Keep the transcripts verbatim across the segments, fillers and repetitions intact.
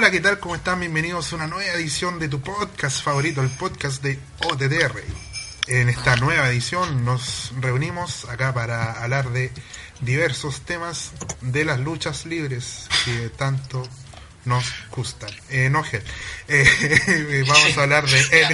Hola, ¿qué tal? ¿Cómo están? Bienvenidos a una nueva edición de tu podcast favorito, el podcast de O T T R. En esta nueva edición nos reunimos acá para hablar de diversos temas de las luchas libres que tanto nos gustan. Eh, no, Gel. Eh, vamos a hablar de N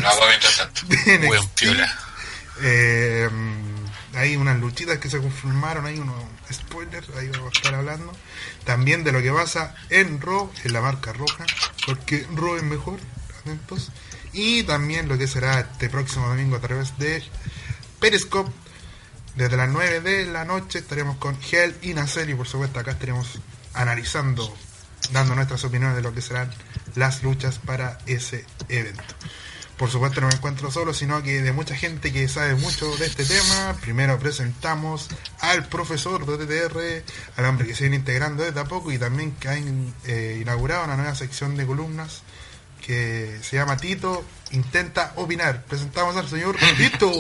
X T. Eh, hay unas luchitas que se confirmaron, hay unos spoilers, ahí vamos a estar hablando. También de lo que pasa en Raw, en la marca roja, porque Raw es mejor, atentos. Y también lo que será este próximo domingo a través de Periscope. Desde las nueve de la noche estaremos con Hell y Nacer, y por supuesto acá estaremos analizando, dando nuestras opiniones de lo que serán las luchas para ese evento. Por supuesto no me encuentro solo, sino que de mucha gente que sabe mucho de este tema. Primero presentamos al profesor de O T T R, al hombre que se viene integrando desde a poco y también que ha eh, inaugurado una nueva sección de columnas que se llama Tito Intenta Opinar. Presentamos al señor Tito.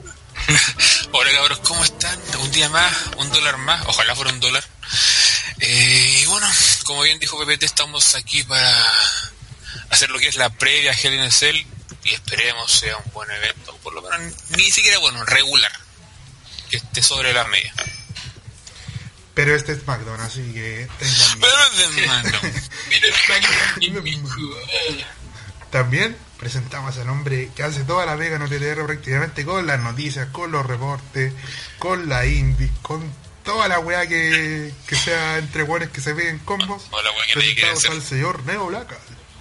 Hola cabros, ¿cómo están? Un día más, un dólar más, ojalá fuera un dólar. Eh, y bueno, como bien dijo P P T, estamos aquí para hacer lo que es la previa a Hell in a Cell y esperemos sea un buen evento, por lo menos ni siquiera bueno, regular, que esté sobre la media. Pero este es SmackDown, así que tengan Pero es de SmackDown. También presentamos al hombre que hace toda la vega en O T T R prácticamente, con las noticias, con los reportes, con la indie, con toda la weá que, que sea entre weones que se peguen combos. Hola, weá, que presentamos al señor Neo Black.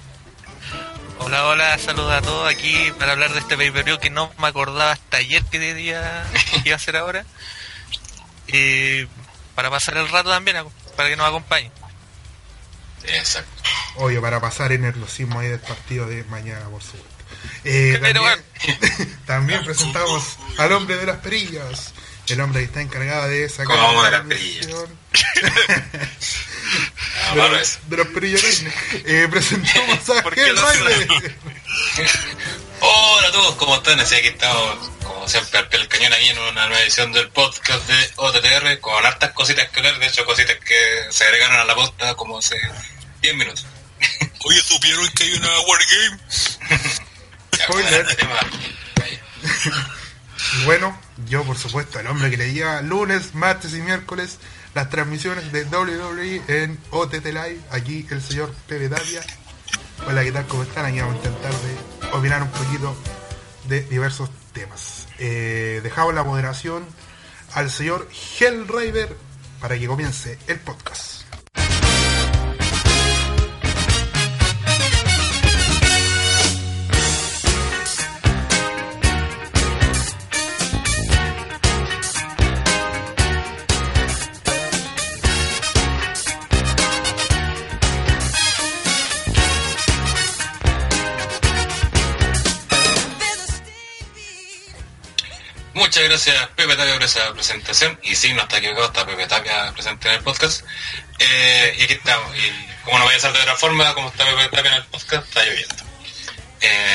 Hola, hola, saludos a todos aquí para hablar de este pay-per-view que no me acordaba hasta ayer que día iba a ser ahora. Y para pasar el rato también, para que nos acompañen. Exacto. Obvio, para pasar en el nerviosismo ahí del partido de mañana, por supuesto. Eh, también también presentamos al hombre de las perillas, el hombre que está encargado de sacar ¿Cómo la de las perillas? de, los, de los perillas. Eh, presentamos a Hell Raider. Hola a todos, ¿cómo están? Así que estamos, como siempre, al pie del cañón aquí en una nueva edición del podcast de O T T R con hartas cositas que hablar, de hecho cositas que se agregaron a la posta como hace diez minutos. Oye, ¿supieron que hay una Wargame? Spoiler. Bueno, yo por supuesto, el hombre que le lleva lunes, martes y miércoles las transmisiones de doble u doble u E en O T T Live, aquí el señor Pepe Tapia. Hola, ¿qué tal? ¿Cómo están? Aquí vamos a intentar de opinar un poquito de diversos temas. Eh, dejamos la moderación al señor Hell Raider para que comience el podcast. Muchas gracias Pepe Tapia por esa presentación, y sí, no está equivocado, está Pepe Tapia presente en el podcast, eh, y aquí estamos, y como no voy a hacer de otra forma, como está Pepe Tapia en el podcast, está lloviendo. Eh,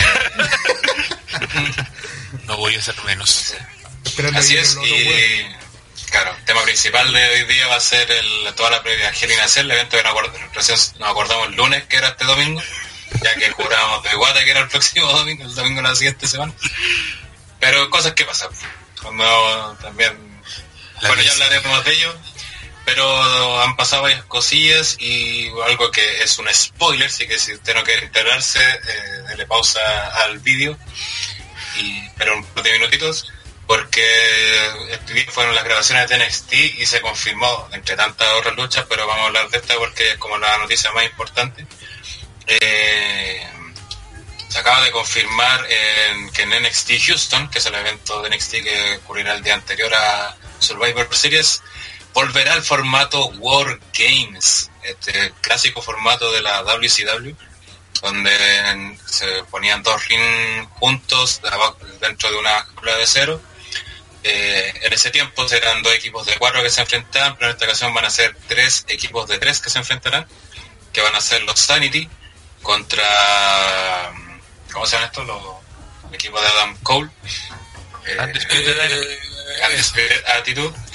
no voy a hacer menos. Así es, y claro, el tema principal de hoy día va a ser el, toda la previa Hell in a Cell, el evento que nos, acord, recién nos acordamos el lunes, que era este domingo, ya que jurábamos de guata que era el próximo domingo, el domingo de la siguiente semana. Pero cosas que pasan, cuando también, la bueno, ya hablaremos de ello, pero han pasado varias cosillas y algo que es un spoiler, así que si usted no quiere enterarse, eh, dele pausa al vídeo, y pero un par de minutitos, porque este día fueron las grabaciones de N X T y se confirmó, entre tantas otras luchas, pero vamos a hablar de esta porque es como la noticia más importante. Eh... Se acaba de confirmar en, que en N X T Houston, que es el evento de N X T que ocurrirá el día anterior a Survivor Series, volverá al formato War Games, este clásico formato de la W C W, donde se ponían dos rings juntos dentro de una jaula de cero. Eh, en ese tiempo serán dos equipos de cuatro que se enfrentaban, pero en esta ocasión van a ser tres equipos de tres que se enfrentarán, que van a ser los Sanity contra... ¿Cómo se llaman estos? Los equipos de Adam Cole. Eh, Undisputed eh, Undisputed Attitude.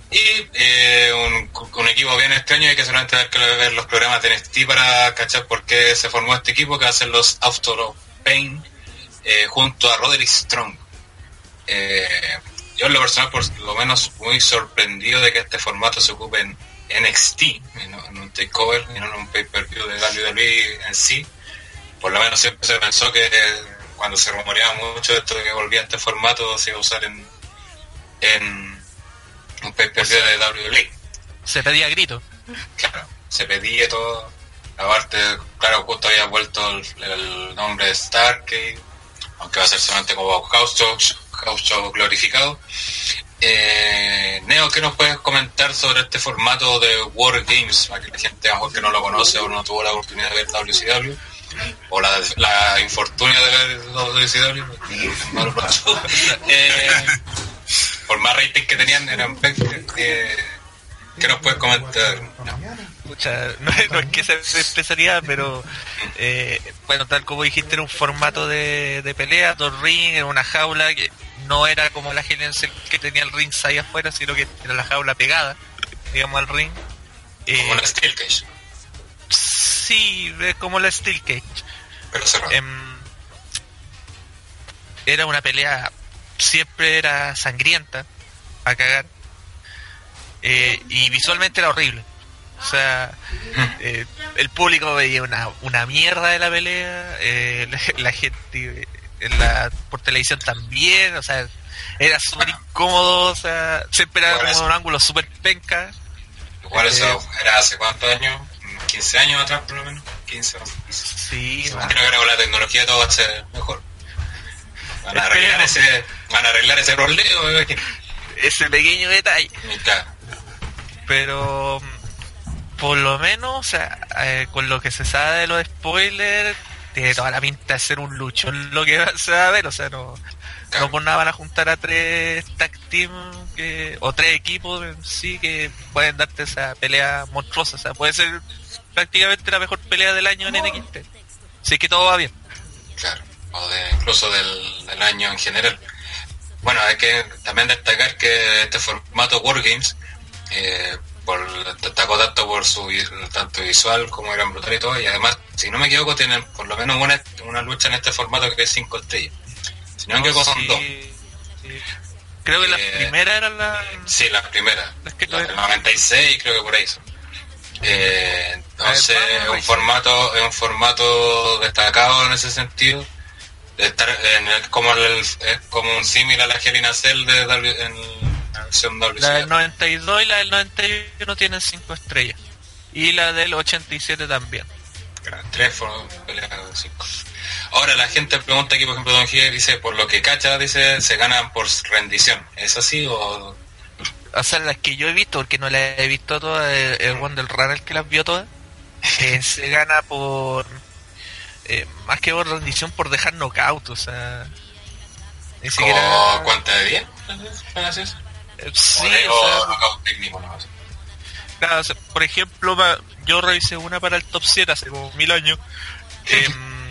Y eh, un, un equipo bien extraño, y que solamente hay que ver los programas de N X T para cachar por qué se formó este equipo, que va a ser los Author of Pain, eh, junto a Roderick Strong. Eh, yo en lo personal, por lo menos, muy sorprendido de que este formato se ocupe en N X T, en, en un takeover, y no en un pay-per-view de W W E en sí. Por lo menos siempre se pensó que eh, cuando se rumoreaba mucho de esto de que volvía este formato, se iba a usar en, en un pay-per-view de W W E. Se pedía grito. Claro, se pedía todo. Aparte, claro, justo había vuelto el, el nombre de Starcade, aunque va a ser solamente como House Show, House Show glorificado. Eh, Neo, ¿qué nos puedes comentar sobre este formato de War Games? Para que la gente a lo mejor que no lo conoce o no tuvo la oportunidad de ver W C W, o la, la infortunia de ver W C W, eh, por más rating que tenían, eran eh, ¿qué nos puedes comentar? Pucha, no, no es que sea especialidad, pero eh, bueno, tal como dijiste, era un formato de, de pelea, dos ring, en una jaula que no era como la Hell in a Cell, que tenía el ring ahí afuera, sino que era la jaula pegada, digamos, al ring. Eh, como la Steel Cage. Sí, es como la Steel Cage. Pero cerrado. Eh, era una pelea, siempre era sangrienta, a cagar. Eh, y visualmente era horrible. O sea, eh, el público veía una, una mierda de la pelea, eh, la, la gente en la, por televisión también, o sea, era súper incómodo, o sea, siempre era como un ángulo súper penca. Igual eso eh, era hace cuántos años, quince años atrás por lo menos, quince. Sí, me imagino que ahora con la tecnología todo va a ser mejor. Van a arreglar ese, van a arreglar ese problema, me imagino. Ese pequeño detalle. Claro. Pero por lo menos, o sea, eh, con lo que se sabe de los spoilers, tiene toda la pinta de ser un luchón lo que se va a ver, o sea, no, claro. No por nada van a juntar a tres tag team que, o tres equipos en sí que pueden darte esa pelea monstruosa, o sea, puede ser prácticamente la mejor pelea del año en N X T, si es que todo va bien. Claro, o de, incluso del, del año en general. Bueno, hay que también destacar que este formato Wargames, eh, por, destacó tanto por su tanto visual como eran brutal y todo, y además, si no me equivoco, tienen por lo menos una, una lucha en este formato que es cinco estrellas. Si no me equivoco, son sí, dos. Sí. Creo que eh, las primeras eran las... Sí, las primeras. Las que las del noventa y seis, creo que por ahí son. Eh, entonces, es un formato, es un formato destacado en ese sentido. De estar en el, como el, es como un símil a la Hell in a Cell de W, en la versión W C W. La del noventa y dos y la del noventa y uno tienen cinco estrellas. Y la del ochenta y siete también. Claro, tres fueron peleas de cinco. Ahora la gente pregunta aquí, por ejemplo, Don G dice, por lo que cacha, dice, se ganan por rendición. ¿Es así o...? O sea, las que yo he visto, porque no las he visto todas, el, el one del Runner que las vio todas, eh, se gana por... Eh, más que por rendición, por dejar knockout, o sea... Ni siquiera... ¿Cuánta de diez? Eh, sí, o, de, o sea... knockout técnico, no sé. Claro, o sea, por ejemplo, yo revisé una para el top siete hace como mil años, eh,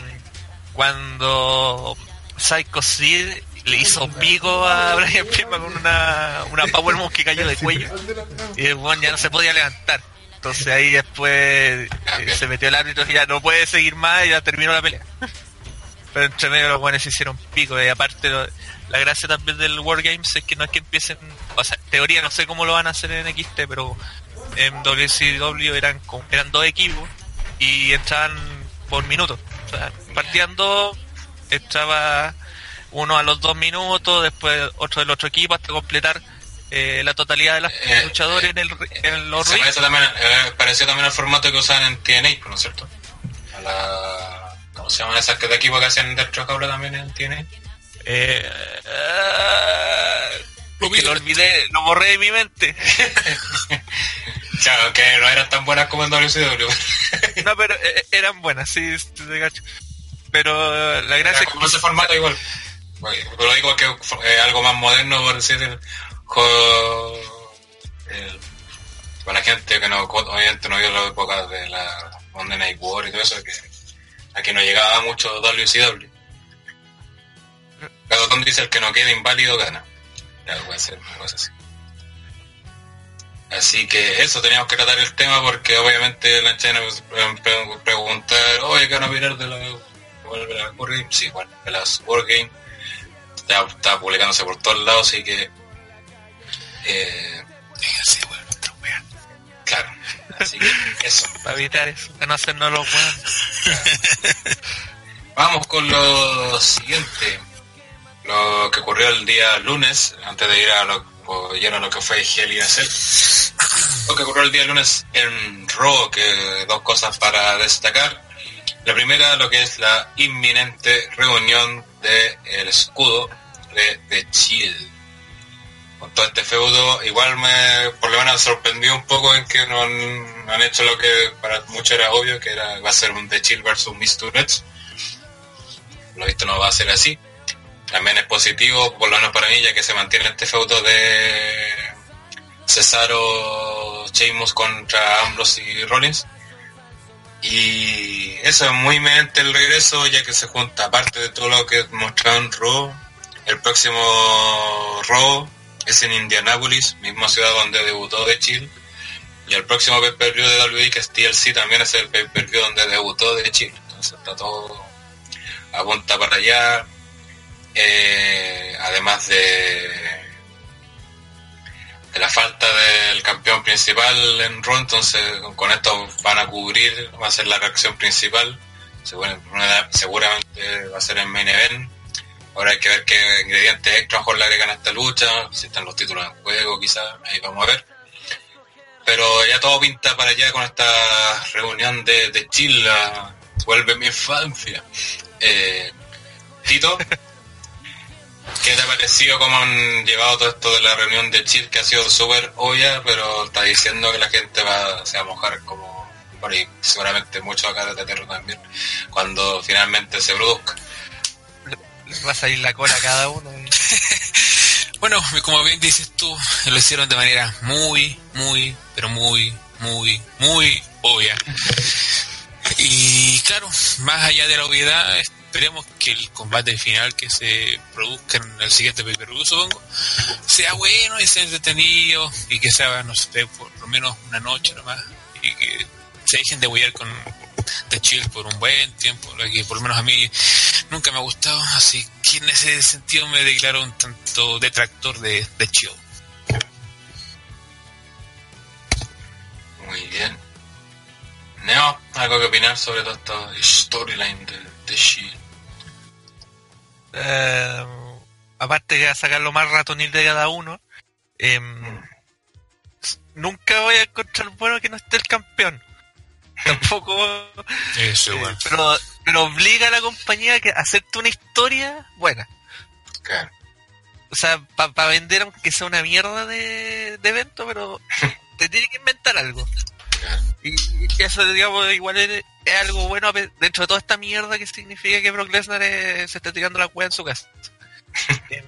cuando Psycho Sid le hizo pico a Brian Pillman con una, una Powerbomb que cayó de cuello, y el bueno ya no se podía levantar. Entonces ahí después eh, se metió el árbitro y ya no puede seguir más y ya terminó la pelea. Pero entre medio los buenos se hicieron pico, y aparte lo, la gracia también del Wargames es que no es que empiecen, o sea, en teoría no sé cómo lo van a hacer en X T, pero en W C W eran eran dos equipos y entraban por minutos. O sea, partían dos, entraba uno a los dos minutos, después otro del otro equipo hasta completar eh, la totalidad de los eh, luchadores eh, en, el, en los rings. También, eh, pareció también el formato que usaban en T N A, ¿no es cierto? A la, ¿cómo se llaman esas de equipo que hacían dentro de jaula también en T N A? Eh, uh, que lo olvidé, lo borré de mi mente. Claro, que no eran tan buenas como en W C W. No, pero eh, eran buenas, sí, de gacho. Pero la gracia es que... ese formato igual. Lo digo que es algo más moderno, por decir, el, el, para la gente que no, obviamente no vio la época de la Monday Night War y todo eso, que aquí no llegaba mucho W C W. Cada uno dice el que no quede inválido gana. Ya puede ser una cosa así. Así que eso, teníamos que tratar el tema porque obviamente la China me preguntar, oye, ¿qué van a opinar de la War Game? Sí, bueno, de las War Game ya está publicándose por todos lados, así que eh, dígase, bueno, otra wea. Claro, así que eso. Para evitar eso, para no hacernos los buenos. Vamos con lo siguiente, lo que ocurrió el día lunes, antes de ir a lo lleno a lo que fue Hell in a Cell. Lo que ocurrió el día lunes en Raw, que dos cosas para destacar. La primera, lo que es la inminente reunión del escudo de The Shield. Con todo este feudo, igual me por lo menos sorprendió un poco en que no han, no han hecho lo que para muchos era obvio, que era va a ser un The Shield versus Miss Tourette's. Lo visto no va a ser así. También es positivo, por lo menos para mí, ya que se mantiene este feudo de Cesaro, Sheamus contra Ambrose y Rollins. Y eso es muy inminente el regreso, ya que se junta, aparte de todo lo que mostrado en Raw, el próximo Raw es en Indianapolis, misma ciudad donde debutó The Shield. Y el próximo pay-per-view de W W E, que es T L C, también es el pay-per-view donde debutó The Shield. Entonces está todo apunta para allá. Eh, además de, de la falta del campeón principal en Raw, entonces con esto van a cubrir, va a ser la reacción principal, seguramente va a ser en main event. Ahora hay que ver qué ingredientes extra mejor le agregan a esta lucha, si están los títulos en juego quizás, ahí vamos a ver. Pero ya todo pinta para allá con esta reunión de, de Chile, vuelve mi infancia. Eh, Tito, ¿qué te ha parecido cómo han llevado todo esto de la reunión de Chill, que ha sido súper obvia, pero está diciendo que la gente va, se va a mojar como, bueno, y seguramente mucho acá de Teterro también, cuando finalmente se produzca? Les va a salir la cola a cada uno. ¿eh? Bueno, como bien dices tú, lo hicieron de manera muy, muy, pero muy, muy, muy obvia. Y claro, más allá de la obviedad, esperemos que el combate final que se produzca en el siguiente pay-per-view, supongo, sea bueno y sea entretenido y que sea, no sé, por lo menos una noche nomás, y que se dejen de huear con The Shield por un buen tiempo, lo que por lo menos a mí nunca me ha gustado, así que en ese sentido me declaro un tanto detractor de The Shield. Muy bien. Neo, ¿algo que opinar sobre toda esta storyline de The Shield? Eh, aparte que va a sacar lo más ratonil de cada uno, eh, mm. nunca voy a encontrar bueno que no esté el campeón. Tampoco. Eso, bueno. eh, pero, pero obliga a la compañía a hacerte una historia buena. Claro. O sea, para pa vender aunque sea una mierda de, de evento, pero te tiene que inventar algo. Claro. Y, y eso, digamos, igual es, es algo bueno dentro de toda esta mierda que significa que Brock Lesnar es, se está tirando la cueva en su casa. eh,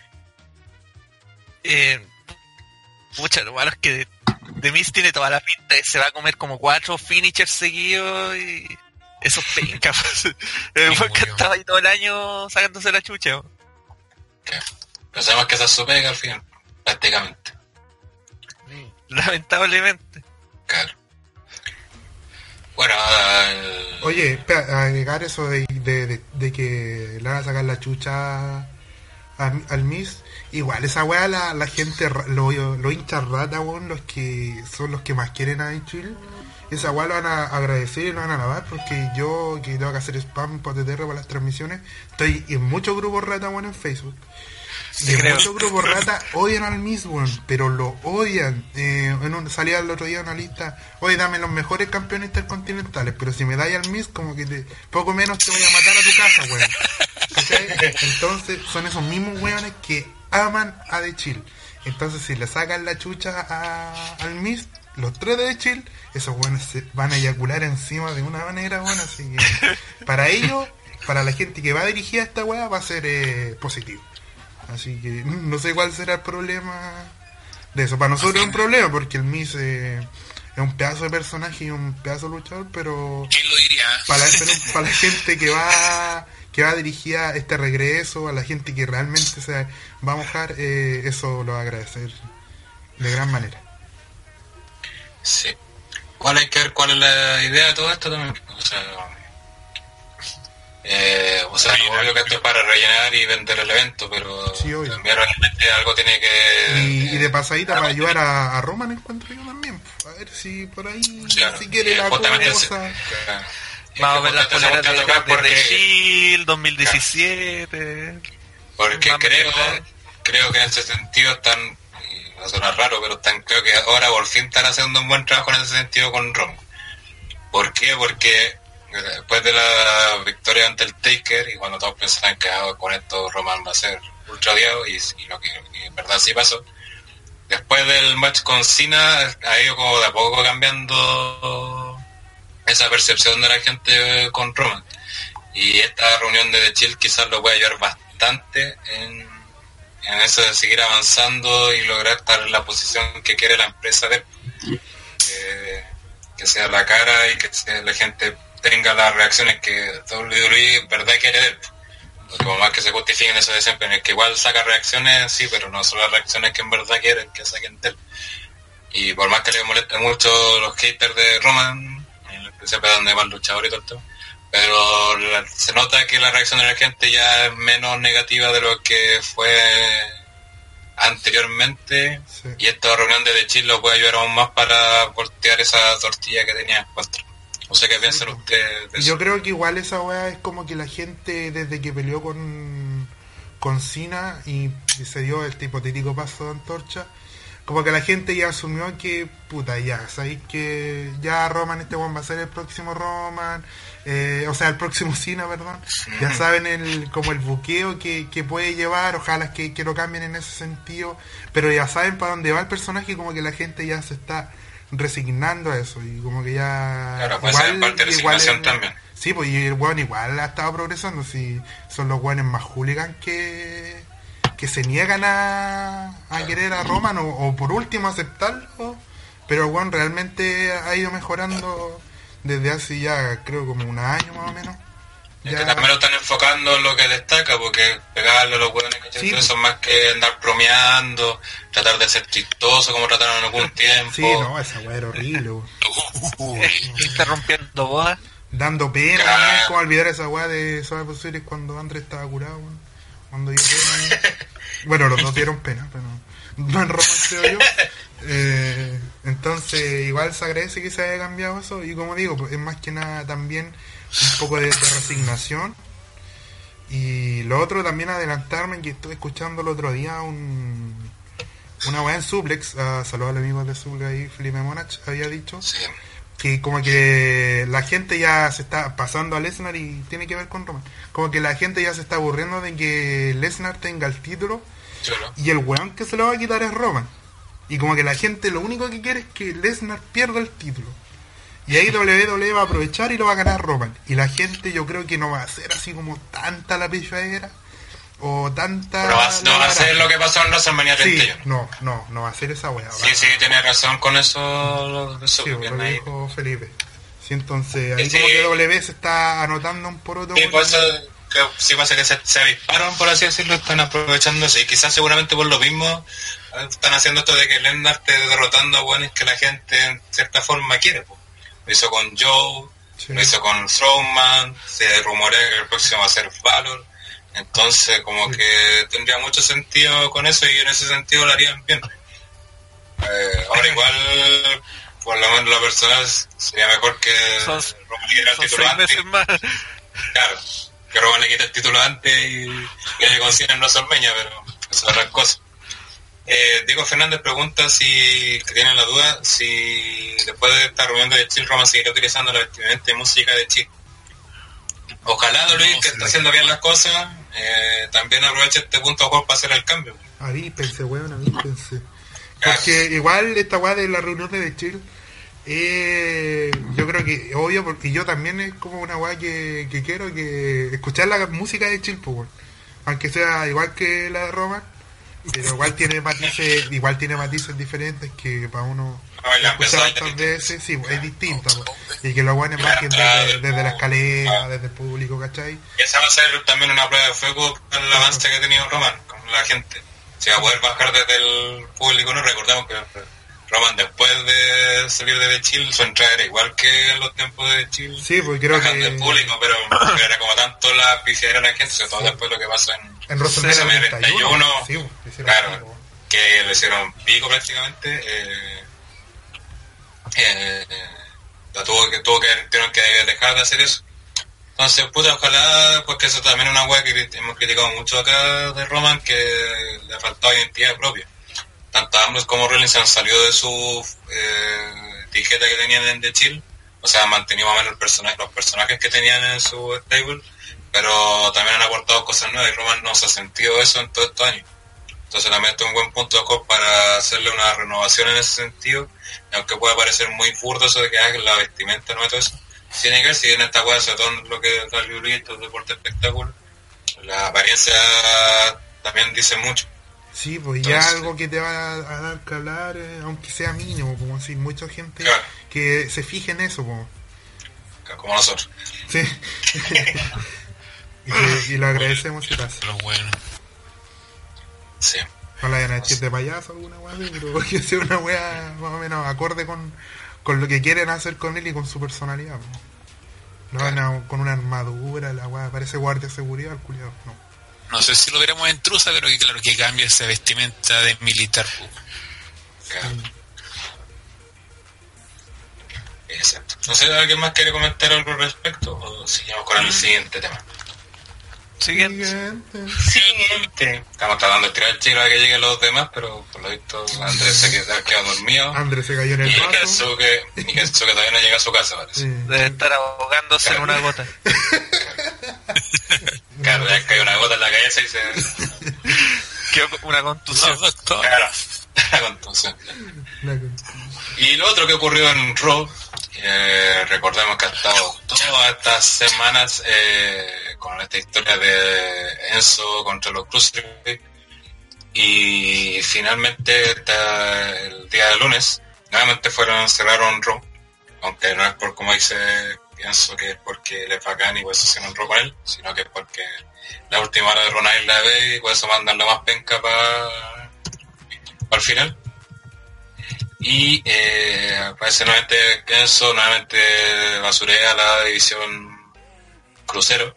eh, mucha, lo malo es que The Miz tiene toda la pinta y se va a comer como cuatro finishers seguidos y eso es penca. El fue que estaba ahí todo el año sacándose la chucha. Claro. Pero sabemos que esa es su pega al final, prácticamente. Lamentablemente. Claro. Bueno, uh, oye, espera, agregar eso de, de, de, de que le van a sacar la chucha a, al Miz. Igual esa weá la, la gente, los lo hinchas rata, weón, los que son los que más quieren a Chile, esa weá lo van a agradecer y lo van a alabar, porque yo que tengo que hacer spam por T T R para las transmisiones, estoy en muchos grupos rata, weón, en Facebook. Y en creo. muchos grupos rata odian al Miz, weón, pero lo odian. Eh, en un, salía el otro día una lista, oye, dame los mejores campeones intercontinentales, pero si me dais al Miz, como que te, poco menos te voy a matar a tu casa, weón. ¿Cachai? Entonces son esos mismos weones que aman a The Chill. Entonces si le sacan la chucha a, al Miz, los tres de The Chill, esos weones se van a eyacular encima de una manera, weón. Así que para ellos, para la gente que va dirigida a esta weá, va a ser eh, positivo. Así que no sé cuál será el problema de eso. Para nosotros es un problema porque el Miz eh, es un pedazo de personaje y un pedazo de luchador, pero ¿quién lo diría? Para, pero para la gente que va que va dirigida a este regreso, a la gente que realmente se va a mojar, eh, eso lo va a agradecer de gran manera. Sí. Igual hay que ver cuál es la idea de todo esto también. O sea, eh, o sea, no obvio que esto es para rellenar y vender el evento, pero sí, también realmente algo tiene que... Y, y de pasadita para ayudar a, a Roman encuentro yo también. A ver si por ahí, claro, si quiere la cosa... Claro. Vamos a ver las poleras de, de, porque, de Shield dos mil diecisiete. Porque creo, creo que en ese sentido están, y va a sonar raro, pero están, creo que ahora por fin están haciendo un buen trabajo en ese sentido con Roman. ¿Por qué? Porque después de la victoria ante el Taker, y cuando todos pensaban que ah, con esto Roman va a ser ultra odiado, y, y lo que y en verdad sí pasó, después del match con Cena ha ido como de a poco cambiando esa percepción de la gente con Roman, y esta reunión de The Shield quizás lo puede ayudar bastante en, en eso de seguir avanzando y lograr estar en la posición que quiere la empresa de que, que sea la cara y que sea, la gente tenga las reacciones que doble u doble u E en verdad quiere ver, como más que se justifiquen eso de siempre, en el que igual saca reacciones, sí, pero no son las reacciones que en verdad quieren que saquen de él. Y por más que les moleste mucho los haters de Roman, siempre donde más luchador y todo esto, pero la, se nota que la reacción de la gente ya es menos negativa de lo que fue anteriormente, sí. Y esta reunión de The Shield lo puede ayudar aún más para voltear esa tortilla que tenía en cuatro. No sé qué sí, piensan pues. ustedes de eso. Yo creo que igual esa weá es como que la gente desde que peleó con con Cena y, y se dio este hipotético paso de antorcha, como que la gente ya asumió que, puta, ya, sabéis que ya Roman, este one va a ser el próximo Roman, eh, o sea, el próximo Cena, perdón. Ya saben el como el buqueo que, que puede llevar, ojalá que, que lo cambien en ese sentido, pero ya saben para dónde va el personaje, como que la gente ya se está resignando a eso, y como que ya... Claro, puede igual, ser parte de resignación también. Sí, pues y el weón igual ha estado progresando, si son los weones más hooligan que... que se niegan a, a querer a Roman o, o por último aceptarlo, pero bueno, realmente ha ido mejorando desde hace ya creo como un año más o menos. Es ya... que también lo están enfocando en lo que destaca, porque pegarle a los hueones que sí, son más que andar bromeando, tratar de ser chistoso como trataron en algún tiempo. Sí, no, esa hueá era horrible. Está rompiendo bodas. Dando pena, claro. ¿No? Como olvidar esa hueá de Survivor Series cuando Andrés estaba curado, bueno. Cuando dio pena. Bueno, los dos dieron pena, pero no en Roman, creo yo. Eh, entonces, igual se agradece que se haya cambiado eso. Y como digo, pues, es más que nada también un poco de, de resignación. Y lo otro también adelantarme, que estuve escuchando el otro día un una weá en Suplex. Uh, saludos al amigo de Suplex ahí, Felipe Monach, había dicho. Sí. Que como que la gente ya se está pasando a Lesnar y tiene que ver con Roman. Como que la gente ya se está aburriendo de que Lesnar tenga el título Cholo. Y el weón que se lo va a quitar es Roman. Y como que la gente lo único que quiere es que Lesnar pierda el título. Y ahí doble u doble u E va a aprovechar y lo va a ganar Roman. Y la gente yo creo que no va a hacer así como tanta la pichadera o tanta... Pero va, no va a ser lo que pasó en WrestleMania treinta y uno. Sí, no, no, no va a ser esa weá. Sí, sí, tiene razón con eso. eso sí, lo que dijo Felipe. Sí, entonces ahí sí, como que doble u doble u E se está anotando un por otro. Sí, por eso que sí pasa que se, se avisparon, por así decirlo, están aprovechando eso. Y quizás seguramente por lo mismo están haciendo esto de que Lesnar esté derrotando a buenos que la gente en cierta forma quiere. Pues. Lo hizo con Joe, sí. Lo hizo con Strowman, se rumorea que el próximo va a ser Valor. Entonces, como sí. que tendría mucho sentido con eso y en ese sentido lo harían bien. Eh, ahora igual, por lo menos la personal, sería mejor que son, Roman le quite el título antes. Claro, que Roman le quite el título antes y que le consigan no Solmeña, pero eso es otra cosa. Eh, Diego Fernández pregunta si, que tienen la duda, si después de esta reunión de Chill, Roman seguirá utilizando la vestimenta y música de Chill. Ojalá, Don Luis, que está haciendo bien las cosas, eh, también aproveche este punto juego para hacer el cambio. Avíspense, weón, avíspense. Porque igual esta weá de la reunión de Chill, eh, yo creo que, obvio, porque yo también es como una weá que, que quiero que escuchar la música de Chill, pues, aunque sea igual que la de Roman, pero igual tiene matices, igual tiene matices diferentes que para uno escuchar estas veces, sí, es distinta, pues, y que lo bueno es más que desde, desde la escalera, desde el público, ¿cachai? Y esa va a ser también una prueba de fuego con el avance que ha tenido Roman, con la gente. Si va a poder bajar desde el público, no recordamos que Roman después de salir de The Shield, su entrada era igual que en los tiempos de The Shield. Sí, porque creo que... el público, pero, pero era como tanto la pifiadera de la gente, sobre todo sí. Después lo que pasó en... En WrestleMania treinta y uno, sí, claro, pico. Que le hicieron pico prácticamente. Eh, eh, la tuvo que, tuvo que, tuvieron que dejar de hacer eso. Entonces, puta, ojalá, porque eso también es una wea que hemos criticado mucho acá de Roman, que le ha faltado identidad propia. Tanto Ambrose como Rollins han salido de su eh, etiqueta que tenían en The Shield, o sea, han mantenido más o menos el personaje, los personajes que tenían en su stable, pero también han aportado cosas nuevas y Roman no se ha sentido eso en todos estos años. Entonces también este es un buen punto de cop para hacerle una renovación en ese sentido, y aunque pueda parecer muy burdo eso de que hagan la vestimenta, no y todo eso, tiene que ver si en esta wea, sobre todo lo que es el librito, el deporte espectáculo, la apariencia también dice mucho. Sí, pues ya entonces, algo que te va a dar que hablar, eh, aunque sea mínimo, como si mucha gente claro. que se fije en eso, como, como nosotros. Sí. y, y lo agradecemos si pasa. Pero bueno. Sí. No la vayan a decir de payaso alguna wea así, pero que sea una wea más o menos acorde con, con lo que quieren hacer con él y con su personalidad. Po. No van a, con una armadura, la wea parece guardia de seguridad, el culiado, no. No sé si lo veremos en Trusa, pero que claro que cambia esa vestimenta de militar. Claro. Exacto. No sé, ¿alguien más quiere comentar algo al respecto? O seguimos con el siguiente tema. Siguiente. Siguiente. Estamos tratando de tirar el chilo a que lleguen los demás, pero por lo visto Andrés se quedó, quedó dormido. Andrés se cayó en el y vaso. Kensuke, y Kensuke todavía no llega a su casa, parece. Sí. Debe estar ahogándose claro. en una gota. Claro, ya cayó una gota en la cabeza y se... Quedó una contusión. No, claro, la contusión. Y lo otro que ocurrió en Raw, eh, recordemos que ha estado todas estas semanas eh, con esta historia de Enzo contra los Cruiserweight, y finalmente esta, el día de lunes nuevamente fueron cerraron Raw, aunque no es por como dice pienso que es porque le es bacán y por eso se encontró con él, sino que es porque la última hora de Ronald la ve y por eso mandan la más penca para pa el final. Y eh, parece nuevamente Enzo nuevamente basurea la división crucero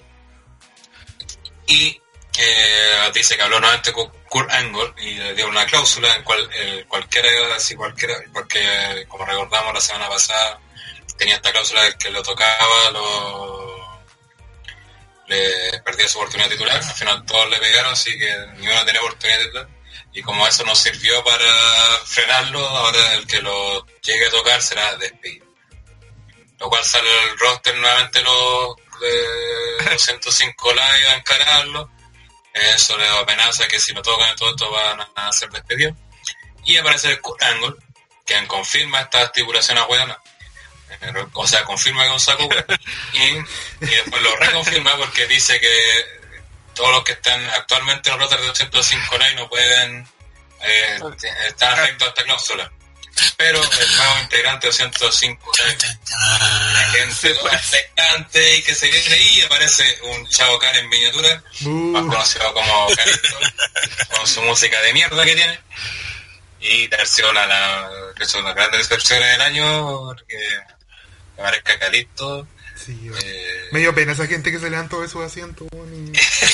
y eh, dice que habló nuevamente con Kurt Angle y le dio una cláusula en cual eh, cualquiera, así cualquiera, porque como recordamos la semana pasada tenía esta cláusula de que lo tocaba, lo le perdía su oportunidad titular, al final todos le pegaron, así que ninguno tenía oportunidad titular. Y como eso nos sirvió para frenarlo, ahora el que lo llegue a tocar será despedido. Lo cual sale el roster nuevamente los, de los ciento cinco live a encararlo. Eso le amenaza que si lo tocan todo esto van a ser despedidos. Y aparece el Kurt Angle, quien confirma esta estipulación a hueona. O sea, confirma que es un saco hueón. Y, y después lo reconfirma porque dice que todos los que están actualmente en el roster de doscientos cinco Live no pueden eh, estar afectos a esta cláusula. Pero el nuevo integrante de doscientos cinco Live, la gente expectante y que se viene ahí, aparece un Chavo Khan en miniatura, uh. más conocido como Calisto, con su música de mierda que tiene. Y terciona la que son las grandes decepciones del año, porque aparezca Calisto. Sí, eh, me dio pena esa gente que se levantó de sus asientos. Y,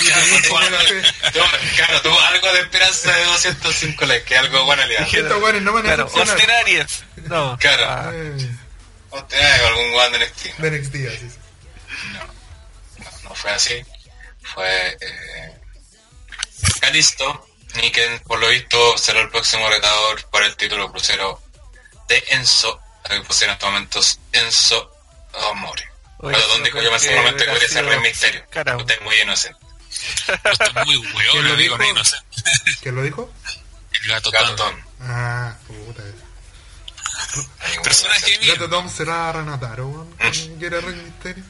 claro, tuvo algo de esperanza de doscientos cinco likes, que algo bueno le da. Estos guanes no van a claro, Ostinarias. No. Claro. Ah. Ostinarias o algún guan de N X T. De N X T, así. No, no, no fue así. Fue eh, Calisto, y que por lo visto será el próximo retador por el título crucero de Enzo, que pusieron en estos momentos Enzo Amore. Pero ¿dónde dijo yo me hace un momento que podría ser Rey Misterio? Caramba. Usted es muy inocente. Usted es muy hueón, ¿Quién lo dijo? Inocente. ¿Quién lo dijo? El Gato, Gato Tom. Tom. Ah, puta. Personaje mío. Gato Tom será Renataro, weón. ¿Que era Rey Misterio?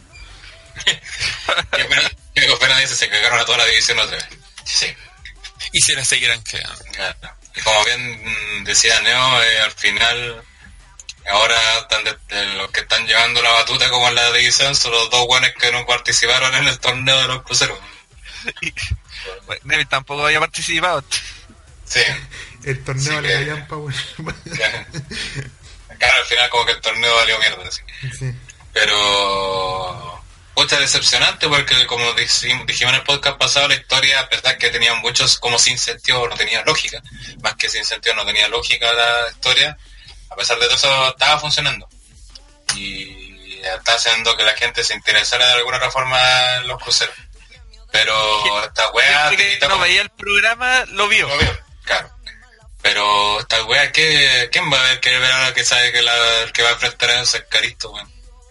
Que Opera dice se cagaron a toda la división otra vez. Sí. Y se la seguirán quedando. Claro. Y como bien decía Neo, eh, al final... Ahora están de, de los que están llevando la batuta como en la división son los dos buenos que no participaron en el torneo de los cruceros. Bueno, Neville tampoco había participado. Sí. El torneo sí le caían pa' bueno. Claro, al final como que el torneo valió mierda, sí. Sí. Pero... Pucha, decepcionante porque como dijimos en el podcast pasado, la historia, a pesar que tenía muchos como sin sentido, no tenía lógica, más que sin sentido no tenía lógica la historia, a pesar de todo eso estaba funcionando. Y está haciendo que la gente se interesara de alguna otra forma en los cruceros. Pero esta wea... que no veía el programa, lo vio. Lo vio, claro. Pero esta wea, ¿qué, ¿quién va a ver que ver ahora que sabe que la, el que va a enfrentar a eso es Calisto, weón?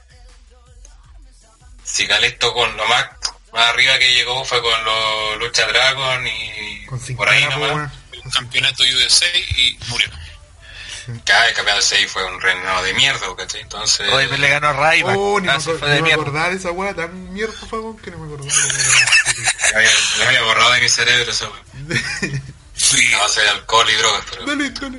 Si Calisto con lo más, más arriba que llegó fue con los Lucha Dragon y con por ahí nomás. Un campeonato U S A y murió. Cada vez campeonato U S A fue un reinado de mierda, ¿cachai? Entonces... Hoy me le ganó a Rayback. Oh, ni ah, me, fue acor- de ni me mierda. acordaba de esa weá tan mierda, fue que no me acordaba. Me había, me había borrado de mi cerebro eso, weón. Sí. A base de alcohol y drogas, pero... Dale, dale.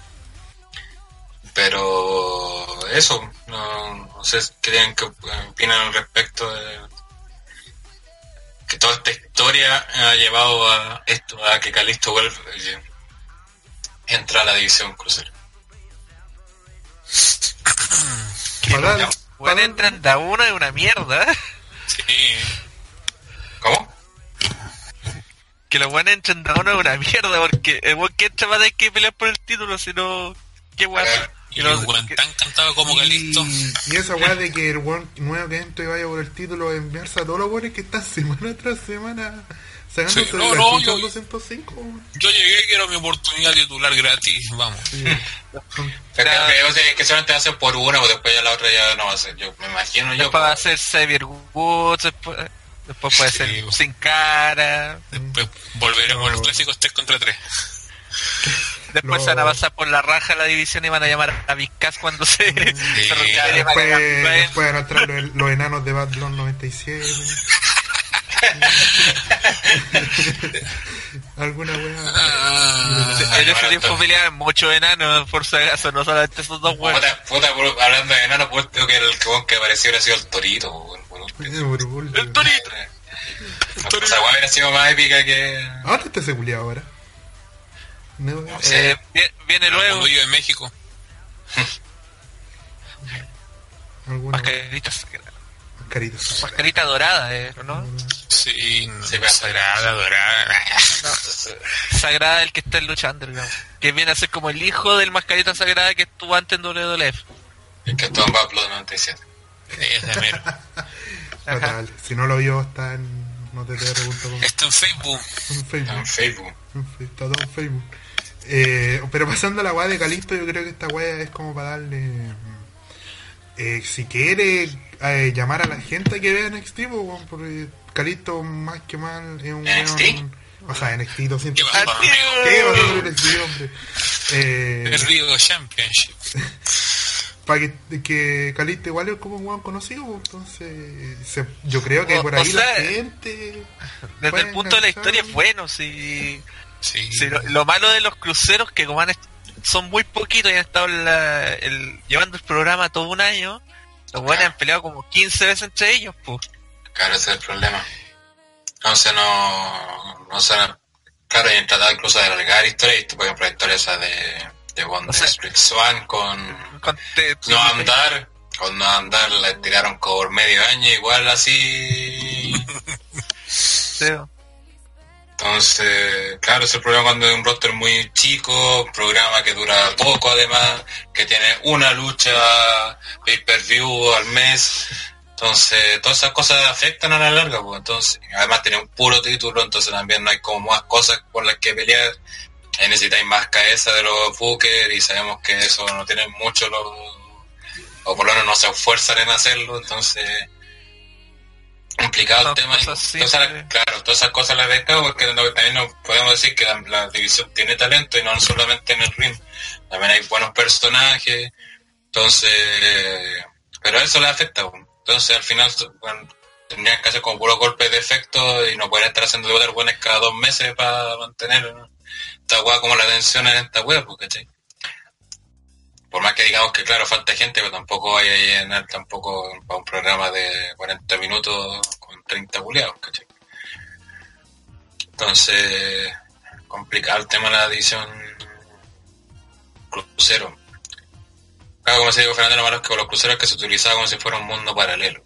Pero eso, no, no sé qué tienen que opinan al respecto de que toda esta historia ha llevado a esto, a que Calisto vuelve eh, entra a la división crucero. Para- Ya. Bueno, entran de a una de una mierda. Sí. ¿Cómo? Que los buenos entran de a una de una mierda, porque el buen que entra va a tener que pelear por el título, si no, qué weón. Y el weón tan cantado como Calisto. Y, y esa weá de que el weón nuevo que entra y vaya por el título enviarse a todos los weones que están semana tras semana sacándose Sí, de no, la no, chucha yo- al doscientos cinco. weón. Yo llegué, quiero mi oportunidad titular gratis. Vamos. Sí. Son- Que, que, o sea, que solamente va a ser por una, o después ya la otra ya no va a ser. Yo me imagino yo. Después va a ser Xavier Woods, después, después puede Sí, ser pues. Sin Cara, Después volveremos a los clásicos tres contra tres. después No. se van a pasar por la raja de la división y van a llamar a Vizcas cuando se, se retire para Después, campeón. después van a entrar los, los enanos de Batman noventa y siete. Alguna weá. Ah, En ese tiempo peleaban muchos enanos, por si acaso, no solamente esos dos weones. Puta, puta, por- hablando de enano, pues creo que el que, que apareció hubiera sido el Torito, weón, por último. Eh, Burbul. El Torito. O sea, weón, hubiera sido más épica que... ¿Dónde está ese culiao ahora? No, No sé. Eh, vi- viene luego, Luego yo de México. alguna mascarita sagrada, carita. mascarita dorada, eh, ¿no? Sí, no, Sí, pero- sagrada, dorada. Sagrada el que está en lucha underground, que viene a ser como el hijo del mascarita sagrada que estuvo antes en W W F. El que estuvo en Pablo de noventa y siete. Ese mero. Fatal. Si no lo vio, está en notetr punto com. Está en Facebook. En Facebook. En Facebook. En fe- Está todo en Facebook. Eh, pero pasando a la weá de Calisto, yo creo que esta weá es como para darle. Eh, si quiere eh, llamar a la gente a que vea N X T, po, weón, porque Calisto más que mal es un ¿N X T? weón- O sea, N X T doscientos. ¿Qué va? ¿Qué va a hacer N X T, hombre? Eh, El Rio Championship. para que, que Calisto igual es como un weón conocido, po, entonces se- yo creo que O- por o ahí la sea, gente. Desde puede el punto de la enganchar. historia es bueno, si, Sí. si lo, lo malo de los cruceros que como han est- son muy poquitos y han estado en la- el- llevando el programa todo un año, los buenos han peleado como quince veces entre ellos, pues. Claro, ese es el problema. Entonces no... No sé... Claro, y han tratado incluso de alargar historias, por ejemplo, la historia esa de... De Wonder O sea- Street Swan con... Con te- No andar... Con no andar la tiraron por medio año, igual así... Sí. Entonces, claro, ese es el problema cuando hay un roster muy chico, un programa que dura poco además, que tiene una lucha pay-per-view al mes. Entonces, todas esas cosas afectan a la larga, pues. Entonces, además tiene un puro título, entonces también no hay como más cosas por las que pelear. Ahí necesitáis más cabeza de los bookers y sabemos que eso no tienen mucho los... o por lo menos no se esfuerzan en hacerlo, entonces... complicado el Son tema. y cosas todas esas- simples. claro, todas esas cosas las destaco porque no- también no podemos decir que la, la división tiene talento y no solamente en el ring. También hay buenos personajes, entonces... pero eso le afecta, pues. Entonces al final bueno, tendrían que hacer como puros golpes de efecto y no pueden estar haciendo debutar buenos cada dos meses para mantener, ¿no? Esta weá como la tensión en esta weá, pues, ¿cachai? Por más que digamos que claro, falta gente, pero tampoco hay ahí en el, tampoco para un programa de cuarenta minutos con treinta culiados, ¿cachai? Entonces, complicado el tema de la división crucero. Claro, como se dijo Fernando, lo malo es que con los cruceros que se utilizaba como si fuera un mundo paralelo.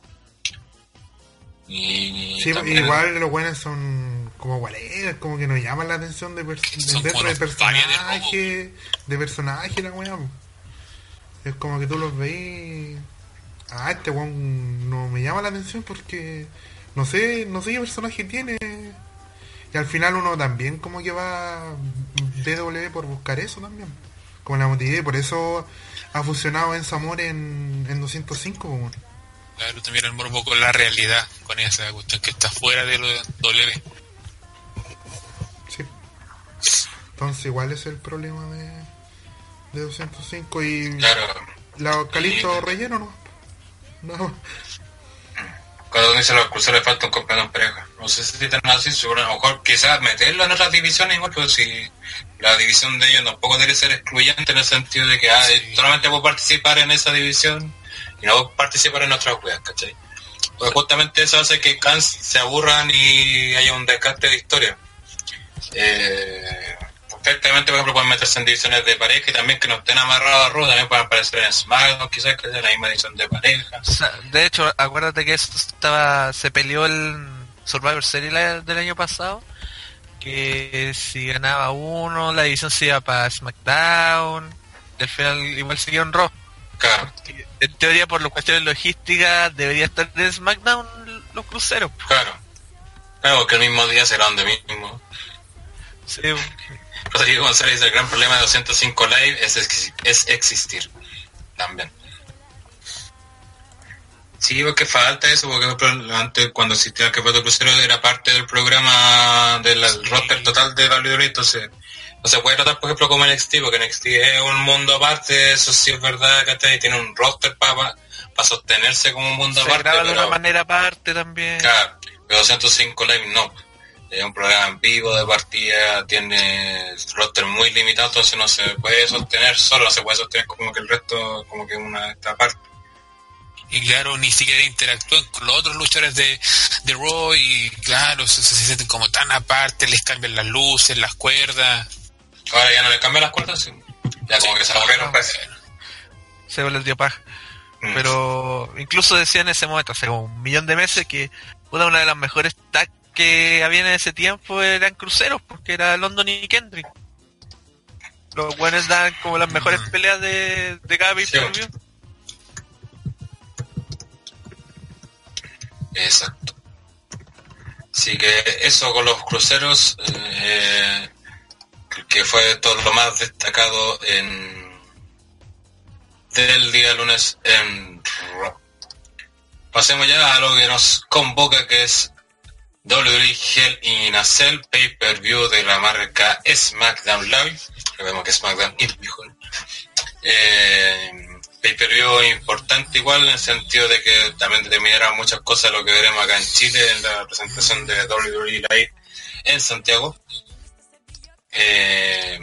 Y sí, también... igual los buenos son como guareras, como que nos llaman la atención de, pers- de dentro de personaje, de personaje la weá. Es como que tú los veis, ah, este weón no me llama la atención porque no sé, no sé qué personaje tiene. Y al final uno también como que va B W por buscar eso también, como la motivé, por eso ha fusionado en Zamor en, en doscientos cinco, como. Claro, también el morbo con la realidad, con esa cuestión que está fuera de lo de W. Sí. Entonces igual es el problema de, de doscientos cinco y claro. La Calixto y... relleno, ¿no? No. Cuando dicen los cruceros le falta un campeón en pareja. No sé si están así, seguro, a lo mejor quizás meterlo en otras divisiones igual, pero si la división de ellos tampoco debe ser excluyente en el sentido de que ah, sí. solamente puedo participar en esa división y no puedo participar en otras weas, ¿cachai? Porque justamente eso hace que Cans se aburran y haya un desgaste de historia. Eh, perfectamente, por ejemplo, pueden meterse en divisiones de pareja y también que no estén amarrados a Raw, también pueden aparecer en SmackDown, quizás que sea la misma división de pareja. O sea, de hecho, acuérdate que esto estaba, se peleó el Survivor Series la, del año pasado, que si ganaba uno, la división se iba para SmackDown, y al final igual siguió en Raw. Claro. En teoría, por las cuestiones logísticas, debería estar en SmackDown los cruceros. Claro. Claro, porque el mismo día será donde mismo. Sí. Rodrigo González dice, el gran problema de doscientos cinco Live es, ex- es existir. También. Sí, porque falta eso, porque por ejemplo, antes cuando existía el Campeonato Crucero era parte del programa del sí. roster total de W W E, entonces no se puede tratar, por ejemplo, como N X T, porque N X T es un mundo aparte, eso sí es verdad, que tiene un roster para pa sostenerse como un mundo se aparte. Se graba pero, de una manera aparte también. Claro, pero doscientos cinco Live no. Es un programa en vivo de partida, tiene roster muy limitado, entonces no se puede sostener solo, no se puede sostener como que el resto, como que una esta parte. Y claro, ni siquiera interactúan con los otros luchadores de, de Raw y claro, se, se sienten como tan aparte, les cambian las luces, las cuerdas. Ahora ya no les cambian las cuerdas, sí. Ya como que se aburrieron, no, parece. Se les dio paja. Mm. Pero incluso decía en ese momento, hace como un millón de meses, que una de las mejores tag que había en ese tiempo eran cruceros, porque era London y Kendrick. Los buenos dan como las mejores mm. peleas de, de cada pay-per-view. Sí. Exacto. Así que eso con los cruceros, eh, que fue todo lo más destacado en del día lunes en Raw. Pasemos ya a lo que nos convoca, que es W W E Hell in a Cell, pay-per-view de la marca SmackDown Live. Vemos que SmackDown es mejor. Eh, pay-per-view importante igual, en el sentido de que también determinará muchas cosas lo que veremos acá en Chile en la presentación de W W E Live en Santiago. Eh,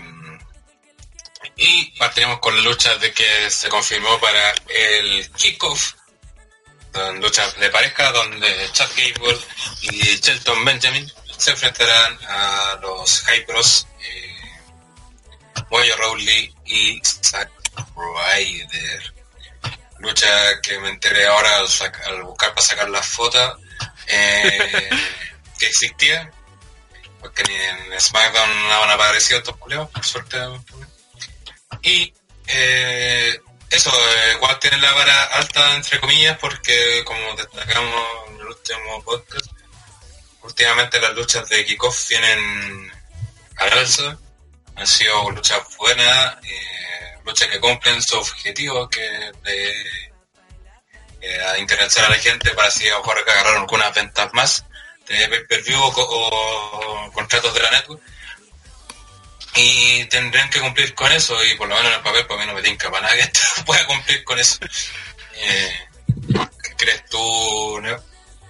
y partiremos con la lucha de que se confirmó para el kickoff, lucha de pareja donde Chad Gable y Shelton Benjamin se enfrentarán a los Hype Bros, eh, Mojo Rawley y Zack Ryder. Lucha que me enteré ahora al, saca, al buscar para sacar las fotos eh, que existía, porque ni en SmackDown no han aparecido estos culeos, por suerte. Y eh, eso, eh, igual tienen la vara alta, entre comillas, porque como destacamos en el último podcast, últimamente las luchas de kickoff vienen al alza, han sido luchas buenas, eh, luchas que cumplen su objetivo, que de eh, interesar a la gente para así a lo mejor agarrar algunas ventas más de pay-per-view o, o, o contratos de la network. Y tendrían que cumplir con eso, y por lo menos en el papel para mí no me tinca para nada que esto pueda cumplir con eso. Eh, ¿Qué crees tú, Neo?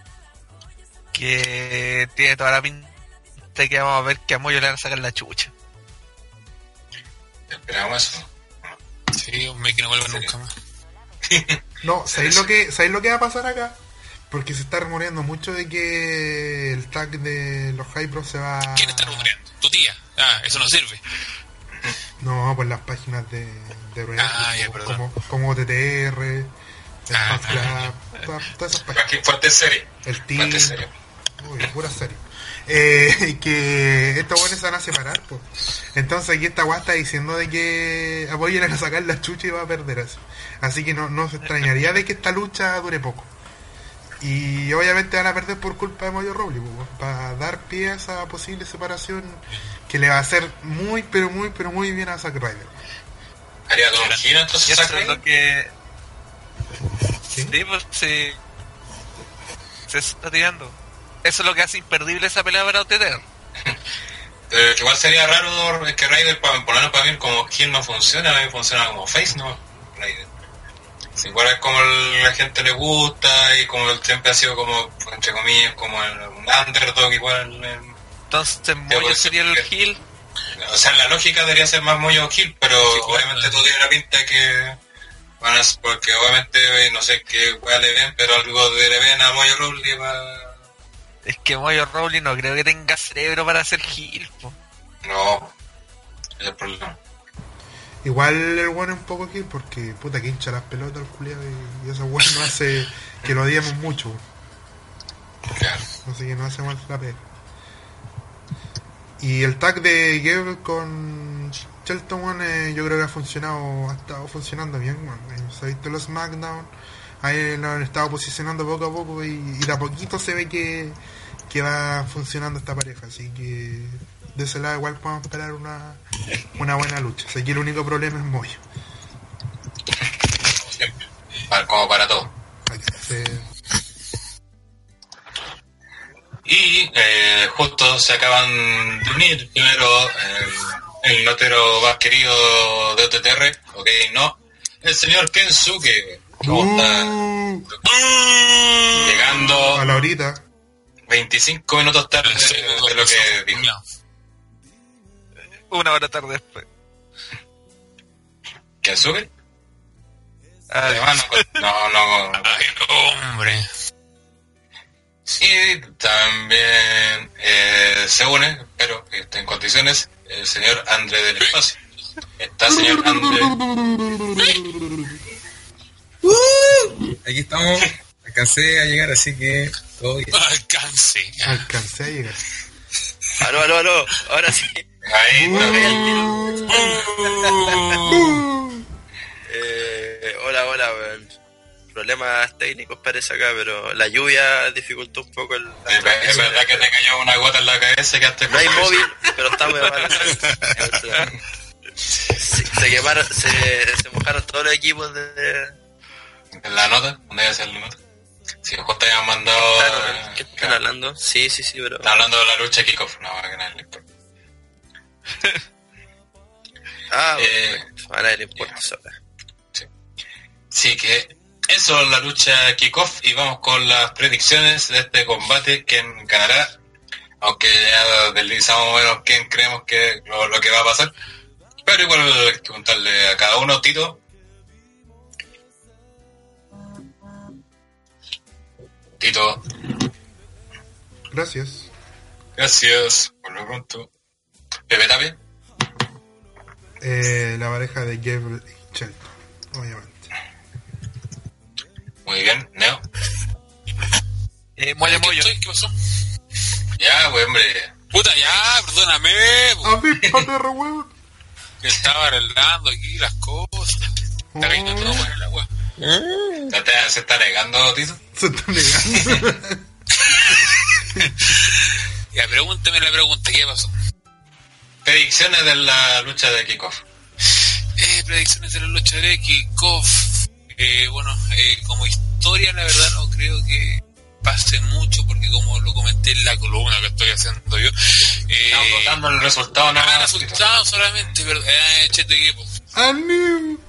Que tiene toda la pinta que vamos a ver que a Moyo le van a sacar la chucha. Esperamos eso. Sí, hombre, que no vuelva nunca más. No, ¿sabéis lo que sabéis lo que va a pasar acá? Porque se está rumoreando mucho de que el tag de los Hype Bros se va... ¿Quién está rumoreando? ¿Tu tía? Ah, eso no sirve. No, pues las páginas de, de Wrestling, Ah, ya, como, perdón. como, como T T R, el Ah, Fan Club, todas, todas esas páginas. Aquí fuerte serie. El Team, Fuerte serie. uy, pura serie. Eh, que estos buenos se van a separar, pues. Entonces aquí esta guay está diciendo de que apoyen a sacar la chucha y va a perder eso. Así que no, no se extrañaría de que esta lucha dure poco. Y obviamente van a perder por culpa de Mojo Rawley, pues, para dar pie a esa posible separación que le va a hacer muy, pero muy, pero muy bien a Zack Ryder. Haría todo un giro entonces Y eso Zack es lo Ryder. que... ¿Sí? Sí, pues se... Se está tirando. Eso es lo que hace imperdible esa pelea para O T T R. Eh, igual sería raro que Ryder, para ponerlo para mí como heel no funciona, a mí funciona como face, ¿no? Ryder. Si igual es como el- la gente le gusta y como él siempre ha sido como, entre comillas, como el, un underdog igual. eh, Entonces Moyo pues, sería el que- heel. O sea, la lógica debería ser más Mojo heel, pero Sí, claro. obviamente todo tiene la pinta que van a, porque obviamente eh, no sé qué weá le ven, pero algo de le ven a Mojo Rawley para... Es que Moyo Rawley no creo que tenga cerebro para ser heel, po. No, ese es el problema. Igual el bueno es un poco aquí porque puta que hincha las pelotas el culiado y, y eso bueno no hace que lo odiemos mucho. Claro. Así que no hace mal la pena. Y el tag de Gable con Shelton, bueno, eh, yo creo que ha funcionado, ha estado funcionando bien, bueno, eh, se ha visto los SmackDown, ahí lo han estado posicionando poco a poco y, y de a poquito se ve que, que va funcionando esta pareja, así que de ese lado igual podemos esperar una, una buena lucha. Así que el único problema es Moyo. Siempre. Para- como para todo. Se, Y eh, justo se acaban de unir primero el, el notero más querido de O T T R, ok, no, el señor Kensuke, ¿cómo está? uh, Llegando a la horita. veinticinco minutos tarde de lo que dijo. Una hora tarde después. ¿Kensuke? Ah, Además, no, no, no. Ay, hombre. Y también eh, se une, pero que esté en condiciones, el señor André del Espacio. Está señor André. Aquí estamos, alcancé a llegar, así que todo bien. Alcance. Alcancé a llegar. Aló, aló, aló, ahora sí. Ahí está. Eh, hola, hola, weón. Problemas técnicos parece acá, pero la lluvia dificultó un poco el... Es ver- es verdad que te cayó una gota en la cabeza y quedaste No hay con- móvil, pero estamos de mala salud. Sí, se quemaron, se, se mojaron todos los equipos de... en la nota, ¿dónde debe ser la nota? Si justo habían mandado. Claro, eh, ¿qué están hablando? Sí, sí, sí, pero... Están hablando de la lucha kickoff, no, que nada le importa. Ah, Eh, perfecto. A nadie le importa eso. Sí, que eso es la lucha kickoff y vamos con las predicciones de este combate, quién ganará, aunque ya deslizamos más o menos quién creemos que lo, lo que va a pasar, pero igual hay que preguntarle a cada uno. Tito. Tito, Gracias. gracias, por lo pronto. Pepe Tapia. Eh, la pareja de Gable y Shelton, obviamente. Muy bien, Neo. eh, Moyo ¿Qué Moyo. estoy? ¿Qué pasó? Ya, pues, hombre. Puta, ya, perdóname. po, ¡Avíspate, re weón! Que estaba arreglando aquí las cosas. Está cayendo todo por el agua. ¿Ya te- ¿Se está negando, Tito? Se está negando. Ya, pregúnteme la pregunta, ¿qué pasó? Predicciones de la lucha de kickoff. Eh, predicciones de la lucha de kickoff. Eh, bueno, eh, como historia, la verdad no creo que pase mucho, porque como lo comenté en la columna que estoy haciendo yo, eh, Estamos dando el resultado nada ah, más. Tito. resultado solamente, pero eh, cheto equipo. ¡Anim!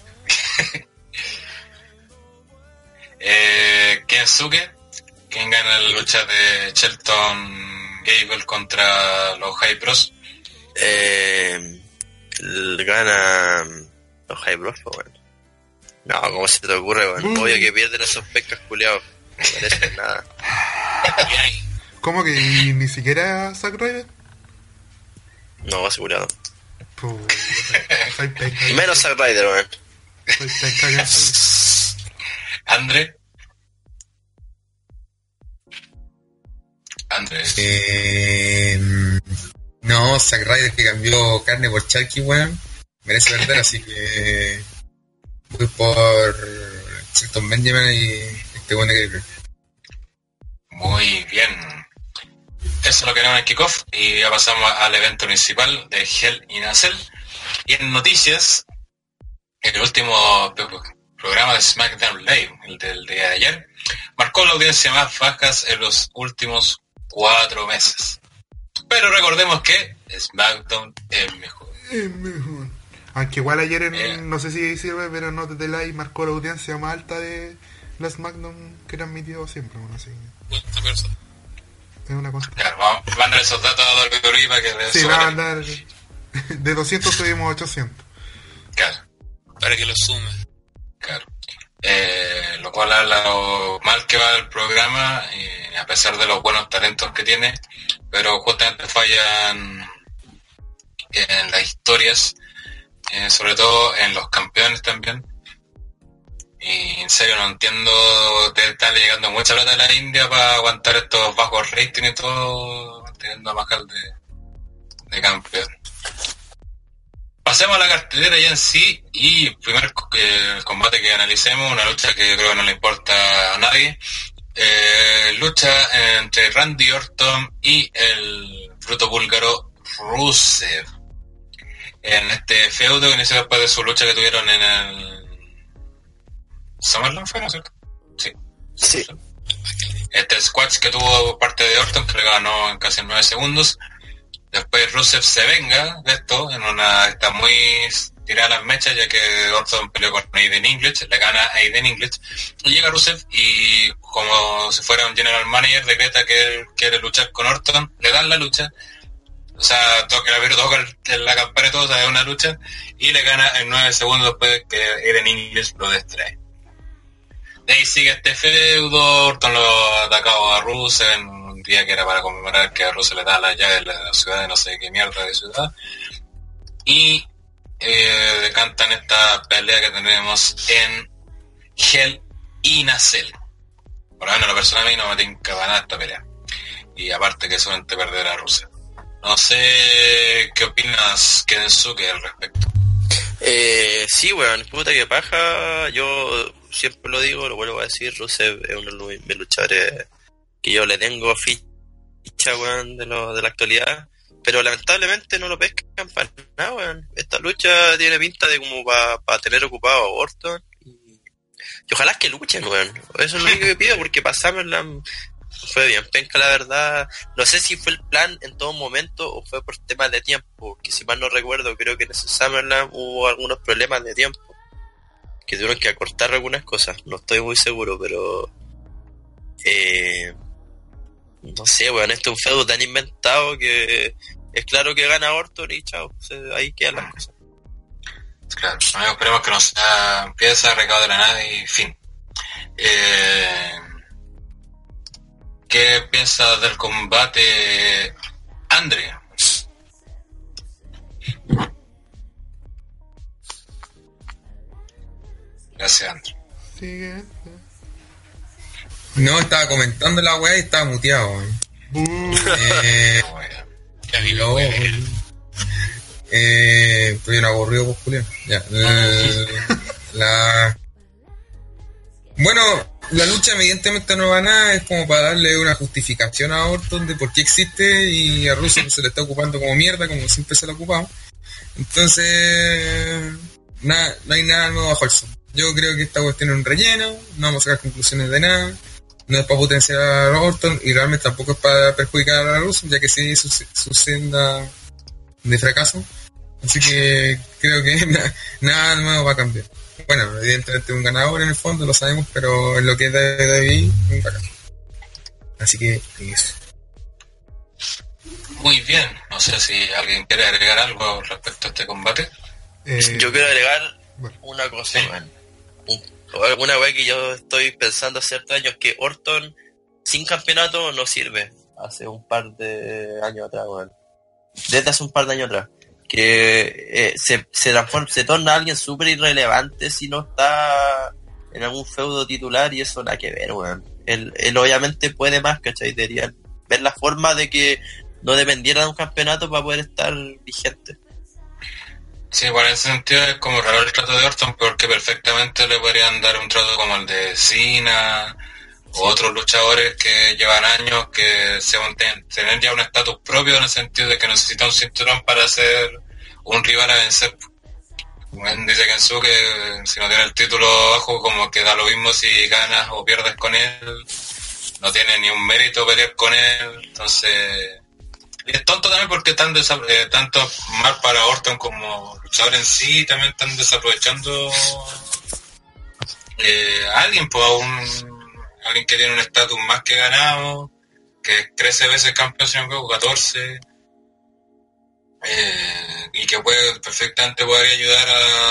Eh, Kensuke, ¿quién gana la lucha de Shelton Gable contra los High Bros? Eh, el- gana los High Bros, pues, bueno. No, ¿cómo se te ocurre, weón? Mm. Obvio que pierden esos pescas culiados. No merecen nada. Y ahí, ¿Cómo que y ni siquiera Zack Ryder? No, asegurado. Puta, soy penca. Menos Zack Ryder, weón. Soy penca que soy. André. André. Eh, no, Zack Ryder que cambió carne por charqui, weón. Merece perder, así que voy por Shelton Benjamin y este buen que Muy bien. Eso es lo que era en el kickoff y ya pasamos al evento principal de Hell in a Cell. Y en noticias, el último programa de SmackDown Live, el del día de ayer, marcó la audiencia más baja en los últimos cuatro meses. Pero recordemos que SmackDown es mejor. Es mejor. Aunque igual ayer, en, eh. no sé si sirve, pero no de Live marcó la audiencia más alta de la SmackDown que transmitió siempre, bueno, así. Es una cosa. Claro, vamos a mandar esos datos a W W E para que... Sí, va a mandar... De doscientos subimos a ochocientos. Claro. Para que lo sume. Claro. Eh, lo cual habla lo mal que va el programa, eh, a pesar de los buenos talentos que tiene, pero justamente fallan en las historias, eh, sobre todo en los campeones también. Y en serio no entiendo, te están llegando mucha plata de la India para aguantar estos bajos ratings y todo, teniendo a Mahal de, de campeón. Pasemos a la cartelera ya en sí, y primer eh, el combate que analicemos, una lucha que creo que no le importa a nadie, eh, lucha entre Randy Orton y el bruto búlgaro Rusev, en este feudo que inició después de su lucha que tuvieron en el SummerSlam, ¿fue, no es cierto? Sí. Sí. Este squash que tuvo parte de Orton, que le ganó en casi nueve segundos. Después Rusev se venga de esto, en una está muy tirada las mechas, ya que Orton peleó con Aiden English, le gana a Aiden English, y llega Rusev y como si fuera un general manager decreta que él quiere luchar con Orton, le dan la lucha, o sea, toca el toca el, la campana y todo, o sea, es una lucha, y le gana en nueve segundos después que Aiden English lo distrae. De ahí sigue este feudo, Orton lo atacaba a Rusev en un día que era para conmemorar que a Rusev le da la llave de la ciudad de no sé qué mierda de ciudad. Y eh, decantan esta pelea que tenemos en Hell in a Cell. Por lo menos la persona a mí no me tinca para nada esta pelea. Y aparte que solamente perder a Rusev. No sé qué opinas, Kensuke, al respecto. Eh, sí, weón, puta que paja. Yo siempre lo digo, lo vuelvo a decir, Rusev es uno de mis luchadores que yo le tengo ficha, weón, de, lo, de la actualidad. Pero lamentablemente no lo pescan para nada, weón. Esta lucha tiene pinta de como para pa tener ocupado a Orton. Y, y ojalá que luchen, weón. Eso es lo único que pido, porque pasamos la... Fue bien penca, la verdad. No sé si fue el plan en todo momento o fue por temas de tiempo, que si mal no recuerdo, creo que en ese Summerland hubo algunos problemas de tiempo, que tuvieron que acortar algunas cosas. No estoy muy seguro, pero... Eh, no sé, weón, este es un feudo tan inventado que es claro que gana Orton y chao, o sea, ahí quedan las cosas. Claro, no, esperemos que no sea empieza, recado de la nada y fin. Eh... ¿Qué piensas del combate, Andrea? Gracias, Andrea. Sigue. No, estaba comentando la weá y estaba muteado, weón. eh, no, eh, estoy un aburrido por Julián. Ya. El, la Bueno, la lucha evidentemente no va a nada, es como para darle una justificación a Orton de por qué existe, y a Rusev se le está ocupando como mierda, como siempre se le ha ocupado. Entonces, nada, no hay nada nuevo bajo el sol. Yo creo que esta cuestión es un relleno, no vamos a sacar conclusiones de nada, no es para potenciar a Orton y realmente tampoco es para perjudicar a Rusev, ya que sigue su, su senda de fracaso. Así que creo que nada, nada nuevo va a cambiar. Bueno, evidentemente un ganador en el fondo, lo sabemos, pero en lo que es de W W E, un bacán. Así que eso. Muy bien, no sé si alguien quiere agregar algo respecto a este combate. Eh, yo quiero agregar bueno. una cosa, ¿Sí? man. Una wea que yo estoy pensando hace ciertos años, que Orton sin campeonato no sirve. Hace un par de años atrás, man. desde hace un par de años atrás. Que eh, se, se, transforma, se torna alguien súper irrelevante si no está en algún feudo titular y eso nada que ver, weón. Él, él obviamente puede más, ¿cachai? Deberían ver la forma de que no dependiera de un campeonato para poder estar vigente. Sí, bueno, en ese sentido es como raro el trato de Orton, porque perfectamente le podrían dar un trato como el de Cena o sí. Otros luchadores que llevan años que se ten, tener ya un estatus propio, en el sentido de que necesita un cinturón para ser un rival a vencer. Dice Kensu que si no tiene el título abajo, como que da lo mismo si ganas o pierdes con él, no tiene ni un mérito pelear con él. Entonces, y es tonto también porque están desa- eh, tanto mal para Orton como luchador en sí, también están desaprovechando eh, a alguien, pues a un alguien que tiene un estatus más que ganado, que trece veces campeón, si no me equivoco, catorce, eh, y que puede perfectamente poder ayudar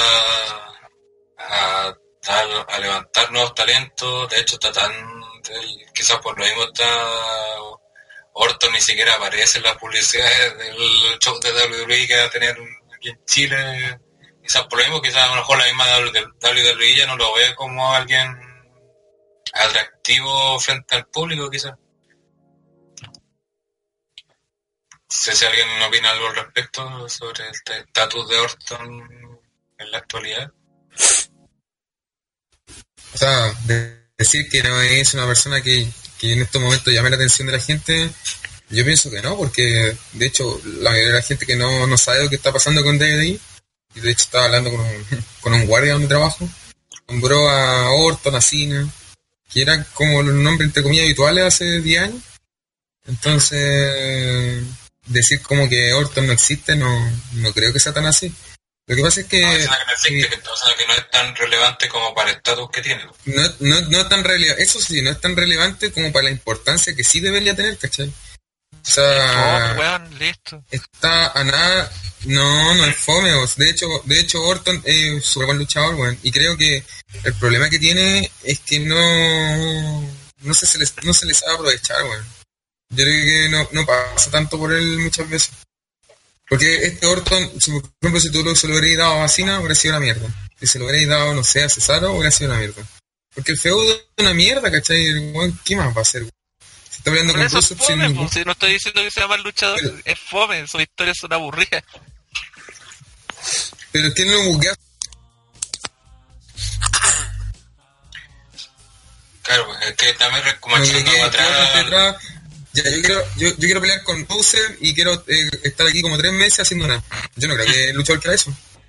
a, a, a, a levantar nuevos talentos. De hecho está tan, quizás por lo mismo está Orton, ni siquiera aparece en las publicidades del show de W W E que va a tener aquí en Chile. Quizás por lo mismo, quizás a lo mejor la misma W W E ya no lo ve como alguien atractivo frente al público, quizás. No sé si alguien opina algo al respecto sobre este estatus de Orton en la actualidad. O sea, de decir que no es una persona que, que en estos momentos llame la atención de la gente, yo pienso que no, porque de hecho la mayoría de la gente que no, no sabe lo que está pasando con D V D, y de hecho estaba hablando con un, con un guardia donde trabajo, nombró a Orton, a Cena, que eran como los nombres entre comillas habituales hace diez años. Entonces, decir como que Orton no existe, no, no creo que sea tan así. Lo que pasa es que... No, es que no existe, que, o sea, que no es tan relevante como para el estatus que tiene. No, no, no es tan relevante, eso sí, no es tan relevante como para la importancia que sí debería tener, ¿cachai? O sea, oh, weón, listo. Está a nada... No, no es fome, de hecho, de hecho Orton es súper buen luchador, weón, y creo que el problema que tiene es que no no se, se les, no se les sabe aprovechar, weón. Yo creo que no, no pasa tanto por él muchas veces. Porque este Orton, si, por ejemplo, si tú lo, se lo hubierais dado a Cena, hubiera sido una mierda. Si se lo hubierais dado, no sé, a Cesaro, hubiera sido una mierda. Porque el feudo es una mierda, ¿cachai? Weón, ¿qué más va a hacer, weón? Se está peleando con Rusev sin ningún... Si no estoy diciendo que sea mal luchador, pero, es fome, sus historias son aburridas. Pero es que no lo buguea. Claro, es que también como echando para atrás. Ya, yo quiero, yo, yo quiero pelear con Rusev y quiero eh, estar aquí como tres meses haciendo nada. Yo no creo que el luchador quiera eso.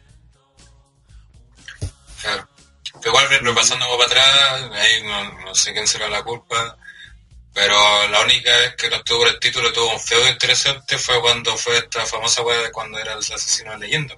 Claro. Pero igual repasando para atrás, ahí no, no sé quién será la culpa. Pero la única vez que no estuvo por el título, tuvo un feudo interesante, fue cuando fue esta famosa wea de cuando era el asesino de leyenda.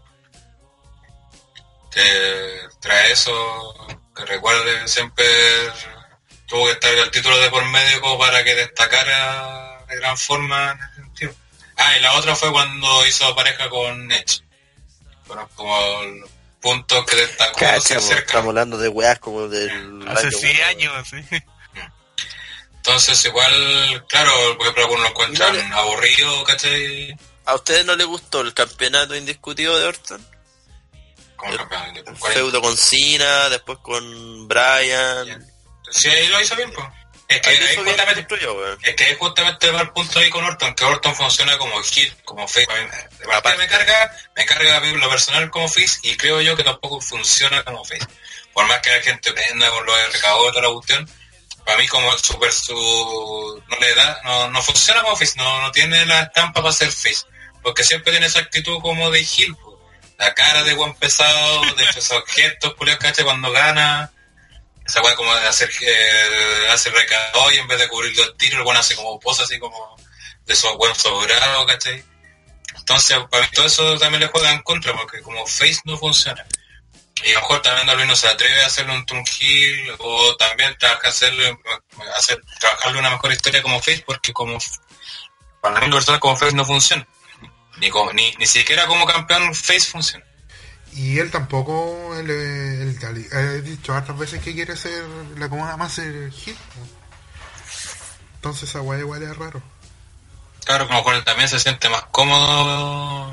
Que trae eso, que recuerde, siempre tuvo que estar el título de por medio como para que destacara de gran forma en ese sentido. Ah, y la otra fue cuando hizo pareja con Edge. Bueno, como los puntos que destacó. Cacha, estamos hablando de weas como del... Hace seis años, así. Entonces igual, claro, por ejemplo algunos lo encuentran no le... aburrido, ¿cachai? ¿A ustedes no les gustó el campeonato indiscutido de Orton? ¿Cómo el campeonato indiscutido? Feudo con Cena, después con Bryan. Sí, ahí lo hizo bien, pues. Es que, ahí justamente, yo, es que justamente va el punto ahí con Orton, que Orton funciona como heel, como face. Aparte me carga, me carga lo personal como face, y creo yo que tampoco funciona como face. Por más que la gente prenda con lo de recabó y toda la cuestión, para mí como super su no le da, no, no funciona como face, no, no tiene la estampa para ser face, porque siempre tiene esa actitud como de heel, pues. La cara de buen pesado, de esos gestos, culiados, caché, cuando gana, esa weá como de hacer eh, hace recado y en vez de cubrirlo el tiro, el bueno hace como posa así como de esos buenos sobrados, ¿cachai? Entonces para mí todo eso también le juega en contra, porque como face no funciona. Y a lo mejor también David no se atreve a hacerle un turn heel, o también trabajar hacerle, hacer, trabajarle una mejor historia como face, porque como para mí personas como face no funciona. Ni, como, ni, ni siquiera como campeón face funciona. Y él tampoco, él, él, él, ha dicho hartas veces que quiere ser, le acomoda más ser hit. Entonces esa weá igual es raro. Claro, como mejor también se siente más cómodo.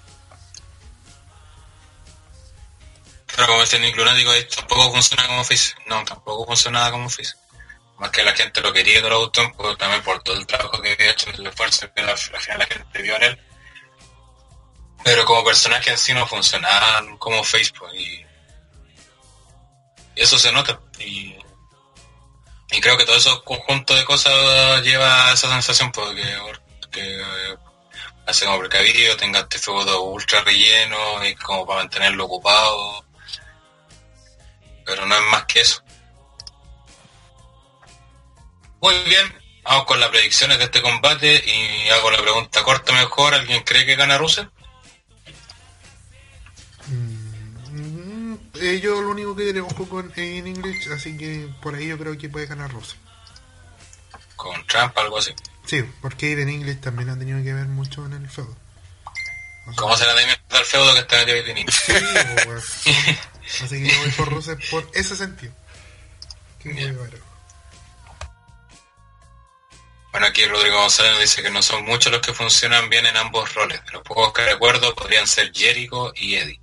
Pero como el Nick Lunático tampoco funciona como Face. No, tampoco funcionaba como Face. Más que la gente lo quería y todo lo gustó, pues también por todo el trabajo que había hecho, el esfuerzo que al final la gente vio en él. Pero como personaje en sí no funcionaban como Facebook y, y eso se nota. Y, y creo que todo eso conjunto de cosas lleva a esa sensación, porque que eh, hace como precavido, tenga este feudo ultra relleno y como para mantenerlo ocupado. Pero no es más que eso. Muy bien, vamos con las predicciones de este combate y hago la pregunta corta mejor. ¿Alguien cree que gana Rusev? Mm, eh, yo lo único que tenemos poco en, en inglés, así que por ahí yo creo que puede ganar Rusev. Con Trump, algo así. Sí, porque en inglés también ha tenido que ver mucho en el feudo. O sea, ¿Cómo se la mierda al feudo que está metido ahí teniendo? Sí, pues, así que yo voy por Rusev por ese sentido. ¿Qué voy a ver? Bueno, aquí Rodrigo González dice que no son muchos los que funcionan bien en ambos roles. De los pocos que recuerdo podrían ser Jericho y Eddie.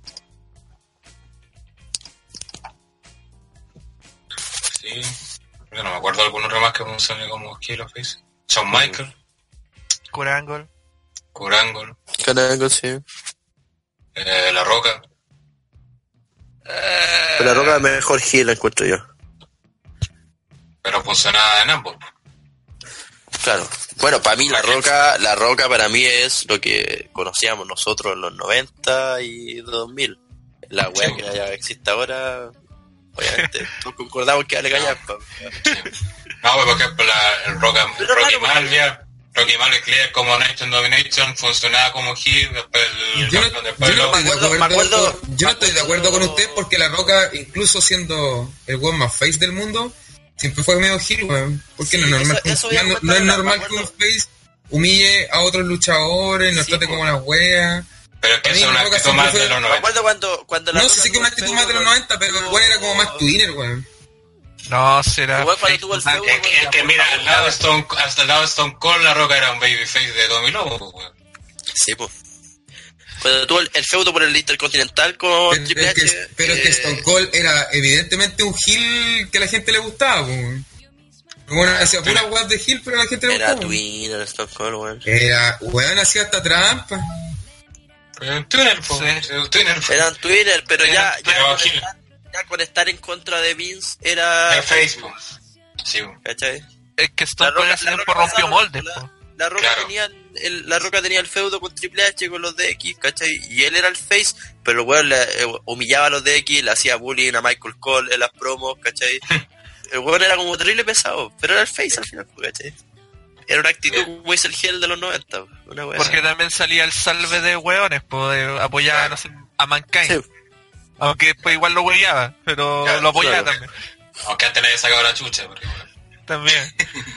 Sí, yo no me acuerdo de algún otro más que funcione como Heel of Face. Shawn Michael. Kurt Angle. Kurt Angle. Kurt Angle, sí. Eh, La Roca. Pero La Roca es mejor heel, encuentro yo. Pero funcionaba en ambos. Claro. Bueno, para mí La Roca, La Roca para mí es lo que conocíamos nosotros en los noventa y dos mil. La wea sí, que ya existe ahora, obviamente, todos concordamos que vale callar. Sí. No, pues, por ejemplo, la, el Roca, Rocky claro, Malvia, Rocky Malvia como Nation Domination funcionaba como heel, después el yo no, después yo, no lo, de acuerdo, con, yo no estoy de acuerdo con usted porque La Roca, incluso siendo el weón más face del mundo, siempre fue medio heel, weón. Porque sí, no, es normal, eso, eso no, no es normal que un face humille a otros luchadores, nos sí, trate como las weas. Pero es que eso es una actitud más de los noventa. Me acuerdo cuando, cuando la no, sí, sí que es una actitud más de los noventa, pero el weón era como más Twitter, weón. No, será. Igual cuando tuvo el feudo, es que, es que mira, al lado de Stone, hasta el lado de Stone Cold, La Roca era un babyface de Tommy Lobo, weón. Sí, pues. Cuando tuvo el, el feudo por el Intercontinental con pero, Triple H. Es que, pero eh... es que Stone Cold era evidentemente un heel que a la gente le gustaba, weón. Bueno, hacía pura weas de heel, pero a la gente le gustaba. Era Twinner, Stone Cold, weón. Era, weón, hacía hasta trampa. Pero Twinner, po. Sí. Twinner, po. Eran Twinner, pero ya, ya, ya, con estar, ya con estar en contra de Vince era... Era Facebook. Sí, ¿cachai? Es que Stone Cold hace tiempo rompió moldes, po. La Roca, claro. tenía el, la Roca tenía el feudo con Triple H, con los D X, ¿cachai? Y él era el face, pero bueno, le, eh, humillaba a los D X, le hacía bullying a Michael Cole en las promos, ¿cachai? El weón era como terrible pesado, pero era el face al final, ¿cachai? Era una actitud como Weasel Hell de los noventa, una wea. Porque también salía el salve de weones, pues, de apoyar no sé, a Mankind. Sí. Aunque después igual lo hueveaba, pero claro, lo apoyaba claro. también. Aunque antes le había sacado la chucha, porque bueno. También.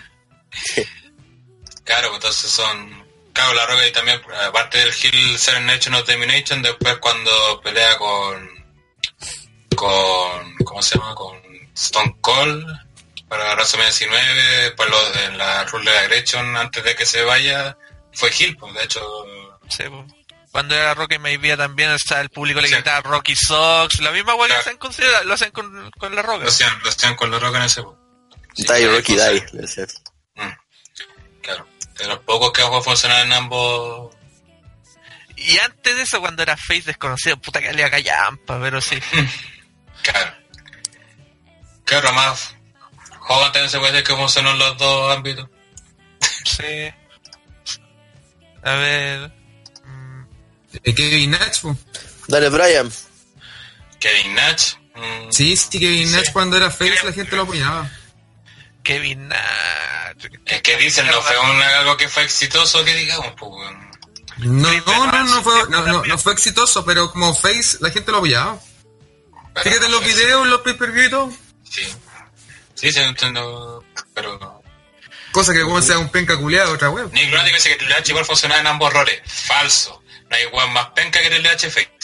Claro, entonces son... Claro, La Roca y también, aparte del Heel Seven Nation of Domination, después cuando pelea con... con... ¿cómo se llama? Con Stone Cold para WrestleMania diecinueve, después lo, en la Rule de Aggression, antes de que se vaya, fue Heel, pues, de hecho... Sí, pues. Cuando era Rocky Maivia también, o sea, el público le gritaba sí. Rocky Sox, la misma hueá claro. que hacen con, lo hacen con, con La Roca. Lo hacían, lo hacían con La Roca en ese... Sí, die, Rocky, die. Mm, claro. De los pocos que han funcionado en ambos. Y antes de eso, cuando era face desconocido, puta que le callampa, pero sí. Claro. Claro, más Hogan también se puede decir que funcionó en los dos ámbitos. Sí. A ver. Kevin Nash, po. Dale, Brian. Kevin Nash. Mm, sí, sí, Kevin Nash sí. Cuando era face la gente lo apoyaba. Kevin Nash. Es que dicen, no fue un, algo que fue exitoso, que digamos, pues. No, no, no, no fue, no, no, no fue exitoso, pero como face la gente lo apoyaba. Pero fíjate en los videos, los pay-per-view y todo. Sí. Sí, sí, entiendo, pero... Cosa que como sea un penca culiado, otra web. Nick Lunático dice que Triple H igual funcionaba en ambos roles. Falso. No hay weón más penca que Triple H face.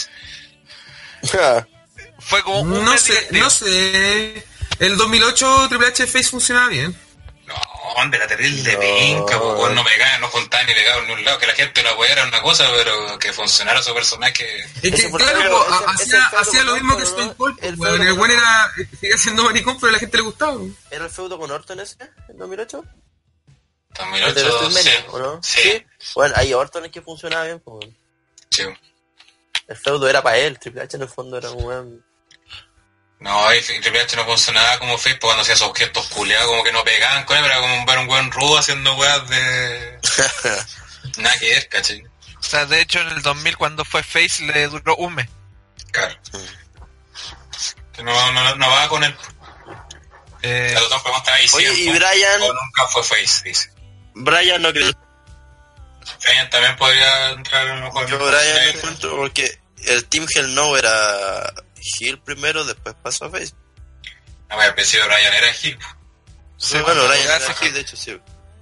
Fue como un no sé, no sé. El dos mil ocho Triple H face funcionaba bien. No, weón, de la terrible no. Pinca, weón, no pegaban, no juntaban ni pegaban ni un lado, que la gente lo apoyara una cosa, pero que funcionara su personaje. Es que, claro, hacía, hacía lo mismo que Stone Cold, weón, el weón era, seguía siendo maricón, pero a la gente le gustaba, weón. ¿Era el feudo con Orton ese, en dos mil ocho? dos mil ocho, sí. ¿O no? Sí. sí. Bueno, ahí Orton es que funcionaba bien, pues. Sí. El feudo era para él, Triple H en el fondo era un weón. No, y Triple H no funcionaba como face cuando hacía esos objetos culeados, como que no pegaban con él, pero era como un, un weón rudo haciendo weas de... Nada que ver, ¿cachai? O sea, de hecho en el dos mil cuando fue face le duró un mes. Claro. Que no, no, no va con él. Eh... Los dos preguntan ahí, oye, sí, y Brian... o nunca fue face, dice. Brian no creo... Brian también podría entrar a lo mejor. Yo Brian me encuentro porque el Team Hell No era heel primero, después pasó a face. No, me había sido Brian era heel. Sí, bueno, Brian era heel, de hecho, sí.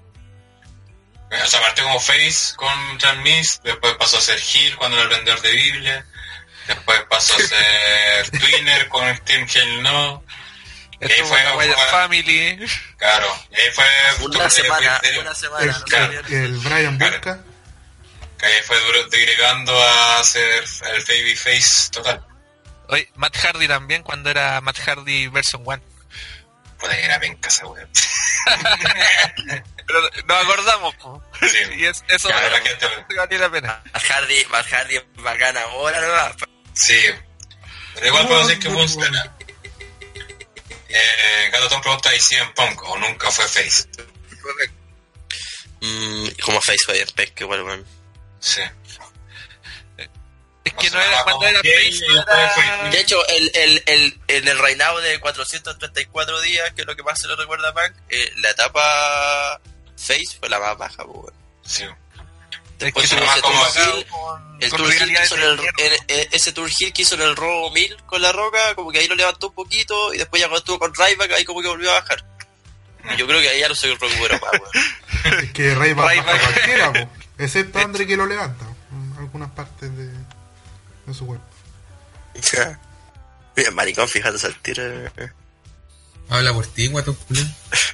O sea, partió como face con Transmiss, después pasó a ser heel cuando era el vendedor de Biblia, después pasó a ser Twinner con el Team Hell No. Y ahí fue la Wyatt Family. Claro, y ahí fue una semana, una semana, el, no claro, el Brian claro. Busca. Que ahí fue derivando a ser el babyface total. Oye, Matt Hardy también cuando era Matt Hardy version one. Puta que era penca esa weón. Pero nos acordamos, po. Sí. Y es, eso claro, vale, la gente... vale la pena. Matt Hardy, Matt Hardy es bacán ahora, ¿no? Sí. Pero igual puedo decir que funciona. Eh, Gato Tom pregunta ahí si en Punk o nunca fue face. Correcto. Mm, como face fue bien pesca igual, weón. Sí. Es que no era cuando era face. Era... De hecho, el, el, el, en el reinado de cuatrocientos treinta y cuatro días, que es lo que más se lo recuerda a Punk, eh, la etapa face fue la más baja, weón. Sí. Después tuvo ese tour heel, el tour heel que hizo en el, en, en, ese tour heel que hizo en el Raw mil con la Roca, como que ahí lo levantó un poquito, y después ya cuando estuvo con Ryback, ahí como que volvió a bajar. Y yo creo que ahí ya no se recuperó más, weón. Es que Ryback baja cualquiera, po. Excepto Andre que lo levanta en algunas partes de, de su cuerpo. Mira, maricón, fíjate al tiro. Habla por ti, guato culón.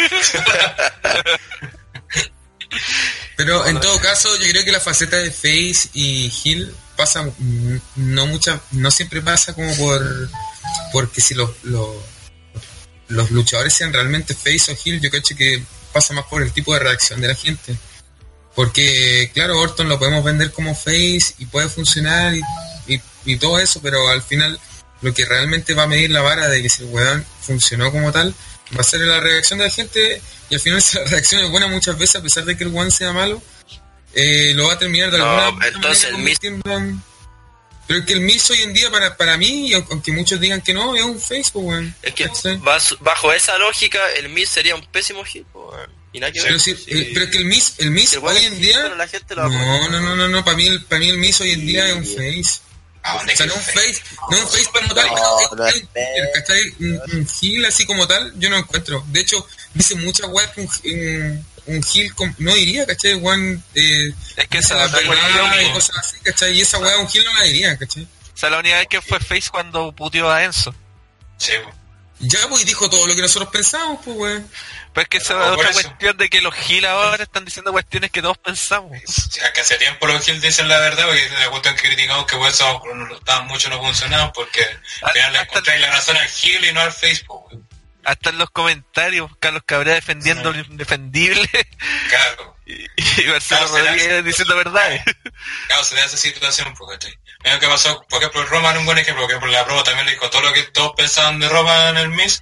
Pero en todo caso, yo creo que la faceta de face y heel pasa, no mucha, no siempre pasa como por porque si los los, los luchadores sean realmente face o heel, yo creo que pasa más por el tipo de reacción de la gente. Porque, claro, Orton lo podemos vender como face y puede funcionar y, y, y todo eso, pero al final lo que realmente va a medir la vara de que si el weón funcionó como tal va a ser la reacción de la gente, y al final si la reacción es buena muchas veces, a pesar de que el weón sea malo, eh, lo va a terminar de no, alguna entonces manera convirtiendo en... Pero es que el Miz hoy en día para, para mí, aunque muchos digan que no, es un face, pues, weón. Es que bajo esa lógica, el Miz sería un pésimo heel, pues, y nada que ver. Pero, si, sí. eh, pero es que el Miz, el Miz el hoy en día... La gente lo no, no, no, no, no, para mí, el, para mí el Miz hoy en día es un face. Ah, o sea, no un face, no un face como tal, no, es, ¿cachai? Un, un heel así como tal, yo no encuentro. De hecho, dice muchas weas que un, un, un heel com, no diría, ¿cachai? One, eh, es que esa la verdad y cosas así, ¿cachai? Y esa wea un heel no la diría, ¿cachai? O sea, la única vez que fue face cuando puteó a Enzo. Sí. Ya, pues, dijo todo lo que nosotros pensamos, pues, weón. Pues que esa es otra cuestión de que los Gil ahora están diciendo cuestiones que todos pensamos. Sí, que hace tiempo los Gil dicen la verdad, porque la cuestión que criticamos que por eso mucho no funcionaban, porque al final le encontráis la razón al Gil y no al Facebook. Hasta en los comentarios, Carlos Cabrera defendiendo sí. lo indefendible. Claro. Y, y Marcelo claro, Rodríguez diciendo verdades. Claro, se da esa situación, porque lo que pasó, por ejemplo, Roma era un buen ejemplo, porque por la promo también le dijo todo lo que todos pensaban de Roma en el Miz,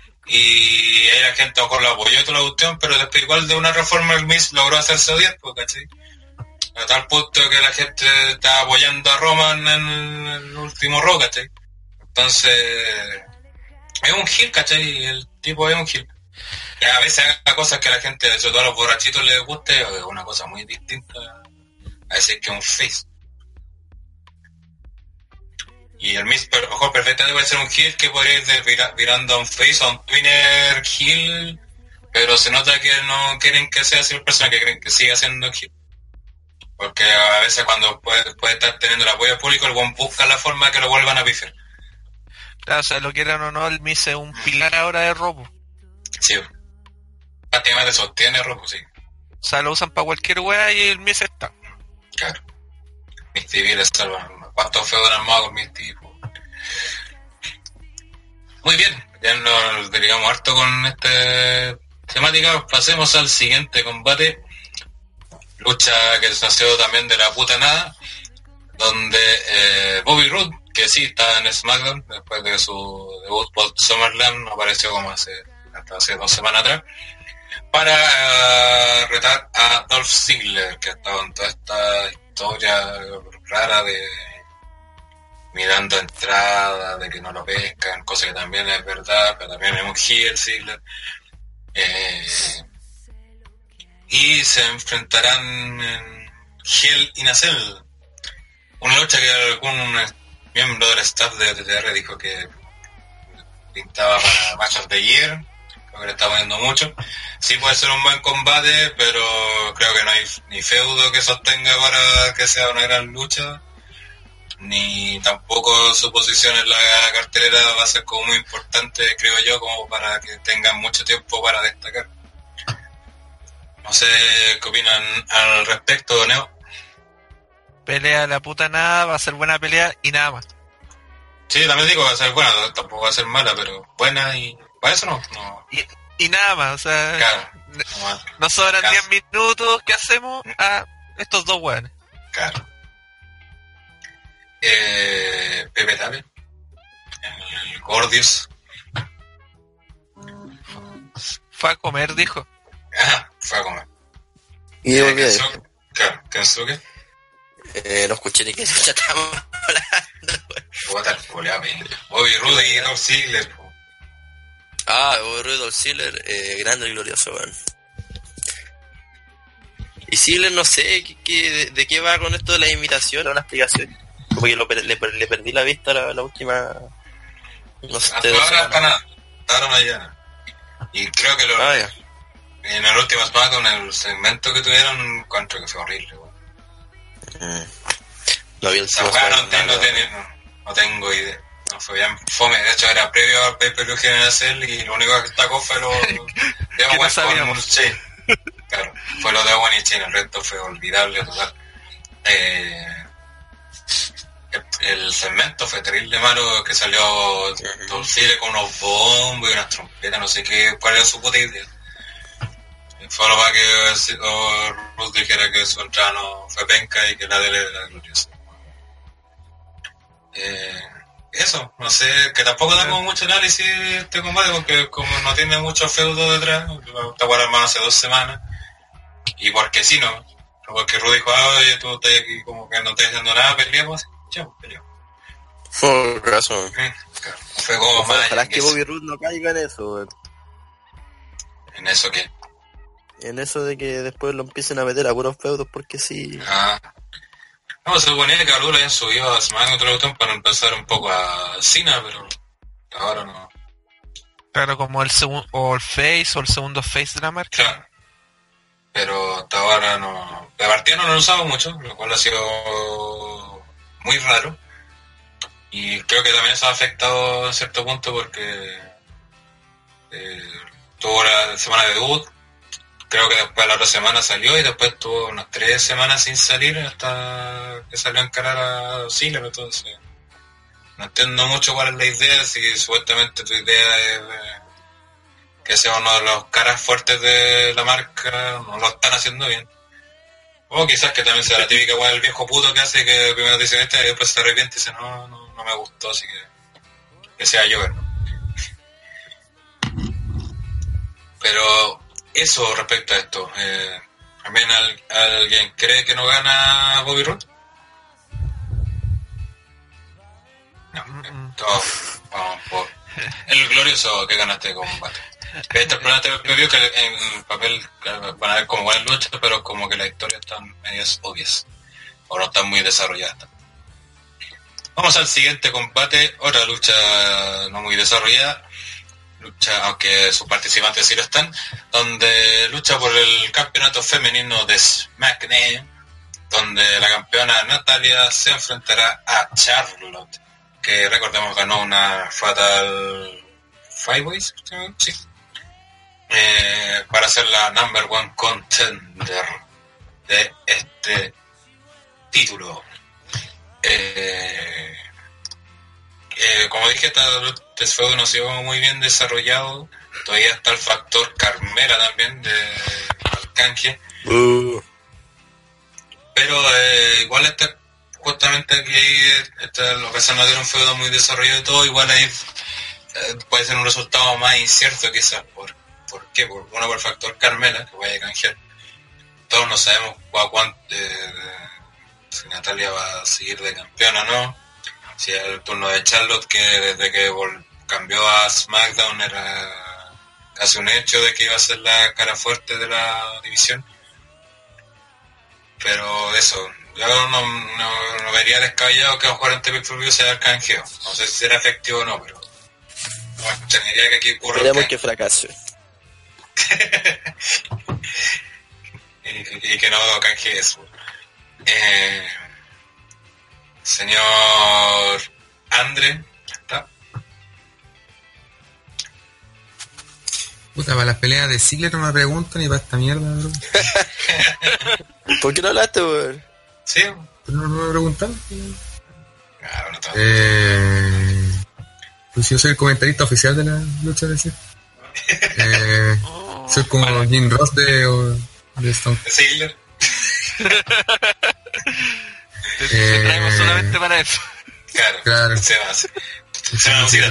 y ahí la gente mejor lo apoyó y toda la cuestión, pero después igual de una reforma el Miz logró hacerse odiar, ¿cachai? A tal punto que la gente estaba apoyando a Roma en el último Raw, ¿cachai? Entonces, es un heel, ¿cachai? El tipo es un heel. Y a veces haga cosas que a la gente, sobre todo a los borrachitos, les guste, es una cosa muy distinta a decir que es un face. Y el Miz, pero mejor perfectamente puede ser un heel que podría ir de vira, virando a un face o a un twinner heel, pero se nota que no quieren que sea así el personaje, que quieren que siga siendo heel. Porque a veces cuando puede, puede estar teniendo el apoyo público, el buen busca la forma que lo vuelvan a pifiar. Claro, o sea, lo quieran o no, el Miz es un pilar ahora de robo. Sí. prácticamente sostiene rojo, sí. O sea, lo usan para cualquier weá y el Miz está. Claro. Misty V le salvan. ¿Cuántos feudos han armado con Misty V? Muy bien, ya nos derivamos harto con esta temática. Pasemos al siguiente combate. Lucha que nació también de la puta nada, donde eh, Bobby Roode, que sí está en SmackDown después de su debut por SummerSlam, apareció como hace hasta hace dos semanas atrás, para uh, retar a Dolph Ziggler, que ha estado en toda esta historia rara de mirando entrada, de que no lo pescan, cosa que también es verdad, pero también es un heel Ziggler. Eh, y se enfrentarán en Hell in a Cell, una lucha que algún miembro del staff de T T R dijo que pintaba para Match of the Year, creo que le está poniendo mucho. Sí puede ser un buen combate, pero creo que no hay ni feudo que sostenga para que sea una gran lucha, ni tampoco su posición en la cartelera va a ser como muy importante, creo yo, como para que tengan mucho tiempo para destacar. No sé qué opinan al respecto, Neo. Pelea de la puta nada, va a ser buena pelea y nada más. Sí, también digo que va a ser buena, tampoco va a ser mala, pero buena y... ¿Para eso no? no. Y, y nada más, o sea... Claro. No, nos sobran diez minutos, ¿qué hacemos? A estos dos weones. Claro. Eh, Pepe Tape, el Gordius. Fue a comer, dijo. Ajá, fue a comer. Y eh, Kensuke, claro, Kensuke. Eh, no escuché ni que se estamos hablando. Puta el culeado, Bobby Roode y Dolph Ziggler. Ah, Bobby Roode y Dolph Ziggler, eh, grande y glorioso, weón. Y Ziggler no sé ¿qué, qué, de, de qué va con esto de la imitación o una explicación. Como que lo, le, le perdí la vista la, la última... No sé. Hasta ahora hasta nada. Hasta ahora no hay nada. Y creo que lo... Ah, ya. En el último SmackDown, en el segmento que tuvieron, encuentro que fue horrible, weón. Mm. No vi el Esa weá no, no, no, no tengo idea. No fue bien fome. De hecho, era previo al pay-per-view General Cell y lo único que destacó fue lo de Owen con Shane. Claro, fue lo de Owen y Shane. El resto fue olvidable total. Eh, el, el segmento fue terrible malo, que salió Dolph Ziggler con unos bombos y unas trompetas, no sé qué, cuál era su puta idea. Fue lo más que Ruth dijera que su entrada no fue penca y que la de él era gloriosa. Eh, eso, no sé, que tampoco damos mucho análisis de este combate porque como no tiene mucho feudo detrás, está por armado hace dos semanas, y porque si no, porque Ruth dijo, ah, oye, tú estás aquí como que no estás haciendo nada, peleamos, ya, peleamos. Por razón. Eh, claro, fue como más. Ojalá que Bobby Roode no caiga en eso, weón. ¿En eso qué? En eso de que después lo empiecen a meter a puros feudos porque sí. Ah. No, se suponía que a Lula habían subido a Smack otro botón para empezar un poco a Cena, pero ahora no. Claro, como el segundo, o el face, o el segundo face de la marca. Claro. Pero hasta ahora no. De partida no lo han usado mucho, lo cual ha sido muy raro. Y creo que también eso ha afectado en cierto punto porque eh, tuvo la semana de debut. Creo que después la otra semana salió y después estuvo unas tres semanas sin salir hasta que salió a encarar a Ziggler. Entonces no entiendo mucho cuál es la idea, si supuestamente tu idea es eh, que sea uno de los caras fuertes de la marca, no lo están haciendo bien. O quizás que también sea la típica igual el viejo puto que hace que primero dice este y después se arrepiente y dice no, no, no me gustó, así que que sea yo, ¿no? Pero eso respecto a esto, eh, ¿también al, alguien cree que no gana Bobby Roode? No, eh, todos vamos por el glorioso que ganaste combate. Este problema previo que en papel van a ver como buenas luchas, pero como que la historia están medias obvias o no están muy desarrolladas. Vamos al siguiente combate, otra lucha no muy desarrollada. Lucha, aunque sus participantes sí lo están, donde lucha por el campeonato femenino de SmackDown, donde la campeona Natalia se enfrentará a Charlotte, que recordemos ganó una Fatal Five Ways, sí, eh, para ser la number one contender de este título. Eh, eh, como dije, este feudo no ha sido muy bien desarrollado. Todavía está el factor Carmela también de Arcángel. Uh. Pero eh, igual está justamente aquí está, lo que se no tiene un feudo muy desarrollado y todo, igual ahí eh, puede ser un resultado más incierto quizás. ¿Por, ¿por qué? Por, uno por el factor Carmela, que vaya a canjear. Todos no sabemos a cuánto, eh, si Natalia va a seguir de campeona o no. Si es el turno de Charlotte, que desde que vol- cambió a SmackDown era casi un hecho de que iba a ser la cara fuerte de la división. Pero eso, yo no, no, no vería descabellado que a jugar ante pay-per-view sea el canjeo. No sé si será efectivo o no, pero bueno, tendría que aquí ocurra. Esperemos que fracase. y, y, y que no canje eso. Eh, señor Andre, ¿está? Puta, para las peleas de Ziggler no me pregunto ni para esta mierda, bro. ¿Por qué no hablaste, weón? Sí. Pero no, no me preguntaron. Claro, no está. Eh, pues yo soy el comentarista oficial de la lucha de Ziggler. Eh, Oh, soy como para. Jim Ross de, o, de Stone. ¿De Ziggler? Te, te traemos Eh, solamente para eso. Claro, Claro. se va a hacer. Se va a hacer.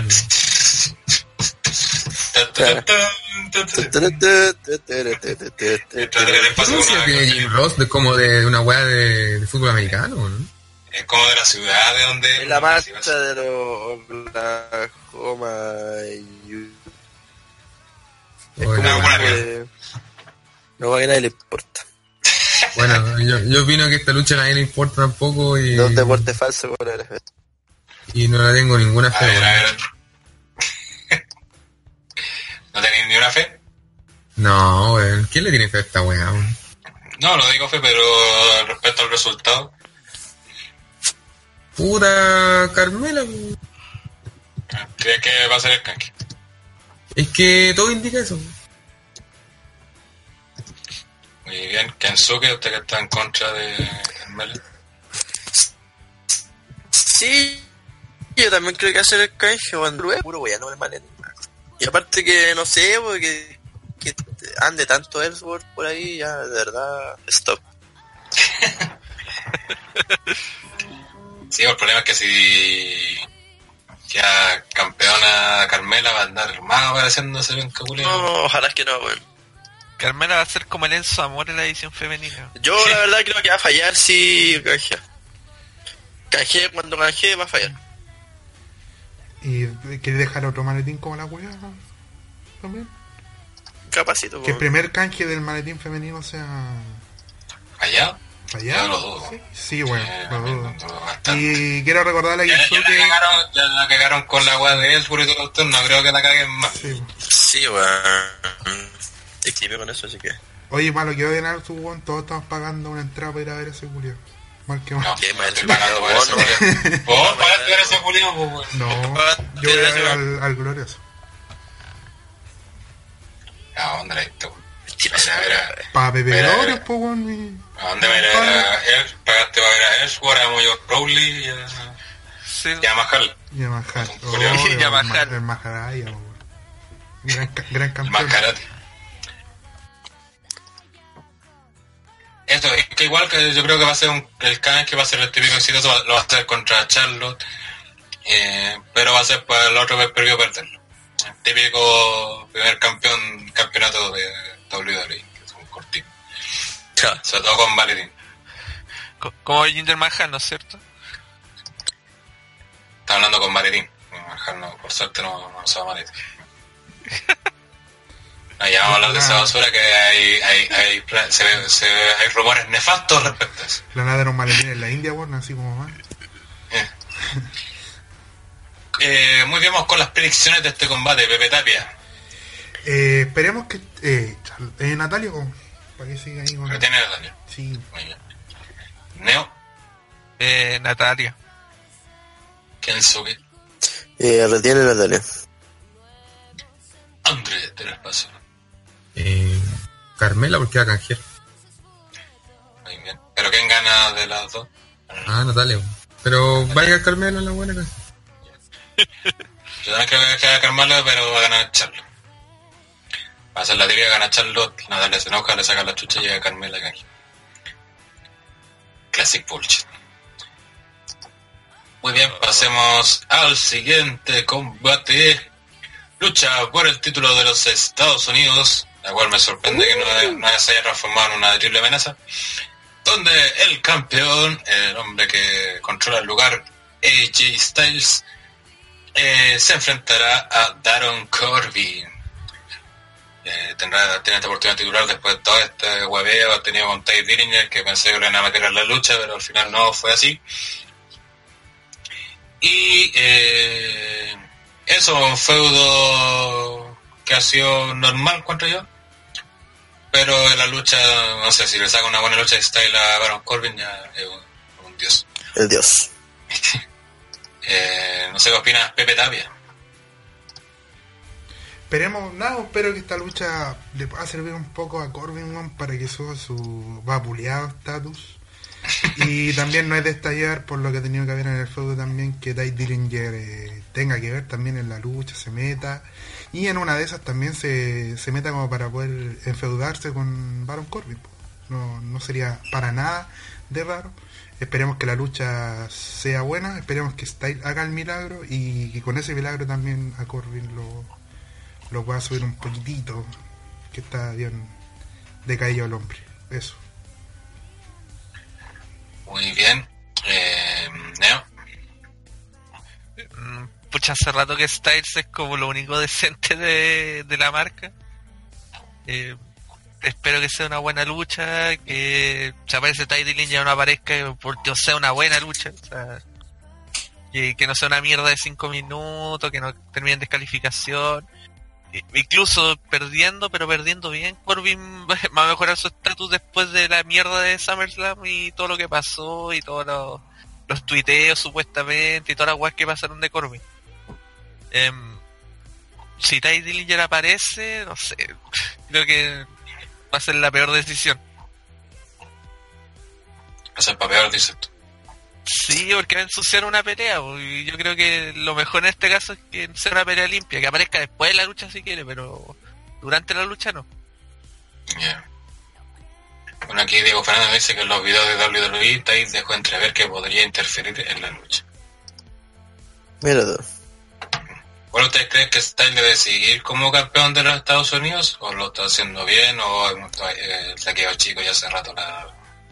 ¿Cómo se tiene Jim Ross de como de una weá de, de fútbol americano, no? Es como de la ciudad de donde... Es la marcha de los Oklahoma y... Es como Hola, un buena tipo de... No va a que nadie le importa. Bueno, yo, yo opino que esta lucha a nadie le importa tampoco y, De un deporte falso por el efecto. y no la tengo ninguna A fe. ver, a weón. ver. ¿No tenéis ni una fe? No, weón. ¿Quién le tiene fe a esta weá, weón? No, no digo fe, pero respecto al resultado. Puta Carmela, weón. ¿Crees que va a ser el canque? Es que todo indica eso. Muy bien, Kensuke, usted que está en contra de Carmela. Sí, yo también creo que hacer el canje, weón. Puro weón, no me maletín. Y aparte que, no sé, porque que ande tanto Ellsworth por ahí, ya, de verdad, stop. Sí, el problema es que si ya campeona Carmela va a andar más apareciéndose bien caculeo. No, ojalá que no, weón. Carmela va a ser como el Enzo Amor en la edición femenina. Yo, la verdad, creo que va a fallar si canjea. Canjee, cuando canjee, va a fallar. ¿Y quieres dejar otro maletín como la weá? También. Capacito, Que el weón. primer canje del maletín femenino sea ¿Allá? fallado. Yo lo dudo. Sí, sí, bueno, Eh, lo dudo. lo dudo bastante. Y quiero recordarle a Ya, ya, la Kensuke. cagaron, ya la cagaron con la weá de Ellsworth y todo esto, no creo que la caguen más. Sí. Sí, weón. Equilibre con eso, así que... Oye, malo que odien a su weón, todos estamos pagando una entrada para ir a ver a ese culiao. Mal que mal. No, Qué no mal. estoy pagando por Vos ese no. culiao. Vos pagaste por ese culiao, pues, weón. No, yo voy a ver al, al glorioso. ¿A dónde la viste, weón? Tira esa A ver, a weá. ver. Para Pepe Mira, Glorios, mira. po, weón. y- ¿A dónde va a ir a ver a Ell? Pagaste para ver a Ellsworth, a Moyo Rowley y a, Sí. y a Mahal. Y a Mahal. Un culiao. Oh, Y a Mahal. El Maharaya, po, weón. Gran, ca- gran El campeón. Mascarate. Esto, es que igual que yo creo que va a ser un, el Khan que va a ser el típico exitoso, va- lo va a hacer contra Charlotte, eh, pero va a ser para el otro pay-per-view perderlo. El típico primer campeón, campeonato de W W E, que es un cortito. Ya. Sobre todo con Valentín. Co- Como Jinder Mahal, ¿no es cierto? Está hablando con Valentín. No, por suerte no, no se va Valentín. No, ya vamos a hablar de esa basura que hay, hay, hay, pla- se, ve- se, ve- hay rumores nefastos respecto a eso. La nada era un maletín en la India, weón, así como más. Eh. Eh, muy bien, vamos con las predicciones de este combate, Pepe Tapia. Eh, esperemos que. Eh, Char- eh, Natalia, ¿cómo? Para que siga ahí con. ¿Qué tiene Daniel? Sí. Muy bien. Neo, Eh, Natalia. Kensuke, Eh, retiene Natalia. André del espacio. Carmela porque va a canjear. Muy bien. ¿Pero quién gana de las dos? Ah, Natalia. Pero va a llegar Carmela en la buena casa. Yo no creo que gane Carmela, pero va a ganar Charlo. Va a hacer la tibia, gana Charlo, Natalia se enoja, le saca la chucha y llega Carmela y gana. Classic bullshit. Muy bien, pasemos al siguiente combate. Lucha por el título de los Estados Unidos, la cual me sorprende que no, no se haya transformado en una triple amenaza, donde el campeón, el hombre que controla el lugar, A J Styles, eh, se enfrentará a Baron Corbin. Eh, tendrá, tiene esta oportunidad titular después de todo este hueveo que ha tenido con Ty Dillinger, que pensé que lo iban a meter en la lucha, pero al final no fue así. Y eh, eso, un feudo que ha sido normal, encuentro yo. Pero en la lucha, no sé, si le saca una buena lucha de style a Baron Corbin, ya es un, un dios. El dios. eh, no sé qué opinas, Pepe Tapia. Esperemos, nada, espero que esta lucha le pueda servir un poco a Corbin, man, para que suba su vapuleado estatus. Y también no es de estallar por lo que ha tenido que haber en el feudo también, que Ty Dillinger eh, tenga que ver también en la lucha, se meta. Y en una de esas también se, se meta como para poder enfeudarse con Baron Corbin. No, no sería para nada de raro. Esperemos que la lucha sea buena, esperemos que Styles haga el milagro y que con ese milagro también a Corbin lo, lo pueda subir un poquitito, que está bien decaído el hombre. Eso. Muy bien. Eh, Neo. Pucha, hace rato que Styles es como lo único decente de, de la marca. Eh, espero que sea una buena lucha, que si aparece Ty Dillinger no aparezca, porque sea una buena lucha. O sea, que, que no sea una mierda de cinco minutos, que no termine en descalificación. Eh, incluso perdiendo, pero perdiendo bien, Corbin va a mejorar su estatus después de la mierda de SummerSlam y todo lo que pasó y todos los, los tuiteos supuestamente y todas las weas que pasaron de Corbin. Eh, si Ty Dillinger aparece, no sé, creo que va a ser la peor decisión. Va a ser para peor, dices tú. Sí, porque va a ensuciar una pelea, y yo creo que lo mejor en este caso es que sea una pelea limpia, que aparezca después de la lucha si quiere, pero durante la lucha no. Yeah. Bueno, aquí Diego Fernández dice que en los videos de W W E Ty dejó entrever que podría interferir en la lucha. Mira tú. Bueno, ¿ustedes creen que Styles debe seguir como campeón de los Estados Unidos? ¿O lo está haciendo bien? ¿O eh, se ha quedado chico ya hace rato la...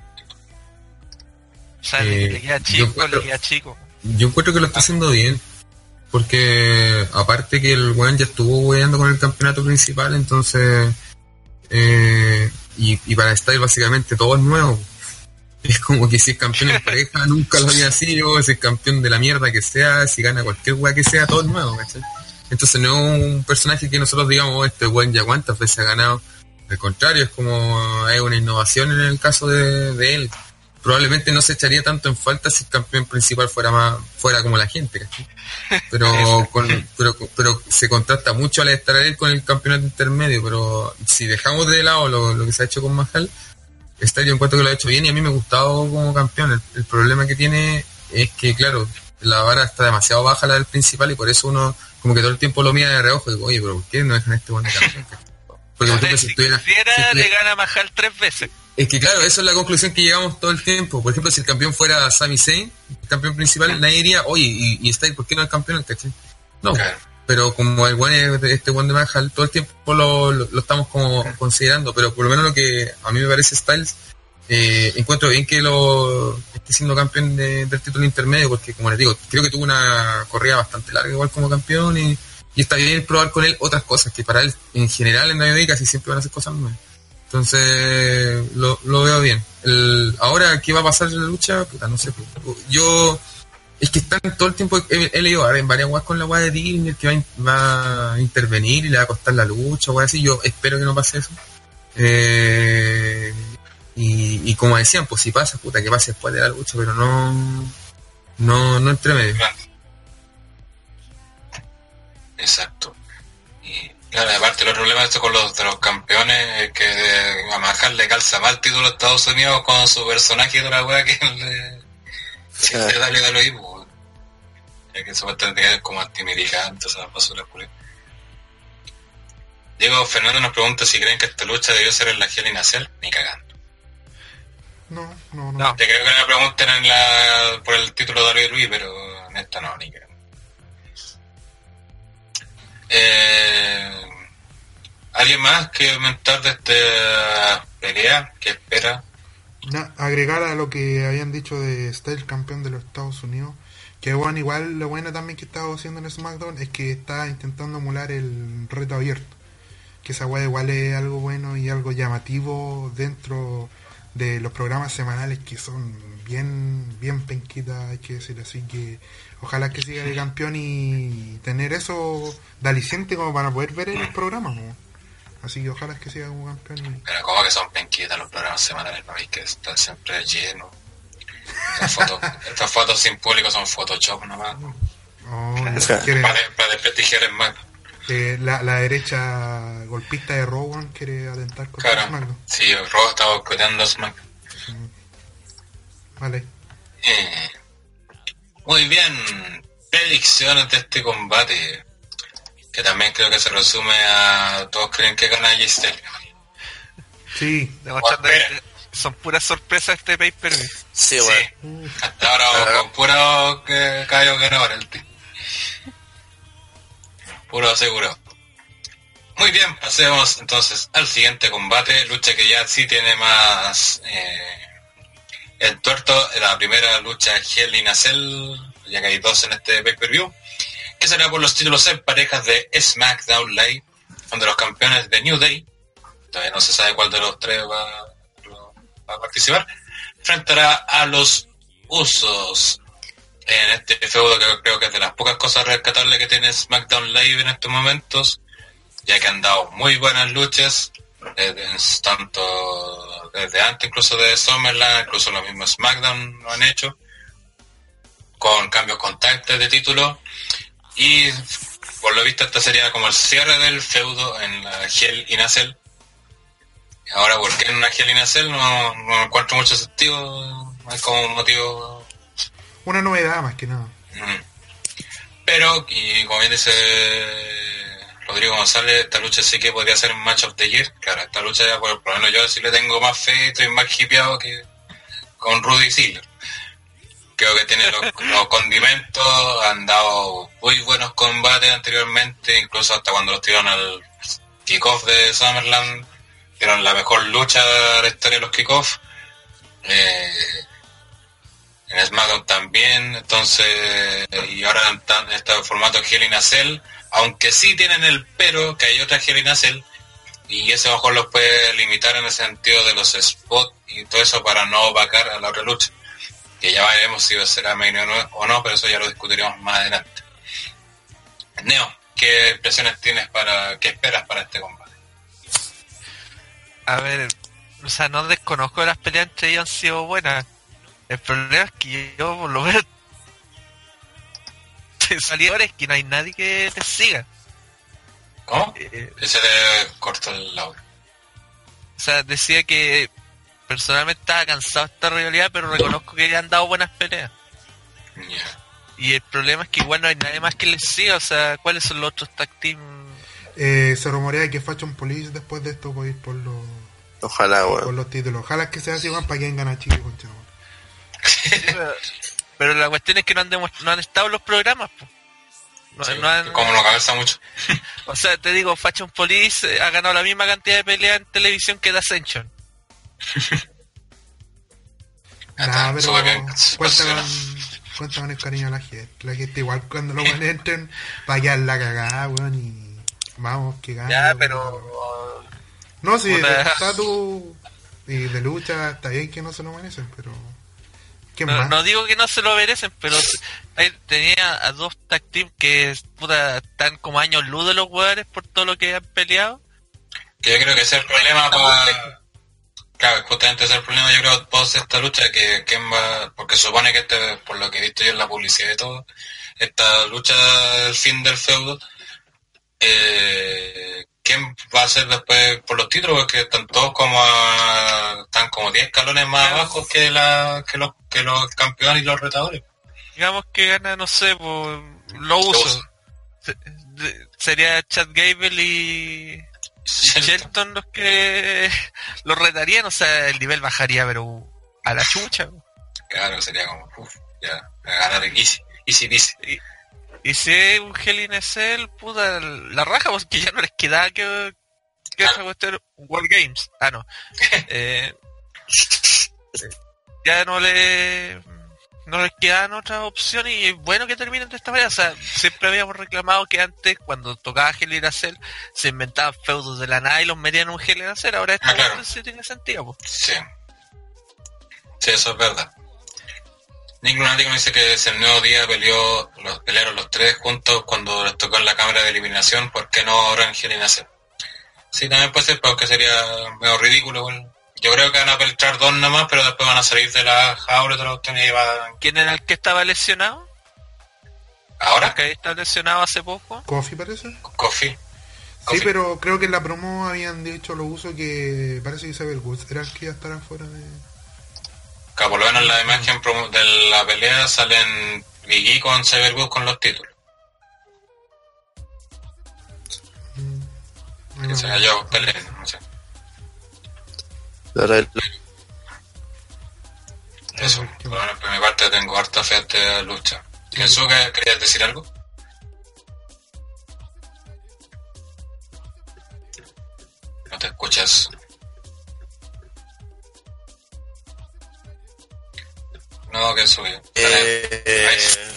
O sea, Eh, le queda yo chico, encuentro- le queda chico. Yo encuentro que lo está haciendo bien. Porque aparte que el weón ya estuvo weando con el campeonato principal, entonces... Eh, y, y para Styles básicamente todo es nuevo. Es como que si es campeón en pareja nunca lo había sido, si es campeón de la mierda que sea, si gana cualquier weá que sea, todo es nuevo, ¿cachai? Entonces no es un personaje que nosotros digamos, oh, este weón ya cuántas veces ha ganado. Al contrario, es como hay una innovación en el caso de, de él. Probablemente no se echaría tanto en falta si el campeón principal fuera más fuera como la gente, ¿cachai? Pero, con, pero, pero se contrasta mucho al estar él con el campeonato intermedio, pero si dejamos de lado lo, lo que se ha hecho con Mahal, Styles yo encuentro que lo ha hecho bien y a mí me ha gustado como campeón. El, el problema que tiene es que, claro, la vara está demasiado baja la del principal y por eso uno como que todo el tiempo lo mira de reojo y digo, oye, pero ¿por qué no dejan a este buen de campeón? Porque, por ejemplo, si si estuviera, quisiera, si estuviera- le gana Mahal tres veces. es que claro, eso es la conclusión que llegamos todo el tiempo. Por ejemplo, si el campeón fuera Sami Zayn, el campeón principal, nadie diría, oye, y, y Styles, ¿por qué no es el campeón? ¿Cachai? No, Claro. pero como el buen es este buen de Mahal, todo el tiempo lo, lo, lo estamos como considerando, pero por lo menos lo que a mí me parece Styles, eh, encuentro bien que lo esté siendo campeón de, del título intermedio, porque como les digo, creo que tuvo una corrida bastante larga igual como campeón y, y está bien probar con él otras cosas que para él en general en W W E casi siempre van a hacer cosas nuevas. Entonces lo, lo veo bien. El, ahora, ¿qué va a pasar en la lucha? Puta, no sé. Yo, es que están todo el tiempo, he, he leído ahora en varias weas con la wea de Dillinger que va, in- va a intervenir y le va a costar la lucha, wea así. Yo espero que no pase eso. Eh, y, y como decían, pues si pasa, puta, que pase después de la lucha, pero no, no, no entre medio. Exacto. Y claro, aparte el otro problema de esto con los de los campeones es que a Mahal le calza mal el título de Estados Unidos con su personaje de la wea que le sí, de darle de lo mismo. Ya que supuestamente es como antiamericano, entonces la basura pura. Diego Fernando nos pregunta si creen que esta lucha debió ser en la Hell in a Cell. Ni cagando. No, no, no. no. Te creo que me pregunten en la, por el título de W W E, pero en esta no, ni cagando. Eh, ¿Alguien más que comentar de esta pelea? ¿Qué espera? No, agregar a lo que habían dicho de Styles campeón de los Estados Unidos, que bueno, igual lo bueno también que estaba haciendo en SmackDown es que está intentando emular el reto abierto, que esa weá igual es algo bueno y algo llamativo dentro de los programas semanales que son bien bien penquitas, hay que decir, así que ojalá que siga el campeón y tener eso de aliciente como para poder ver el programa, ¿no? Así que ojalá que siga como campeón y... Pero como que son penquitas los programas semanales, ¿no? Y que están siempre llenos. Fotos, estas fotos sin público son Photoshop nomás. Oh, quiere, para, para desprestigiar el mal. Eh, la, la derecha golpista de Rowan quiere atentar contra claro. SmackDown. Sí, Rowan está boicoteando a SmackDown. Sí. Vale. Eh, muy bien. Predicciones de este combate. Que también creo que se resume a... Todos creen que gana Jay Styles. Sí. Demostrando que son puras sorpresas este pay-per-view. Sí, bueno. Sí. Hasta ahora uh. con puro que cayó ganador el tío. Puro asegurado. Muy bien, pasemos entonces al siguiente combate. Lucha que ya sí tiene más... Eh, el tuerto. La primera lucha Hell in a Cell. Ya que hay dos en este pay-per-view. Que será por los títulos en parejas de SmackDown Live, donde los campeones de New Day, todavía no se sabe cuál de los tres va, va a participar, enfrentará a los Usos en este feudo que creo que es de las pocas cosas rescatables que tiene SmackDown Live en estos momentos, ya que han dado muy buenas luchas, desde, tanto desde antes incluso de SummerSlam, incluso los mismos SmackDown lo han hecho, con cambios constantes de título. Y por lo visto esta sería como el cierre del feudo en la Hell in a Cell. Ahora, ¿por qué en una Hell in a Cell? No, no encuentro mucho sentido. No hay como un motivo... Una novedad más que nada. Mm. Pero, y como bien dice Rodrigo González, esta lucha sí que podría ser un Match of the Year. Claro, esta lucha ya por, por lo menos yo sí le tengo más fe, estoy más hipeado que con Rudy Ziggler. Creo que tiene los, los condimentos, han dado muy buenos combates anteriormente, incluso hasta cuando los tiraron al kickoff de SummerSlam, dieron la mejor lucha de la historia de los kickoffs. Eh, en SmackDown también, entonces, y ahora en este formato Hell in a Cell, aunque sí tienen el pero que hay otra Hell in a Cell, y eso a lo mejor los puede limitar en el sentido de los spots y todo eso para no opacar a la otra lucha. Que ya veremos si será main o no, pero eso ya lo discutiremos más adelante. Neo, ¿qué impresiones tienes para, qué esperas para este combate? A ver, o sea, no desconozco que las peleas entre ellos han sido buenas. El problema es que yo, por lo menos, te salí ahora es que no hay nadie que te siga. ¿Cómo? Eh, Ese le cortó el audio. O sea, decía que personalmente estaba cansado de esta rivalidad, pero reconozco que han dado buenas peleas. Yeah. Y el problema es que igual no hay nadie más que les siga. O sea, ¿cuáles son los otros tag team? Eh, se rumorea que Fashion Police después de esto puede ir por los, ojalá, por bueno. los títulos. Ojalá que sea así, bueno, para quien gana Chile con Chavo. pero, pero la cuestión es que no han, demuest- no han estado en los programas, po. No, Sí, no han... como no cabeza mucho. O sea, te digo, Fashion Police ha ganado la misma cantidad de peleas en televisión que The Ascension. Nah, pero cuenta con, cuenta con el cariño de la gente. La gente igual cuando los buenos entren va a quedar la cagada, weón, y vamos, que gane. Ya, pero... No, si Puta. de estatus y de lucha está bien que no se lo merecen, pero... ¿Quién No, más? no digo que no se lo merecen, pero hay- tenía a dos tag team que puta, están como años luz de los jugadores por todo lo que han peleado. Que yo creo que ese es el problema para... Claro, justamente ese es el problema, yo creo, post esta lucha, que quién va... Porque supone que este, por lo que he visto yo en la publicidad y todo, esta lucha del fin del feudo, eh, ¿quién va a ser después por los títulos? Porque están todos como a, están como diez escalones más claro. abajo que la que los que los campeones y los retadores. Digamos que gana, no sé, pues, lo uso. Se, de, sería Chad Gable y Shelton. Shelton los que los retarían, o sea, el nivel bajaría, pero a la chucha. Claro, sería como, uff, ya, a ganar easy, easy, easy. Y, y si es un Hell in a Cell, puta, la raja, porque ya no les queda que, que esa cuestión, World Games. Ah, no. eh, ya no le... no les quedan otras opciones y es bueno que terminen de esta manera. O sea, siempre habíamos reclamado que antes, cuando tocaba Hell in a Cell, se inventaban feudos de la nada y los metían en un Hell in a Cell. Ahora esto ah, claro. sí tiene sentido, pues. Sí. Sí, eso es verdad. Nick Lunático dice que ese nuevo día peleó, los pelearon los tres juntos cuando les tocó en la cámara de eliminación. ¿Por qué no ahora en Hell in a Cell? Sí, también puede ser, porque sería medio ridículo, bueno. Yo creo que van a peltrar dos nomás, pero después van a salir de la jaula de la cuestión y van... ¿Quién era el que estaba lesionado? ¿Ahora? ¿El que está lesionado hace poco? ¿Kofi parece? Kofi. Sí, pero creo que en la promo habían dicho los usos que parece que Xavier Woods era el que ya estará fuera de... Que por lo menos en la imagen de la pelea salen Big E con Xavier Woods con los títulos. Mm. Que sea yo peleen, no sé. Eso, por lo menos por mi parte tengo harta fe a esta lucha. Kensuke, ¿querías decir algo? No te escuchas. No, Kensuke. Eh, eh,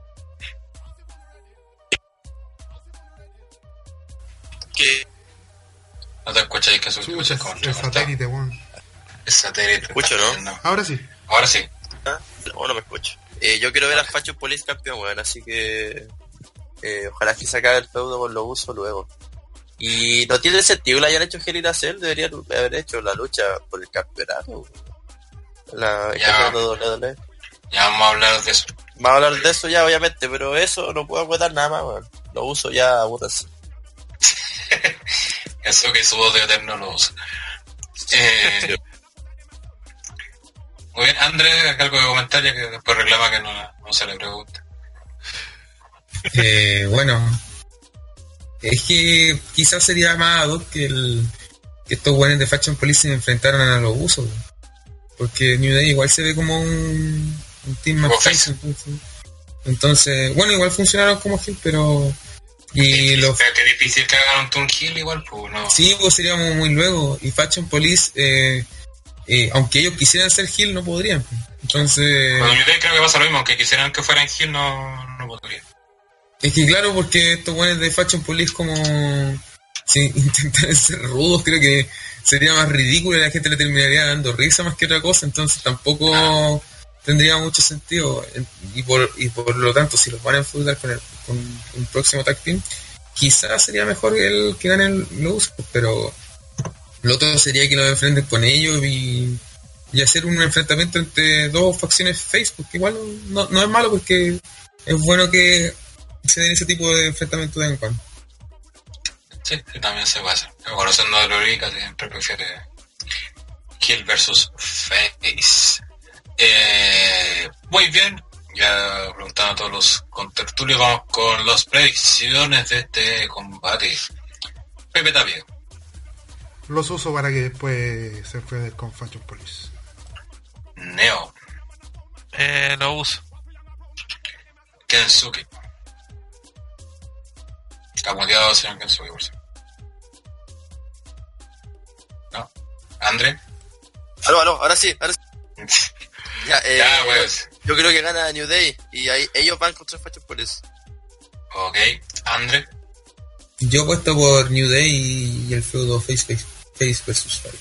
¿Qué? No te escuchas, que su es el satélite, weón. Es satélite. Escucho, ¿no? no? Ahora sí. Ahora sí. Ah, no, no me escucho. Eh, yo quiero ver a Fashion Police campeón, weón, así que eh, ojalá que se acabe el feudo con los usos luego. Y no tiene sentido que le hayan hecho Hell in a Cell, deberían haber hecho la lucha por el campeonato. La el campeonato de doble u doble u E. Ya vamos a hablar de eso. Vamos a hablar de eso ya, obviamente, pero eso no puedo aguantar nada más, weón. Los usos ya, aguantarse. Eso que su voz de eterno lo usa. Eh, muy bien, Andrés, algo de comentario que después reclama que no, no se le pregunte. Eh, bueno, es que quizás sería más ad hoc que, el, que estos buenos de Fashion Police se enfrentaran a los usos, porque New Day igual se ve como un, un team más face, entonces, entonces, bueno, igual funcionaron como heel, pero y es los... que difícil que hagan un turn heel igual, pues no. Sí, pues sería muy, muy luego. Y Fashion Police, eh, eh, aunque ellos quisieran ser heel, no podrían. Entonces... Bueno, yo creo que pasa lo mismo, aunque quisieran que fueran heel, no, no podrían. Es que claro, porque estos buenos de Fashion Police como... Si intentan ser rudos, creo que sería más ridículo y la gente le terminaría dando risa más que otra cosa. Entonces tampoco... Ah. Tendría mucho sentido y por y por lo tanto si los van a enfrentar con, el, con un próximo tag team quizás sería mejor el que gane los usos, pero lo otro sería que los enfrenten con ellos y, y hacer un enfrentamiento entre dos facciones face, porque igual no, no es malo, porque es bueno que se den ese tipo de enfrentamientos de vez en cuando. Sí, también se puede hacer. Conociendo a Lorica siempre prefiere heel versus face. Eh, muy bien, ya preguntando a todos los contertulios, vamos con las predicciones de este combate. Pepe Tapia. Los uso para que después se enfrenten con Fashion Police. Neo. Eh, lo uso. Kensuke. Camuteado, señor Kensuke, por cierto. ¿No? ¿André? Aló, aló, ahora sí, ahora sí. Ya, eh, ya, pues. yo, yo creo que gana New Day y ahí, ellos van contra Fashion Police. Ok, André. Yo apuesto por New Day y el feudo Face Face, face versus Face.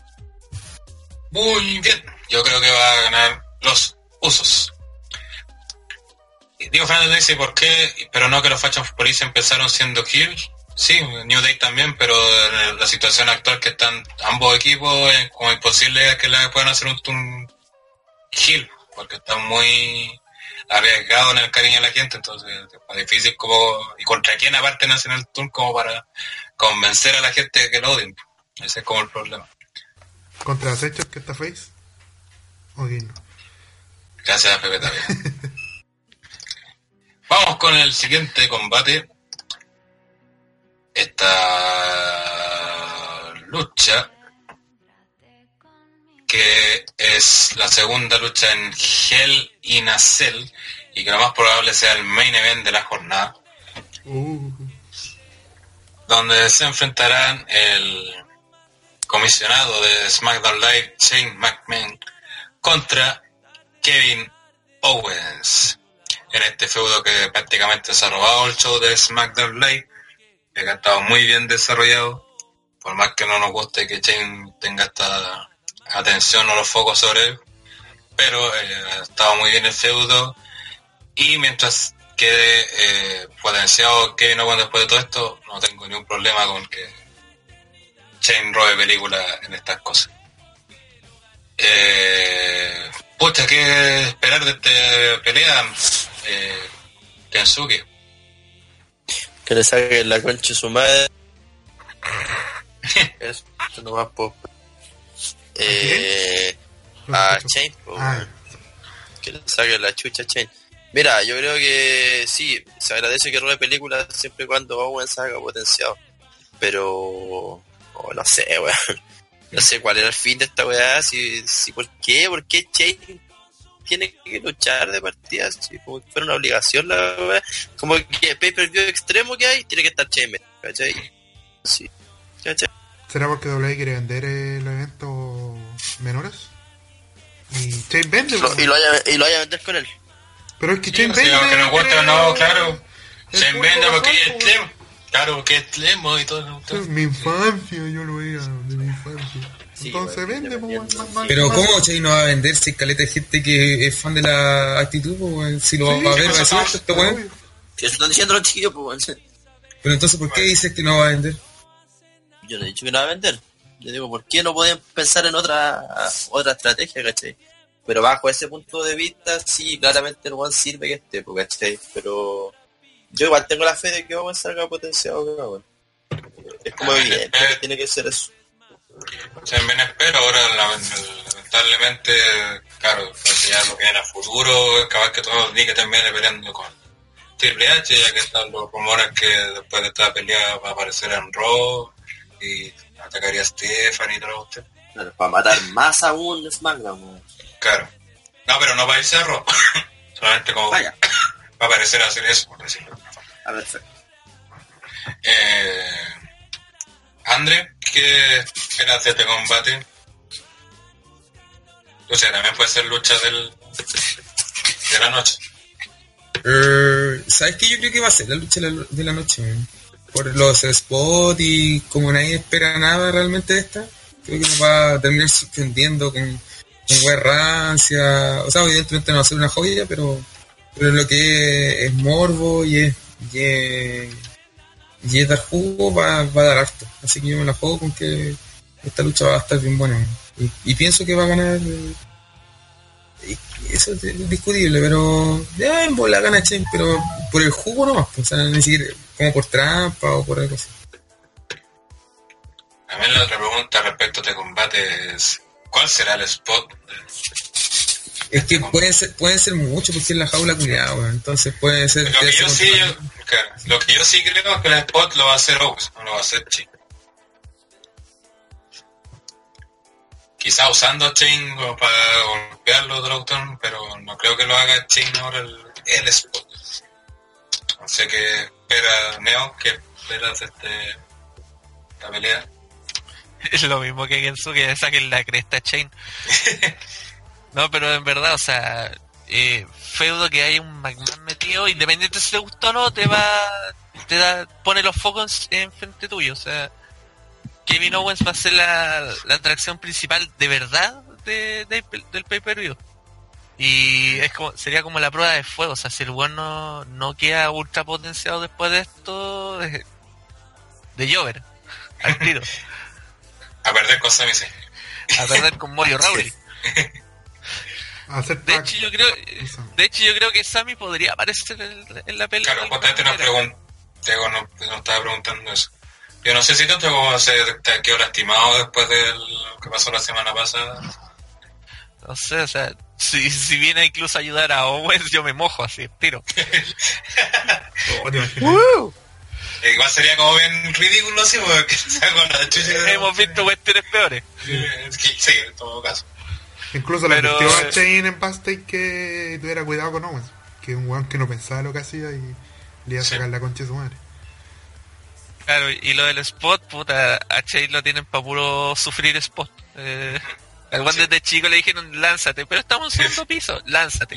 Muy bien, yo creo que va a ganar los usos. Diego Fernández dice por qué, pero no que los Fashion Police empezaron siendo heel. Sí, New Day también, pero en la situación actual que están ambos equipos, es como imposible que la puedan hacer un, un heel, porque están muy arriesgado en el cariño de la gente, entonces es difícil como, y contra quién aparte National Tour como para convencer a la gente de que lo odien. Ese es como el problema. ¿Contra los hechos que está Face? ¿O quién no? Gracias a Pepe también. Vamos con el siguiente combate. Esta lucha, que es la segunda lucha en Hell in a Cell, y que lo más probable sea el main event de la jornada, Uh. donde se enfrentarán el comisionado de SmackDown Live, Shane McMahon, contra Kevin Owens, en este feudo que prácticamente se ha robado el show de SmackDown Live, que ha estado muy bien desarrollado, por más que no nos guste que Shane tenga esta atención o los focos sobre él, pero eh, ha estado muy bien el feudo, y mientras quede eh, potenciado Kevin Owens después de todo esto, no tengo ningún problema con que Shane robe película en estas cosas. Eh, pucha, ¿qué esperar de esta pelea? Eh, Kensuke. Que le saquen la concha a su madre. Eso no va por... Eh, a Chain, po, Ah. que le saquen la chucha a Chain. Mira, yo creo que sí, se agradece que robe películas siempre y cuando Owen salga potenciado. Pero... Oh, no sé, weón. No sé cuál era el fin de esta weá. Si, si, ¿por qué? ¿Por qué Chain tiene que luchar de partida? Si como que fuera una obligación la weá. Como que pay-per-view extremo que hay, tiene que estar Chain, ¿cachai? Sí, ¿cachai? ¿Será porque W W E quiere vender el evento menores? Y Shane vende, Lo- po. y, lo vaya, y lo vaya a vender con él. Pero es que Sí, Shane o sea, vende. aunque nos guste o no, claro. el Shane punto vende porque razón, es po, Tlemo. Claro, porque es Tlemo y todo. weón. Mi infancia, yo lo veía de mi infancia. Sí, Entonces weón, vende, po, independiente, más- sí. más- Pero más- ¿cómo Che no va a vender si hay caleta de gente que es fan de la actitud? Pues, weón? Si lo Sí, va a ver, va a eso decir está- esto, weón. obvio. Si eso están diciendo los chiquillos, pues weón. Pero entonces, ¿por qué dices que no va a vender? Yo no he dicho que no va a vender. Yo digo, ¿por qué no pueden pensar en otra otra estrategia, cachai? Pero bajo ese punto de vista, sí, claramente el One sirve que esté, pues, cachai. Pero yo igual tengo la fe de que Owen salga potenciado, weón. Es como Ah, evidente eh, que tiene que ser eso. También espero ahora, lamentablemente, claro, porque ya lo que era futuro, capaz que todos los días que termine peleando con Triple H, ya que están los rumores que después de esta pelea va a aparecer en Raw y atacaría a Stephanie y todo usted. Claro, para matar más aún SmackDown, weón. Claro. No, pero no va a irse a Raw. Solamente como Vaya, va a aparecer a hacer eso, por decirlo. a ver, perfecto. Eh, André, ¿qué esperas de este combate? O sea, también puede ser lucha del, de la noche. Eh, ¿Sabes qué? Yo creo que va a ser la lucha de la, de la noche, weón. Por los spots y como nadie espera nada realmente de esta, creo que nos va a terminar sorprendiendo con, con wea rancia. O sea, evidentemente no va a ser una joya, pero, pero lo que es, es morbo y es, y es, y es dar jugo va, va a dar harto. Así que yo me la juego con que esta lucha va a estar bien buena. Y, y pienso que va a ganar. eh, y eso es discutible, pero ya en bola gana Chen, pero por el jugo nomás, pues, o sea, ni siquiera como por trampa o por algo así. También la otra pregunta respecto a este combate es, ¿cuál será el spot? Es que pueden ser, pueden ser mucho porque es la jaula culiada, weón. Entonces puede ser. Lo que puede yo ser sí, contra- claro, lo que yo sí creo es que el spot lo va a hacer Owens, no lo va a hacer Chain. Quizá usando a Chain como para golpearlo Drowton, pero no creo que lo haga Chain ahora el, el spot. No sé qué espera Neo, qué esperas de este, esta pelea. Es lo mismo que Gensu, que le saquen la cresta a Chain. No, pero en verdad, o sea, eh, feudo que hay un McMahon metido, independiente si te gustó o no, te va, te da, pone los focos en frente tuyo, o sea, Kevin Owens va a ser la, la atracción principal de verdad de, de- del pay-per-view. Y es como, sería como la prueba de fuego, o sea, si el weón no, no queda ultra potenciado después de esto, de, de Jover, al tiro, A perder con Sami Zayn. a perder con Mojo Rawley. hacer de hecho yo creo de hecho yo creo que Sami podría aparecer en, en la pelea. Claro, justamente nos pregun- nos, nos estaba preguntando eso. Yo no sé si tanto como se quedó lastimado después de lo que pasó la semana pasada. No sé, o sea, si, si viene incluso a ayudar a Owens, yo me mojo así, tiro. Oh, igual sería como bien ridículo así, porque con la chucha de... Hemos visto cuestiones peores. Sí, sí, en todo caso. Incluso le Pero, advirtió a eh, Shane en backstage que tuviera cuidado con Owens, que un weón que no pensaba lo que hacía y le iba a sacar Sí. la concha de su madre. Claro, y lo del spot, puta, a Chase lo tienen para puro sufrir spot. Eh, al Juan Sí. desde chico le dijeron, lánzate, pero estamos en segundo piso, lánzate.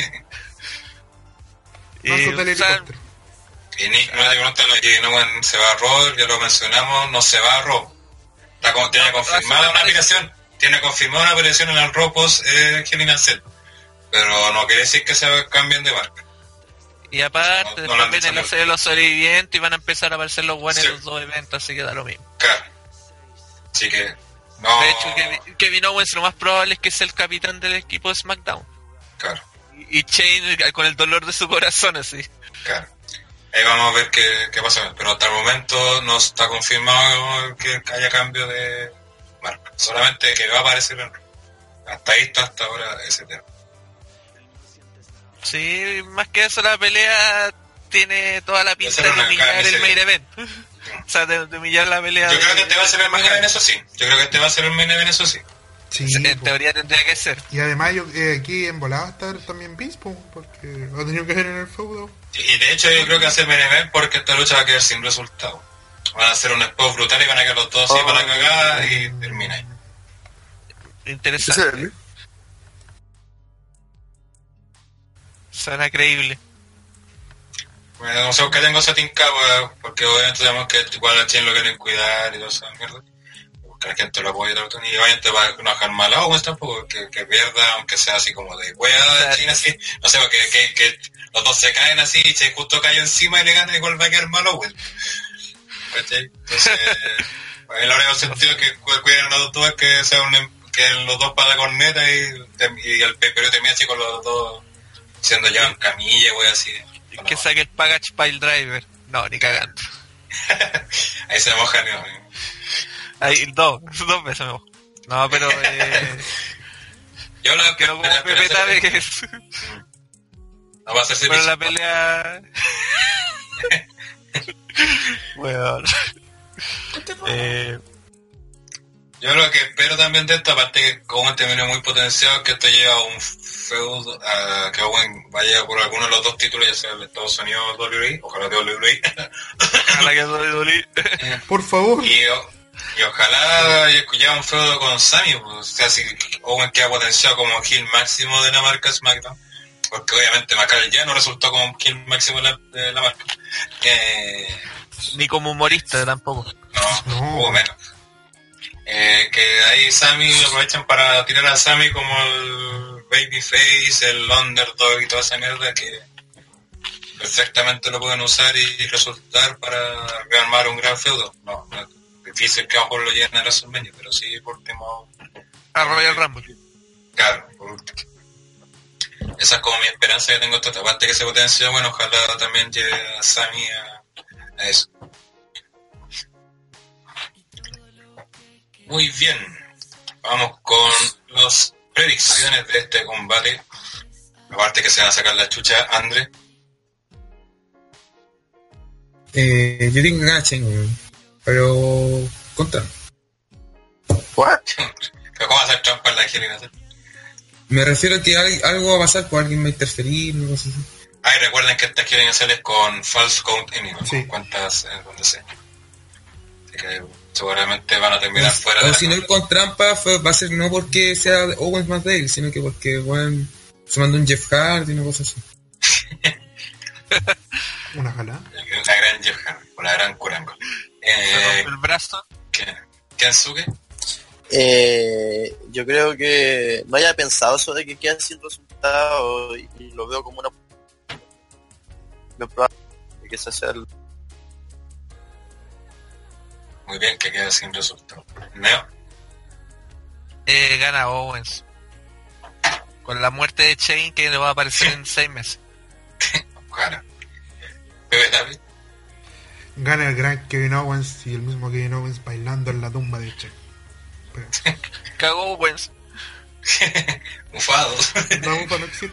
Y, Lánzate al o sea, helicóptero. Y Nick no te pregunta que no se va a Raw, ya lo mencionamos, no se va a Raw. Está como, tiene No, confirmada hace una una aparición, tiene confirmada una aparición en el Raw post eh, Hell in a Cell. Pero no quiere decir que se cambien de marca. y aparte, No, no después lo han viene dicho la mucho. serie de los sobrevivientes y van a empezar a aparecer los buenos Sí. en los dos eventos, así que da lo mismo. Claro. Así que, no. De hecho, Kevin, Kevin Owens lo más probable es que sea el capitán del equipo de SmackDown. Claro, Y, y Shane con el dolor de su corazón, así. claro. Ahí vamos a ver qué, qué pasa. Pero hasta el momento no está confirmado que haya cambio de marca. Solamente que va a aparecer en Raw. Hasta ahí está hasta ahora ese tema. Sí, más que eso, la pelea tiene toda la pinta ser de una humillar el carnicería. main event. O sea, de, de humillar la pelea. Yo creo de- que este va a ser el main event, eso sí. Yo creo que este va a ser el main event, eso sí. Sí, En po. teoría tendría que ser. Y además yo, eh, aquí en volada va a estar también Bispo, porque lo ha tenido que ver en el feudo. Y de hecho yo creo que va a ser main event porque esta lucha va a quedar sin resultado. Van a hacer un spot brutal y van a quedar los dos así para la cagada y termina ahí. Interesante. Suena creíble. Bueno, no sé por qué tengo esa tinca, pues, porque obviamente sabemos que igual a Chen lo quieren cuidar y toda esa mierda. Que la gente lo apoye y todo. Y obviamente va a no dejar mal a Owens tampoco, que, que pierda, aunque sea así como de wea de Chen así. No sé, porque que, que los dos se caen así y Chen justo cae encima y le gana, igual va a quedar mal a Owens. ¿Cachai? Entonces, el único sentido que cu- cuiden a los dos es que sea un, em- que los dos para la corneta y, y el periodo termina así con los dos siendo ya en camilla, wey, así. Que saque el package pile driver. No, ni cagando. Ahí se mojan, ¿no? Ahí, dos, dos veces me mojo. No, pero eh, Yo la quedó como la- Pepe la- Tabe que es. No va a hacerse Pero bicho. la pelea. Bueno. eh, Yo lo que espero también de esto, aparte que Owen terminó muy potenciado, que esto lleva a un feudo, a que Owen vaya por alguno de los dos títulos, ya sea el de Estados Unidos o W W E, ojalá de W W E. ojalá que doble doble. Por favor. y, o- y ojalá lleve un feudo con Sami, pues, o sea, si Owen queda potenciado como heel máximo de la marca SmackDown, porque obviamente Macari ya no resultó como heel máximo de la, de la marca. Eh, Ni como humorista tampoco. no, No. hubo menos. Eh, que ahí Sami aprovechan para tirar a Sami como el babyface, el underdog y toda esa mierda que perfectamente lo pueden usar y resultar para armar un gran feudo. No, no es difícil que a lo mejor lo lleven a WrestleMania, pero sí por último, A Royal Rumble. claro, por último. Esa es como mi esperanza que tengo esta aparte que se potencia, bueno, ojalá también lleve a Sami a, a eso. Muy bien, vamos con las predicciones de este combate. Aparte que se van a sacar la chucha, André. Eh, yo tengo que ganar Shane, weón. Pero contra. ¿What? ¿Cómo va a hacer trampa en la generación? Me refiero a que al- algo va a pasar, pues alguien va a interferir, una cosa así. Ah, y recuerden que estas quieren hacerles con false count anyway, Sí. con cuentas en donde sea. Así que seguramente van a terminar O, fuera o de la si no con trampa fue, va a ser no porque sea Owens más débil, sino que porque bueno, se mandó un Jeff Hardy y una cosa así. Una jalada. la gran Jeff Hardy, o la gran Kurango. Se Eh, rompe el brazo. Kensuke. Eh, yo creo que no haya pensado eso de que quedan sin resultado y, y lo veo como una bien probable de que ese sea el... Muy bien, que queda sin resultado. Neo. Eh, gana Owens. Con la muerte de Shane que va a aparecer en seis meses. Claro. Bebé David. Gana el gran Kevin Owens y el mismo Kevin Owens bailando en la tumba de Che. Cagó Owens. Mufados. No, mufa no existe.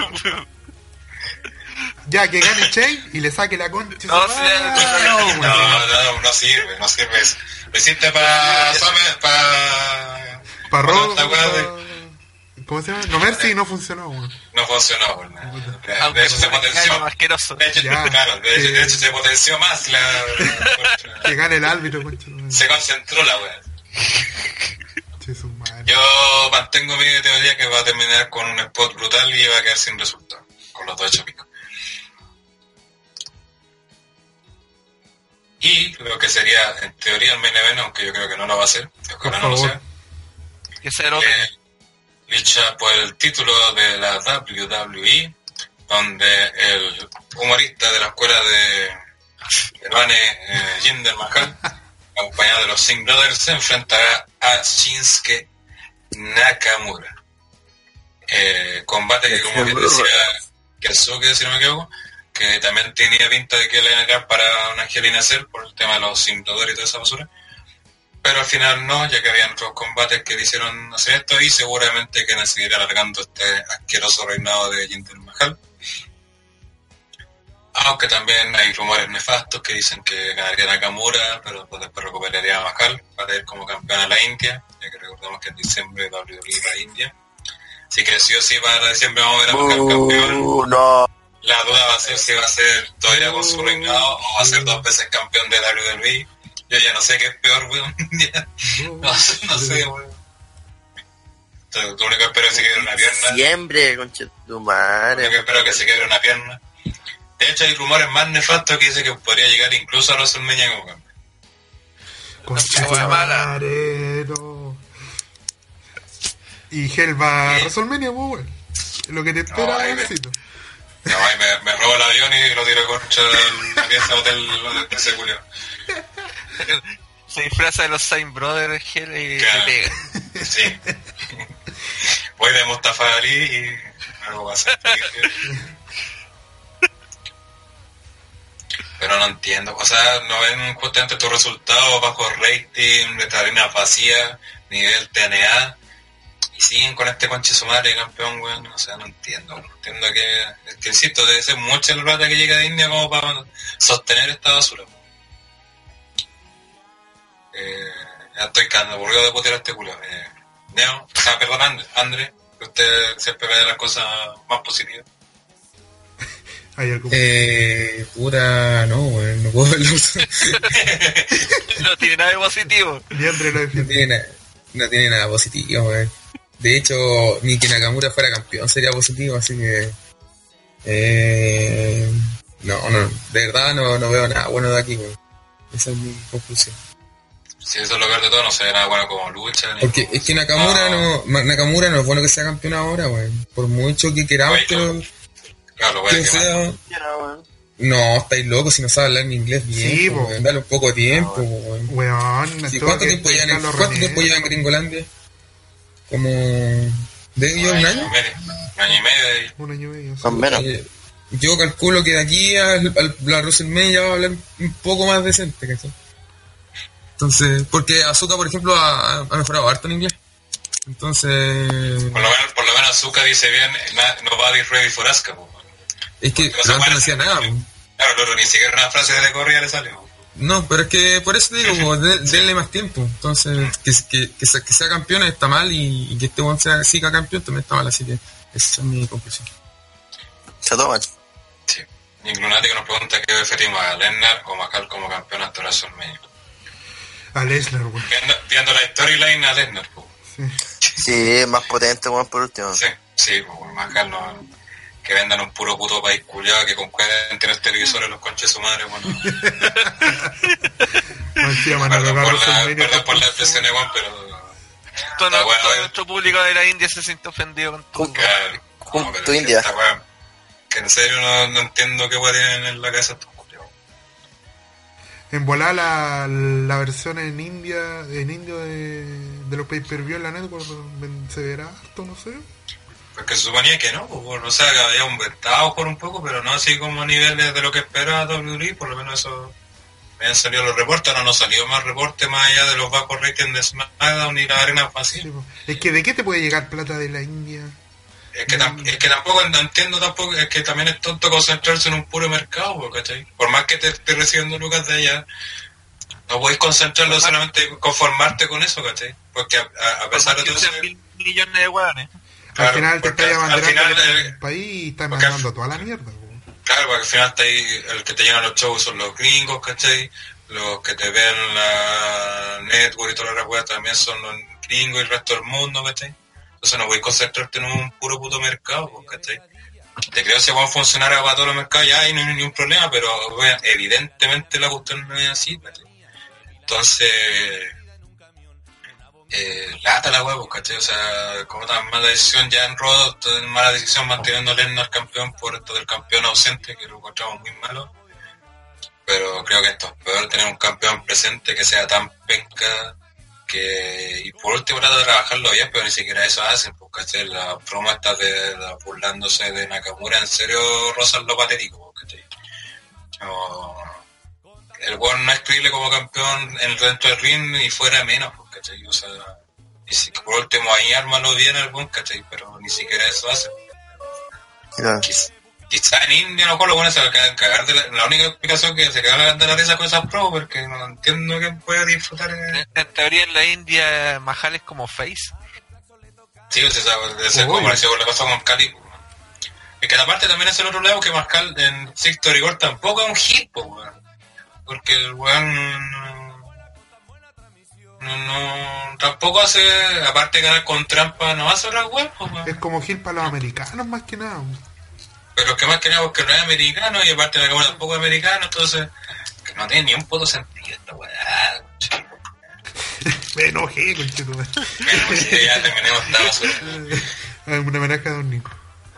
Ya, que gane Che y le saque la concha. No, no, sí, no, no, no, no sirve, no sirve eso. Lo hiciste para... para... Para Rob. de... ¿Cómo se llama? No Mercy no funcionó, weón. No funcionó, weón. De, Aunque de hecho se fue potenció. asqueroso. De hecho, Ya, claro, de, que- de hecho se potenció más la... Que gane el árbitro, concha. se concentró la weá. Che, su madre. Yo mantengo mi teoría que va a terminar con un spot brutal y va a quedar sin resultado. Con los dos hechos picos. Y lo que sería, en teoría, el main event, aunque yo creo que no lo va a hacer, ojalá no lo favor. sea, Que sea el otro. eh, lucha por el título de la W W E, donde el humorista de la escuela de Ivane eh, Jinder Mahal, acompañado de los Singh Brothers, se enfrentará a Shinsuke Nakamura. Eh, combate que, como bien decía Keisuke, si no me equivoco, que también tenía pinta de que le iban a quedar para una Angelina Cell por el tema de los Singh Brothers y toda esa basura. Pero al final no, ya que habían otros combates que le hicieron hacer esto y seguramente quieren seguir alargando este asqueroso reinado de Jinder Mahal. Aunque también hay rumores nefastos que dicen que ganaría Nakamura, pero pues después recuperaría a Mahal para ir como campeón a la India, ya que recordemos que en diciembre W W E va a India. Así que sí o sí para diciembre vamos a ver a Mahal campeón. Uh, no. La duda va a ser si va a ser todavía con su reinado o va a ser dos veces campeón de W W E. Yo ya no sé qué es peor, weón. no, no sé, weón. Entonces, lo único que espero es que se quede una pierna. Siempre, conche tu Lo madre. único que espero es que se quede una pierna. De hecho, hay rumores más nefastos que dicen que podría llegar incluso a WrestleMania como campeón. Concha Wea su mala. madre, no. Y Hell va a WrestleMania, pues, weón. Lo que te espera, No, ahí me- weoncito. No, ahí me, me robo el avión y lo tiro contra la pieza de hotel de ese culio. Se disfraza de los Saint Brothers Hell y Claro. le pega. Sí. Voy de Mustafa Ali y algo va a ser. Pero no entiendo, o sea, no ven justamente estos resultados bajo rating, de arenas vacías, nivel T N A, y siguen con este conche su madre campeón, weón. O sea, no entiendo, no entiendo que, es que insisto, debe ser mucha el rata que llega de India como para sostener esta basura. Eh, ya estoy cagando, aburrido de putear a este culo. Eh, Neo, o sea, perdón, André, André, que usted siempre ve las cosas más positivas. Hay algo. Eh, puta, no, weón, no puedo verlo. No tiene nada de positivo. Y André lo No defiende. tiene, na- no tiene nada positivo, weón. De hecho, ni que Nakamura fuera campeón sería positivo, así que... Eh, no, no, de verdad no, no veo nada bueno de aquí, weón. Esa es mi conclusión. Si eso es lo peor de todo, no se ve nada bueno como lucha. Ni Porque como- es que Nakamura no, Ma- Nakamura no es bueno que sea campeón ahora, weón. Por mucho que queramos Oye, que, lo- Claro, lo voy a que quemar. sea... No, estáis locos si no sabes hablar en inglés bien, Sí, po, po. weón. Dale un poco de tiempo, po, weón. Weón, Sí, todo ¿Cuánto que tiempo llevan en, Carlos ¿cuánto René. tiempo llevan en Gringolandia? Como... ¿De yo un Un año? y medio. Un año y medio y Un año y medio. sí. Más o menos. Eh, yo calculo que de aquí a, a la WrestleMania ya va a hablar un poco más decente, ¿cachai? Entonces, porque Asuka, por ejemplo, ha, ha mejorado harto en inglés. Entonces, por lo menos, por lo menos Azuka dice bien, na- nobody's ready for Asuka, po. es que Porque, o sea, pero antes no parece- hacía nada, po. Claro, el otro ni siquiera una frase de corrida le salió. No, pero es que por eso te digo, po, de- denle más tiempo. Entonces, que, que, que, sea, que sea campeón está mal y, y que este buen sea siga campeón también está mal, así que esa es mi conclusión. Se toman. Sí. Y Lunático nos pregunta qué preferimos a Lesnar o Mahal como campeón hasta WrestleMania. A Lesnar, weón. Viendo, viendo la storyline a Lesnar, po. Sí, más potente, weón, por último. Sí, sí, po, Mahal no... Que vendan un puro puto país culiado que con cuarenta tener televisores los conches de su madre, bueno. Encima van a Perdón tocar por la, WrestleMania perdón por la con- expresión, Juan, pero... Todo, Está bueno, todo eh. nuestro público de la India se siente ofendido con tu... Claro, Junto pero es que India. esta weá- Que en serio no, no entiendo qué weá tienen en la cabeza estos culiados. En volar la, la versión en India, en indio de, de los pay-per-view en la network, ¿se verá harto? No sé. Porque se suponía que no, pues, o sea, que había aumentado por un poco, pero no así como a niveles de lo que esperaba doble u doble u E, por lo menos eso me han salido los reportes, no nos salió más reportes más allá de los bajos ratings de SmackDown ni la arena fácil. Sí, es que ¿de qué te puede llegar plata de la India? Es que, tam- es que tampoco no entiendo tampoco, es que también es tonto concentrarse en un puro mercado, ¿cachai? Por más que te estés recibiendo lucas de allá, no podéis concentrarlo solamente conformarte con eso, ¿cachai? Porque a, a, a pesar de todo eso... mil millones de hueones. Claro, al final te estás abanderando el el país y estás mandando toda la mierda. Claro, porque al final está ahí, el que te llenan los shows son los gringos, ¿cachai? Los que te ven la network y toda la weá también son los gringos y el resto del mundo, ¿cachai? Entonces no voy a concentrarte en un puro puto mercado, ¿cachai? Te creo que si van a funcionar para todos los mercados ya y no hay ningún problema, pero bueno, evidentemente la cuestión no es así, ¿cachai? Entonces... Eh, lata la huevo, ¿cachai? O sea, como tan mala decisión ya en Raw, mala decisión manteniendo a Lesnar campeón por esto del campeón ausente, que lo encontramos muy malo. Pero creo que esto es peor tener un campeón presente que sea tan penca que... Y por último trata de trabajarlo bien, pero ni siquiera eso hacen, pues, ¿cachai? Las bromas estas de, de burlándose de Nakamura, en serio rozan lo patético, ¿cachai? O, el weón no es creíble como campeón en dentro del ring y fuera menos, ¿cachai? O sea, y si por último ahí ármalo bien al buen, ¿cachai? Pero ni siquiera eso hace. Yeah. Quiz, quizá en India a lo mejor lo bueno se va a cagar de la, la única explicación que se cagan de la risa con esas pruebas, porque no entiendo quién puede disfrutar en... En, en teoría en la India Mahal es como face. Sí, o sea, debe ser como parecido con lo que pasó con Cali. Es que aparte también es el otro lado que Mascal en Victory Gold tampoco es un hit, po, weón. Porque el weón no, no, tampoco hace, aparte de ganar con trampa, no hace otras weas, po, weón. Es como Gil para los americanos más que nada. Pero que más que nada porque no es americano y aparte de Nakamura tampoco es americano, entonces que no tiene ni un puto sentido esta weá. Me enojé, conchetumare. Me enojé, ya terminemos esta basura. Una homenaje a Don Nico.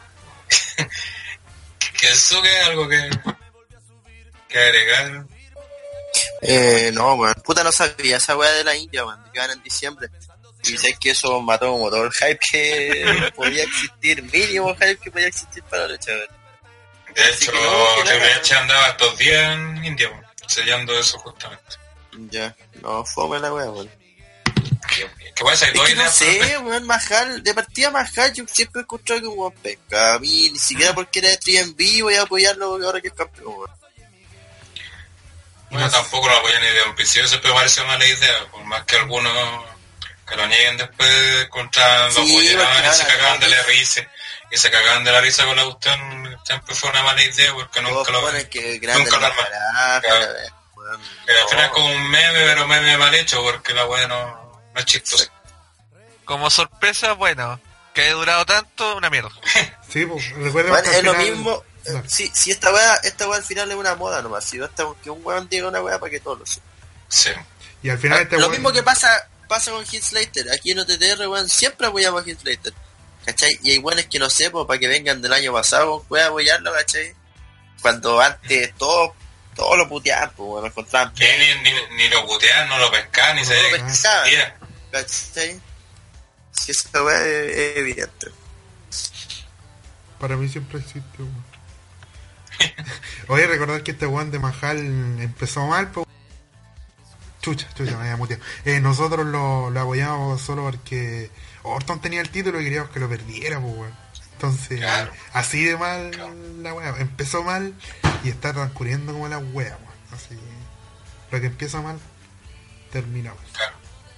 ¿Que eso que es algo que, que agregar? Eh, no, weón. Puta, no sabía esa weá de la India, weón. Que van en diciembre. Y sé que eso mató como todo el hype que podía existir, mínimo hype que podía existir para la lucha, weón. De hecho, Triple H andaba estos días en India, weón, sellando eso justamente. Ya, no, fome la weá, weón. Que puede ser, es que no sé, weón, Mahal, de partida Mahal, yo siempre he escuchado que un weón pesca. A mí ni siquiera porque era de tri en vivo voy a apoyarlo ahora que es campeón, weón. Bueno, tampoco lo apoyan ni de un principio, siempre me pareció mala idea, por más que algunos que lo nieguen después contra los Sí, apoyaban y se claro, cagaban de la claro. risa. Y se cagaban de la risa con la cuestión, siempre fue una mala idea porque nunca lo ponen que grande nunca lo la arman. parada, Claro. weón. Pero al final es No. como un meme, pero meme mal hecho porque la weá no, no es chistosa. Como sorpresa, bueno, que haya durado tanto, una mierda. Sí, pues, recuerda Bueno, que al es lo final- mismo. eh, No. Si, si esta weá, esta weá al final es una moda nomás. Si basta con que un weón diga una weá para que todos lo sepan. Sí. Y al final este Lo weón- mismo que pasa pasa con Heath Slater. Aquí en O T T R, weón, siempre apoyamos a Heath Slater. ¿Cachai? Y hay weones que no sé, pues, para que vengan del año pasado, weón, a apoyarlo, ¿cachai? Cuando antes todos todo lo puteaban, pues, weón, lo encontraban. Que ni, ni, ni lo puteaban, no lo pescaban, ni No se lo veía que pescaban. existía. ¿Cachai? Si esa weá es, es evidente. Para mí siempre existe, weón. Oye, recordar que este weón de Mahal empezó mal, pues. Chucha, chucha, me había muteado. Eh, nosotros lo, lo apoyamos solo porque Orton tenía el título y queríamos que lo perdiera, pues, weón. Entonces, Claro. así de mal Claro. la weá. Empezó mal y está transcurriendo como la weá, weón. Así lo que empieza mal, termina mal. Claro.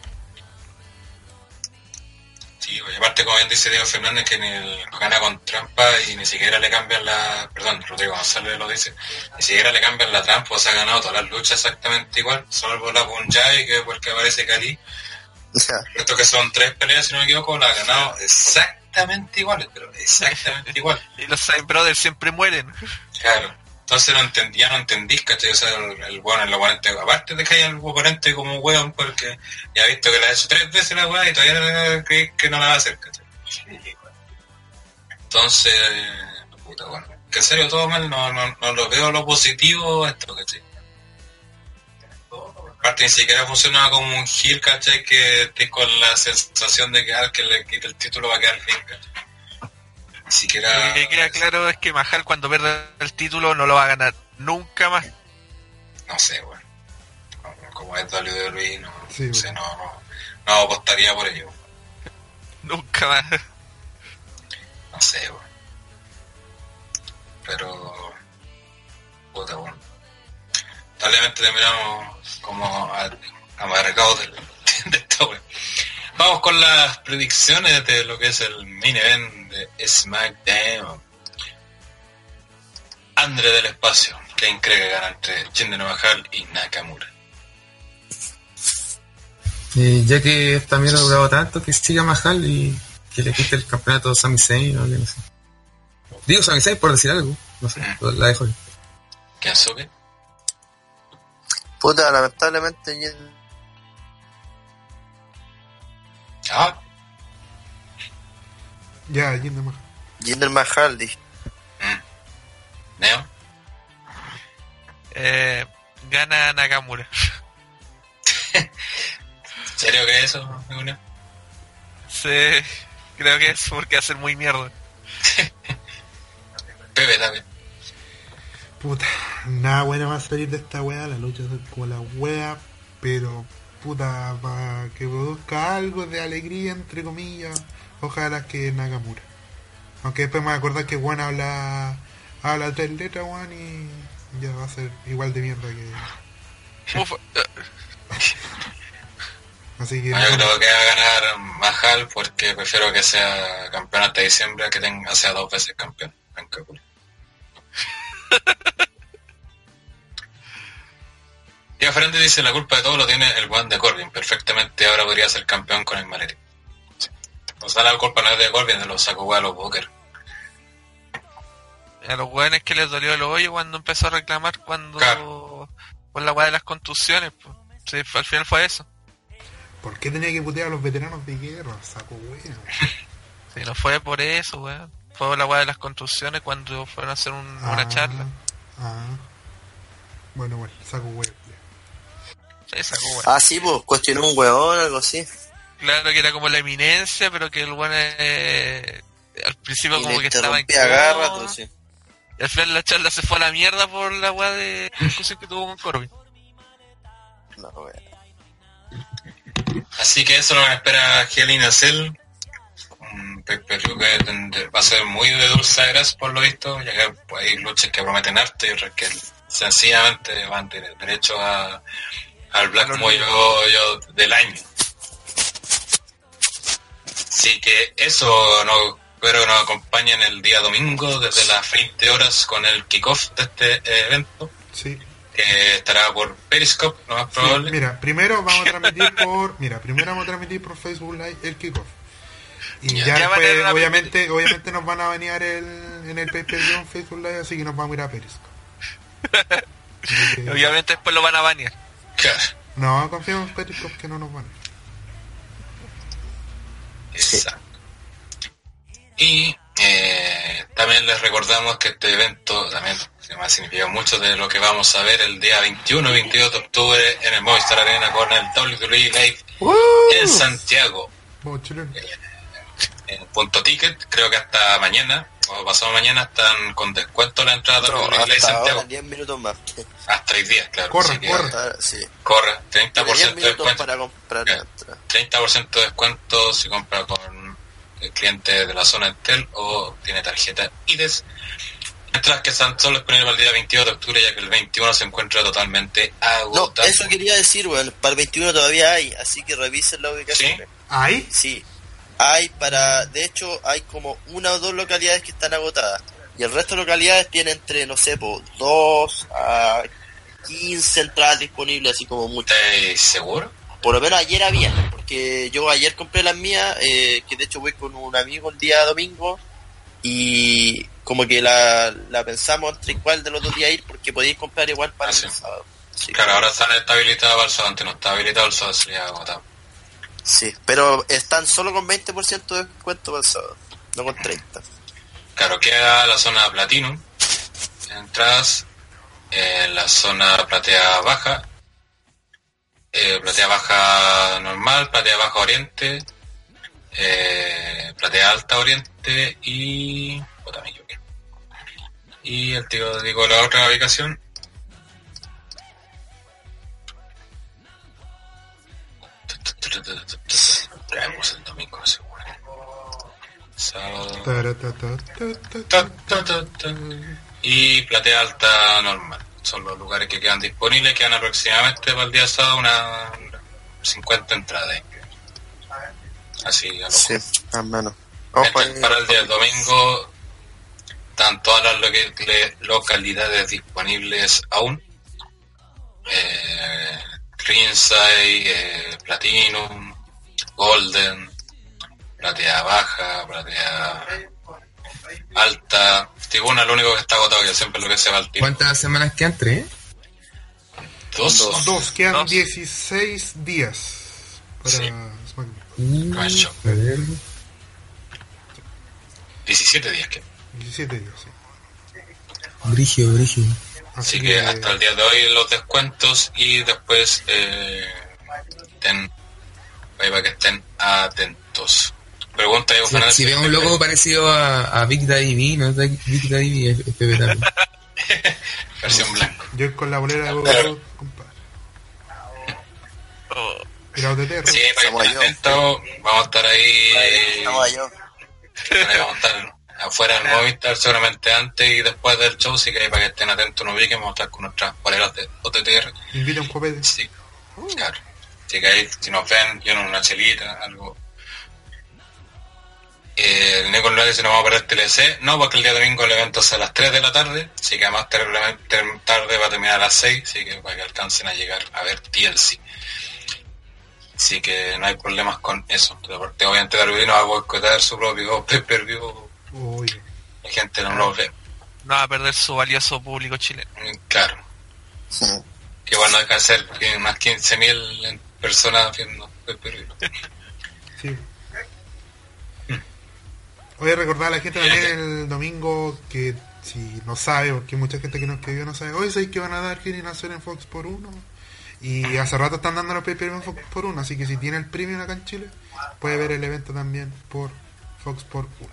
Sí, oye, aparte como bien dice Diego Fernández que ni el, gana con trampa y ni siquiera le cambian la... Perdón, Rodrigo González lo dice. Ni siquiera le cambian la trampa, o sea, ha ganado todas las luchas exactamente igual, salvo la Punjab, que es porque aparece Cali. Esto que son tres peleas, si no me equivoco, la ha ganado exactamente igual, pero exactamente igual. Y los Side Brothers siempre mueren. Claro. Entonces no entendía, no entendís, ¿cachai? O sea, el, el bueno, el oponente, aparte de que haya el oponente como un weón, porque ya he visto que la ha hecho tres veces la weá y todavía no creí que no la va a hacer, ¿cachai? Entonces, puta, bueno, que en serio todo mal, no, no, no lo veo lo positivo a esto, ¿cachai? Aparte ni siquiera funcionaba como un heel, ¿cachai? Que estés con la sensación de que al que le quite el título va a quedar bien, ¿cachai? siquiera... Lo que queda claro es que Mahal cuando pierda el título no lo va a ganar nunca más. No sé, bueno. No, como es W W E, no, Sí, no sé, bueno. no, no, no apostaría por ello. Nunca más. No sé, bueno. Pero... Puta, bueno. Lamentablemente terminamos como a- amargados del- de esta wea. Vamos con las predicciones de lo que es el main event de SmackDown. Andre del Espacio, ¿quién cree que gana entre Jinder Mahal y Nakamura? Eh, ya que esta mierda ha durado tanto, que siga Mahal y que le quite el campeonato a Sami Zayn o algo, no sé. Digo Sami Zayn por decir algo, no sé, la dejo ahí. ¿Quién sube? Puta, lamentablemente yo- Ah, Ya, Jinder Mahal. Jinder Mahal, dije. Neo. Eh, gana Nakamura. ¿Serio que es eso, Neo? Sí, creo que es porque va a ser muy mierda. Pepe también. Puta, nada bueno va a salir de esta wea, la lucha es como la wea, pero puta, para que produzca algo de alegría, entre comillas, ojalá que Nakamura. Aunque después me voy a acordar que Juan habla, habla tres letras, Juan, y ya va a ser igual de mierda que... Uf, eh, Así que... No, yo creo que va a ganar Mahal porque prefiero que sea campeón hasta diciembre a que tenga, sea dos veces campeón. Aunque, bueno. Tío Fernández dice: la culpa de todo lo tiene el Juan de Corbin. Perfectamente ahora podría ser campeón con el Maleri. Sí. O sea, la culpa no es de Corbin, de los saco hueá a los Booker. a los weones que les dolió el hoyo cuando empezó a reclamar cuando Claro. por la weá de las contusiones, pues. Sí, al final fue eso. ¿Por qué tenía que putear a los veteranos de guerra? Saco bueno. Sí, no fue por eso, weón. Fue por la weá de las contusiones cuando fueron a hacer un, una Ah, charla. Ah. Bueno, bueno, saco bueno. Sí, sacó weón. Ah, sí, pues cuestionó un weón, algo así. Claro que era como la eminencia, pero que el weón eh, al principio Y como le que estaba interrumpía a incómodo. Garra, sí. Y al final la charla se fue a la mierda por la weá de discusión que tuvo con Corbin. No, weón. Así que eso es lo que espera Hell in a Cell. Un pay-per-view que tende- va a ser muy de dulce gras por lo visto, ya que pues, hay luchas que prometen arte y otras que sencillamente van de- derecho a, al Black Mojo del año. Así que eso, no, espero que nos acompañen el día domingo desde las veinte horas con el kickoff de este eh, evento, Sí. que estará por Periscope, lo más Sí, probable. mira, primero vamos a transmitir por, mira, primero vamos a transmitir por Facebook Live el kickoff. Y Ya. ya, Ya van a después, ir a la obviamente, obviamente nos van a venir el, en el pay-per-view en Facebook Live, así que nos vamos a ir a Periscope. Así que- Obviamente después lo van a banear. Claro. no, confiamos en Periscope que no nos van. Exacto. Y eh, también les recordamos que este evento también me ha significado mucho de lo que vamos a ver el día veintiuno y veintidós de octubre en el Movistar Arena con el W W E Live en Santiago. Vamos, chileno. En punto ticket, creo que hasta mañana o pasado mañana están con descuento la entrada a No, W W E Live hasta Santiago. ahora, diez minutos más. Hasta hoy día, claro. Corre, Así que, corre. Hasta ahora, sí. corre, treinta por diez ciento de minutos descuento. para comprar Ya. la entrada. treinta por ciento de descuento si compra con el cliente de la zona Entel o tiene tarjeta I D E S. Mientras que están solo disponibles para el día veintidós de octubre, ya que el veintiuno se encuentra totalmente No, agotado. eso quería decir, weón. Para el veintiuno todavía hay, así que revisen la ubicación. ¿Sí? ¿Ahí? Sí, hay para, de hecho, hay como una o dos localidades que están agotadas. Y el resto de localidades tienen entre, no sé, po, dos a quince entradas disponibles, así como mucho. ¿Estás seguro? Por lo menos ayer había, porque yo ayer compré las mías, eh, que de hecho voy con un amigo el día domingo, y como que la, la pensamos entre cuál de los dos días ir, porque podéis comprar igual para Ah, sí. el sábado. Así Claro, que- ahora está, está habilitado para el sábado, antes no está habilitado el sábado, sería agotado. Sí, pero están solo con veinte por ciento de descuento para el sábado, no con treinta. Claro, queda la zona Platinum, entradas en la zona platea baja, eh, platea baja normal, platea baja oriente, eh, platea alta oriente veinte y... Puta, me equivoqué. Y el tío digo la otra ubicación. Traemos el domingo, seguro. Sábado. Y platea alta normal. Son los lugares que quedan disponibles. Quedan aproximadamente para el día sábado una cincuenta entradas. Así, a lo Sí, al menos. Este, para el día domingo están todas las lo- localidades disponibles aún. Eh, Ringside, eh, Platinum, Golden, platea baja, platea alta. Tribuna, lo único que está agotado, que siempre es lo que se va al tiro. ¿Cuántas semanas quedan? ¿Tres? Dos. Dos, dos quedan Dos. dieciséis días para Sí. SmackDown. Mm, Con el show. a ver. diecisiete días que. diecisiete días, sí. Brígido, brígido. Así que hasta el día de hoy los descuentos y después eh, estén, ahí para que estén atentos. Pregunta Diego Si, Fernández. si veo un logo parecido a, a Big Daddy V, no es de Big Daddy V, es, es Pepe Taco. Versión blanca. Yo con la bolera de Bobo, compadre. Oh, Y la O T T, Sí, para que Estamos estén allá. atentos, vamos a estar ahí. Estamos yo. Ahí vamos a estar afuera del Movistar seguramente antes y después del show, así que ahí para que estén atentos, no ubiquen, vamos a estar con nuestras poleras de O T T R. invita a un copete. Sí, claro. Así que ahí, si nos ven, llenan una chelita, algo. Eh, el Nico le dice, no vamos a perder T L C. No, porque el día domingo el evento es a las tres de la tarde, así que además terriblemente tarde va a terminar a las seis, así que para que alcancen a llegar a ver T L C. Así que no hay problemas con eso. Aparte, obviamente Darwin no va a boicotear su propio pay-per-view. Oye, La gente no lo ve. no va a perder su valioso público chileno. Claro. Que bueno, hay que hacer que unas quince mil personas viendo pay-per-view. sí. Voy a recordar a la gente también el domingo que si no sabe, porque hay mucha gente que no escribió no sabe, hoy sabéis que van a dar Quieren hacer en Fox por uno. Y hace rato están dando los pay-per-view en Fox por uno, así que si tiene el premium acá en Chile, puede ver el evento también por Fox por uno.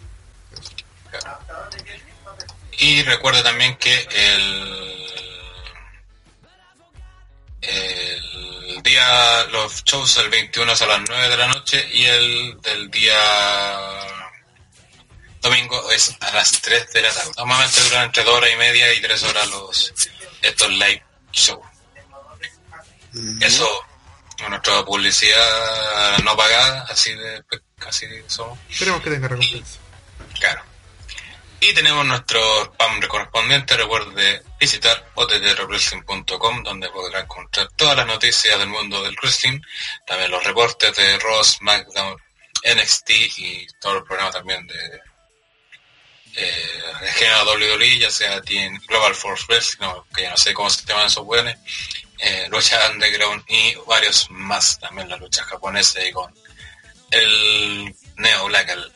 Y recuerda también que el, el día, los shows el veintiuno es a las nueve de la noche y el del día domingo es a las tres de la tarde. Normalmente duran entre dos horas y media y tres horas los estos live shows. Eso, nuestra publicidad no pagada, así de así somos. Esperemos que tenga recompensa. Claro. Y tenemos nuestro spam correspondiente. Recuerde visitar o t t r wrestling punto com, donde podrá encontrar todas las noticias del mundo del wrestling, también los reportes de Raw, SmackDown, N X T y todo el programa también de eh, de género W W E, ya sea Team Global Force Wrestling, no, que ya no sé cómo se llaman esos buenos, eh, lucha underground y varios más, también la lucha japonesa y con el Neo Black. El,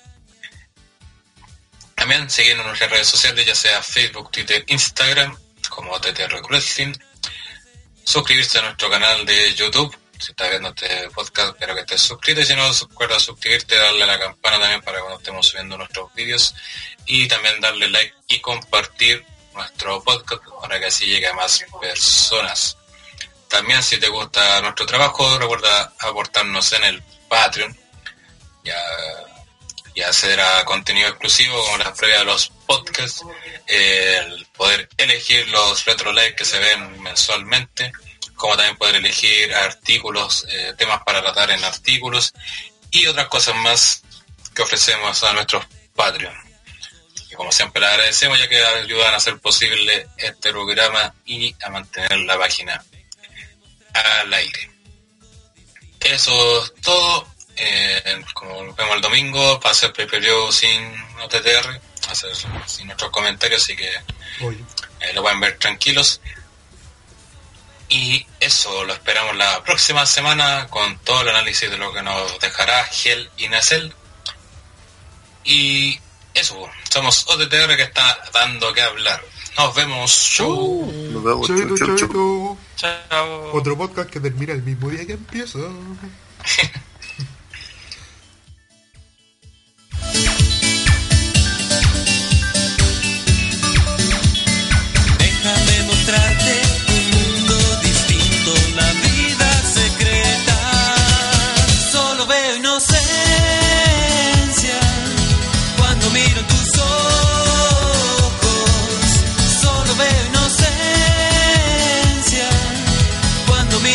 también siguiendo en nuestras redes sociales, ya sea Facebook, Twitter, Instagram, como T T R Wrestling. Suscribirse a nuestro canal de YouTube. Si estás viendo este podcast, espero que estés suscrito. Y si no, recuerda suscribirte, darle a la campana también para cuando estemos subiendo nuestros vídeos. Y también darle like y compartir nuestro podcast para que así llegue a más personas. También, si te gusta nuestro trabajo, recuerda aportarnos en el Patreon. Ya... y acceder a contenido exclusivo como las previas de los podcasts, eh, el poder elegir los retro live que se ven mensualmente, como también poder elegir artículos, eh, temas para tratar en artículos y otras cosas más que ofrecemos a nuestros Patreon. Y como siempre le agradecemos ya que ayudan a hacer posible este programa y a mantener la página al aire. Eso es todo. Eh, como nos vemos el domingo, para hacer pay-per-view sin O T T R, hacer sin nuestros comentarios, así que eh, lo pueden ver tranquilos. Y eso lo esperamos la próxima semana con todo el análisis de lo que nos dejará Hell y Nacel. Y eso, somos O T T R que está dando que hablar. Nos vemos. Chau. Nos vemos. Chaito, Chau, chau, chaito. chau. Chao. Otro podcast que termina el mismo día que empieza.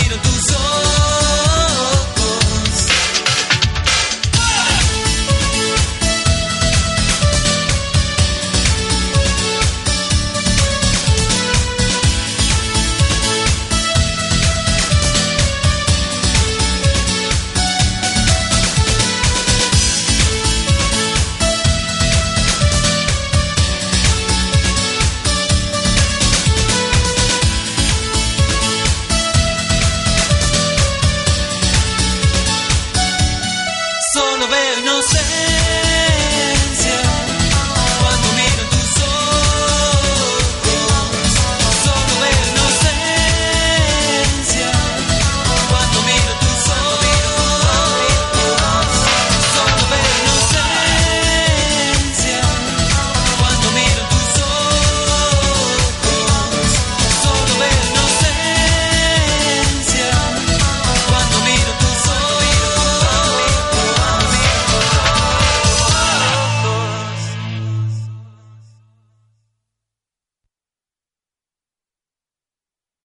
miro tus ojos.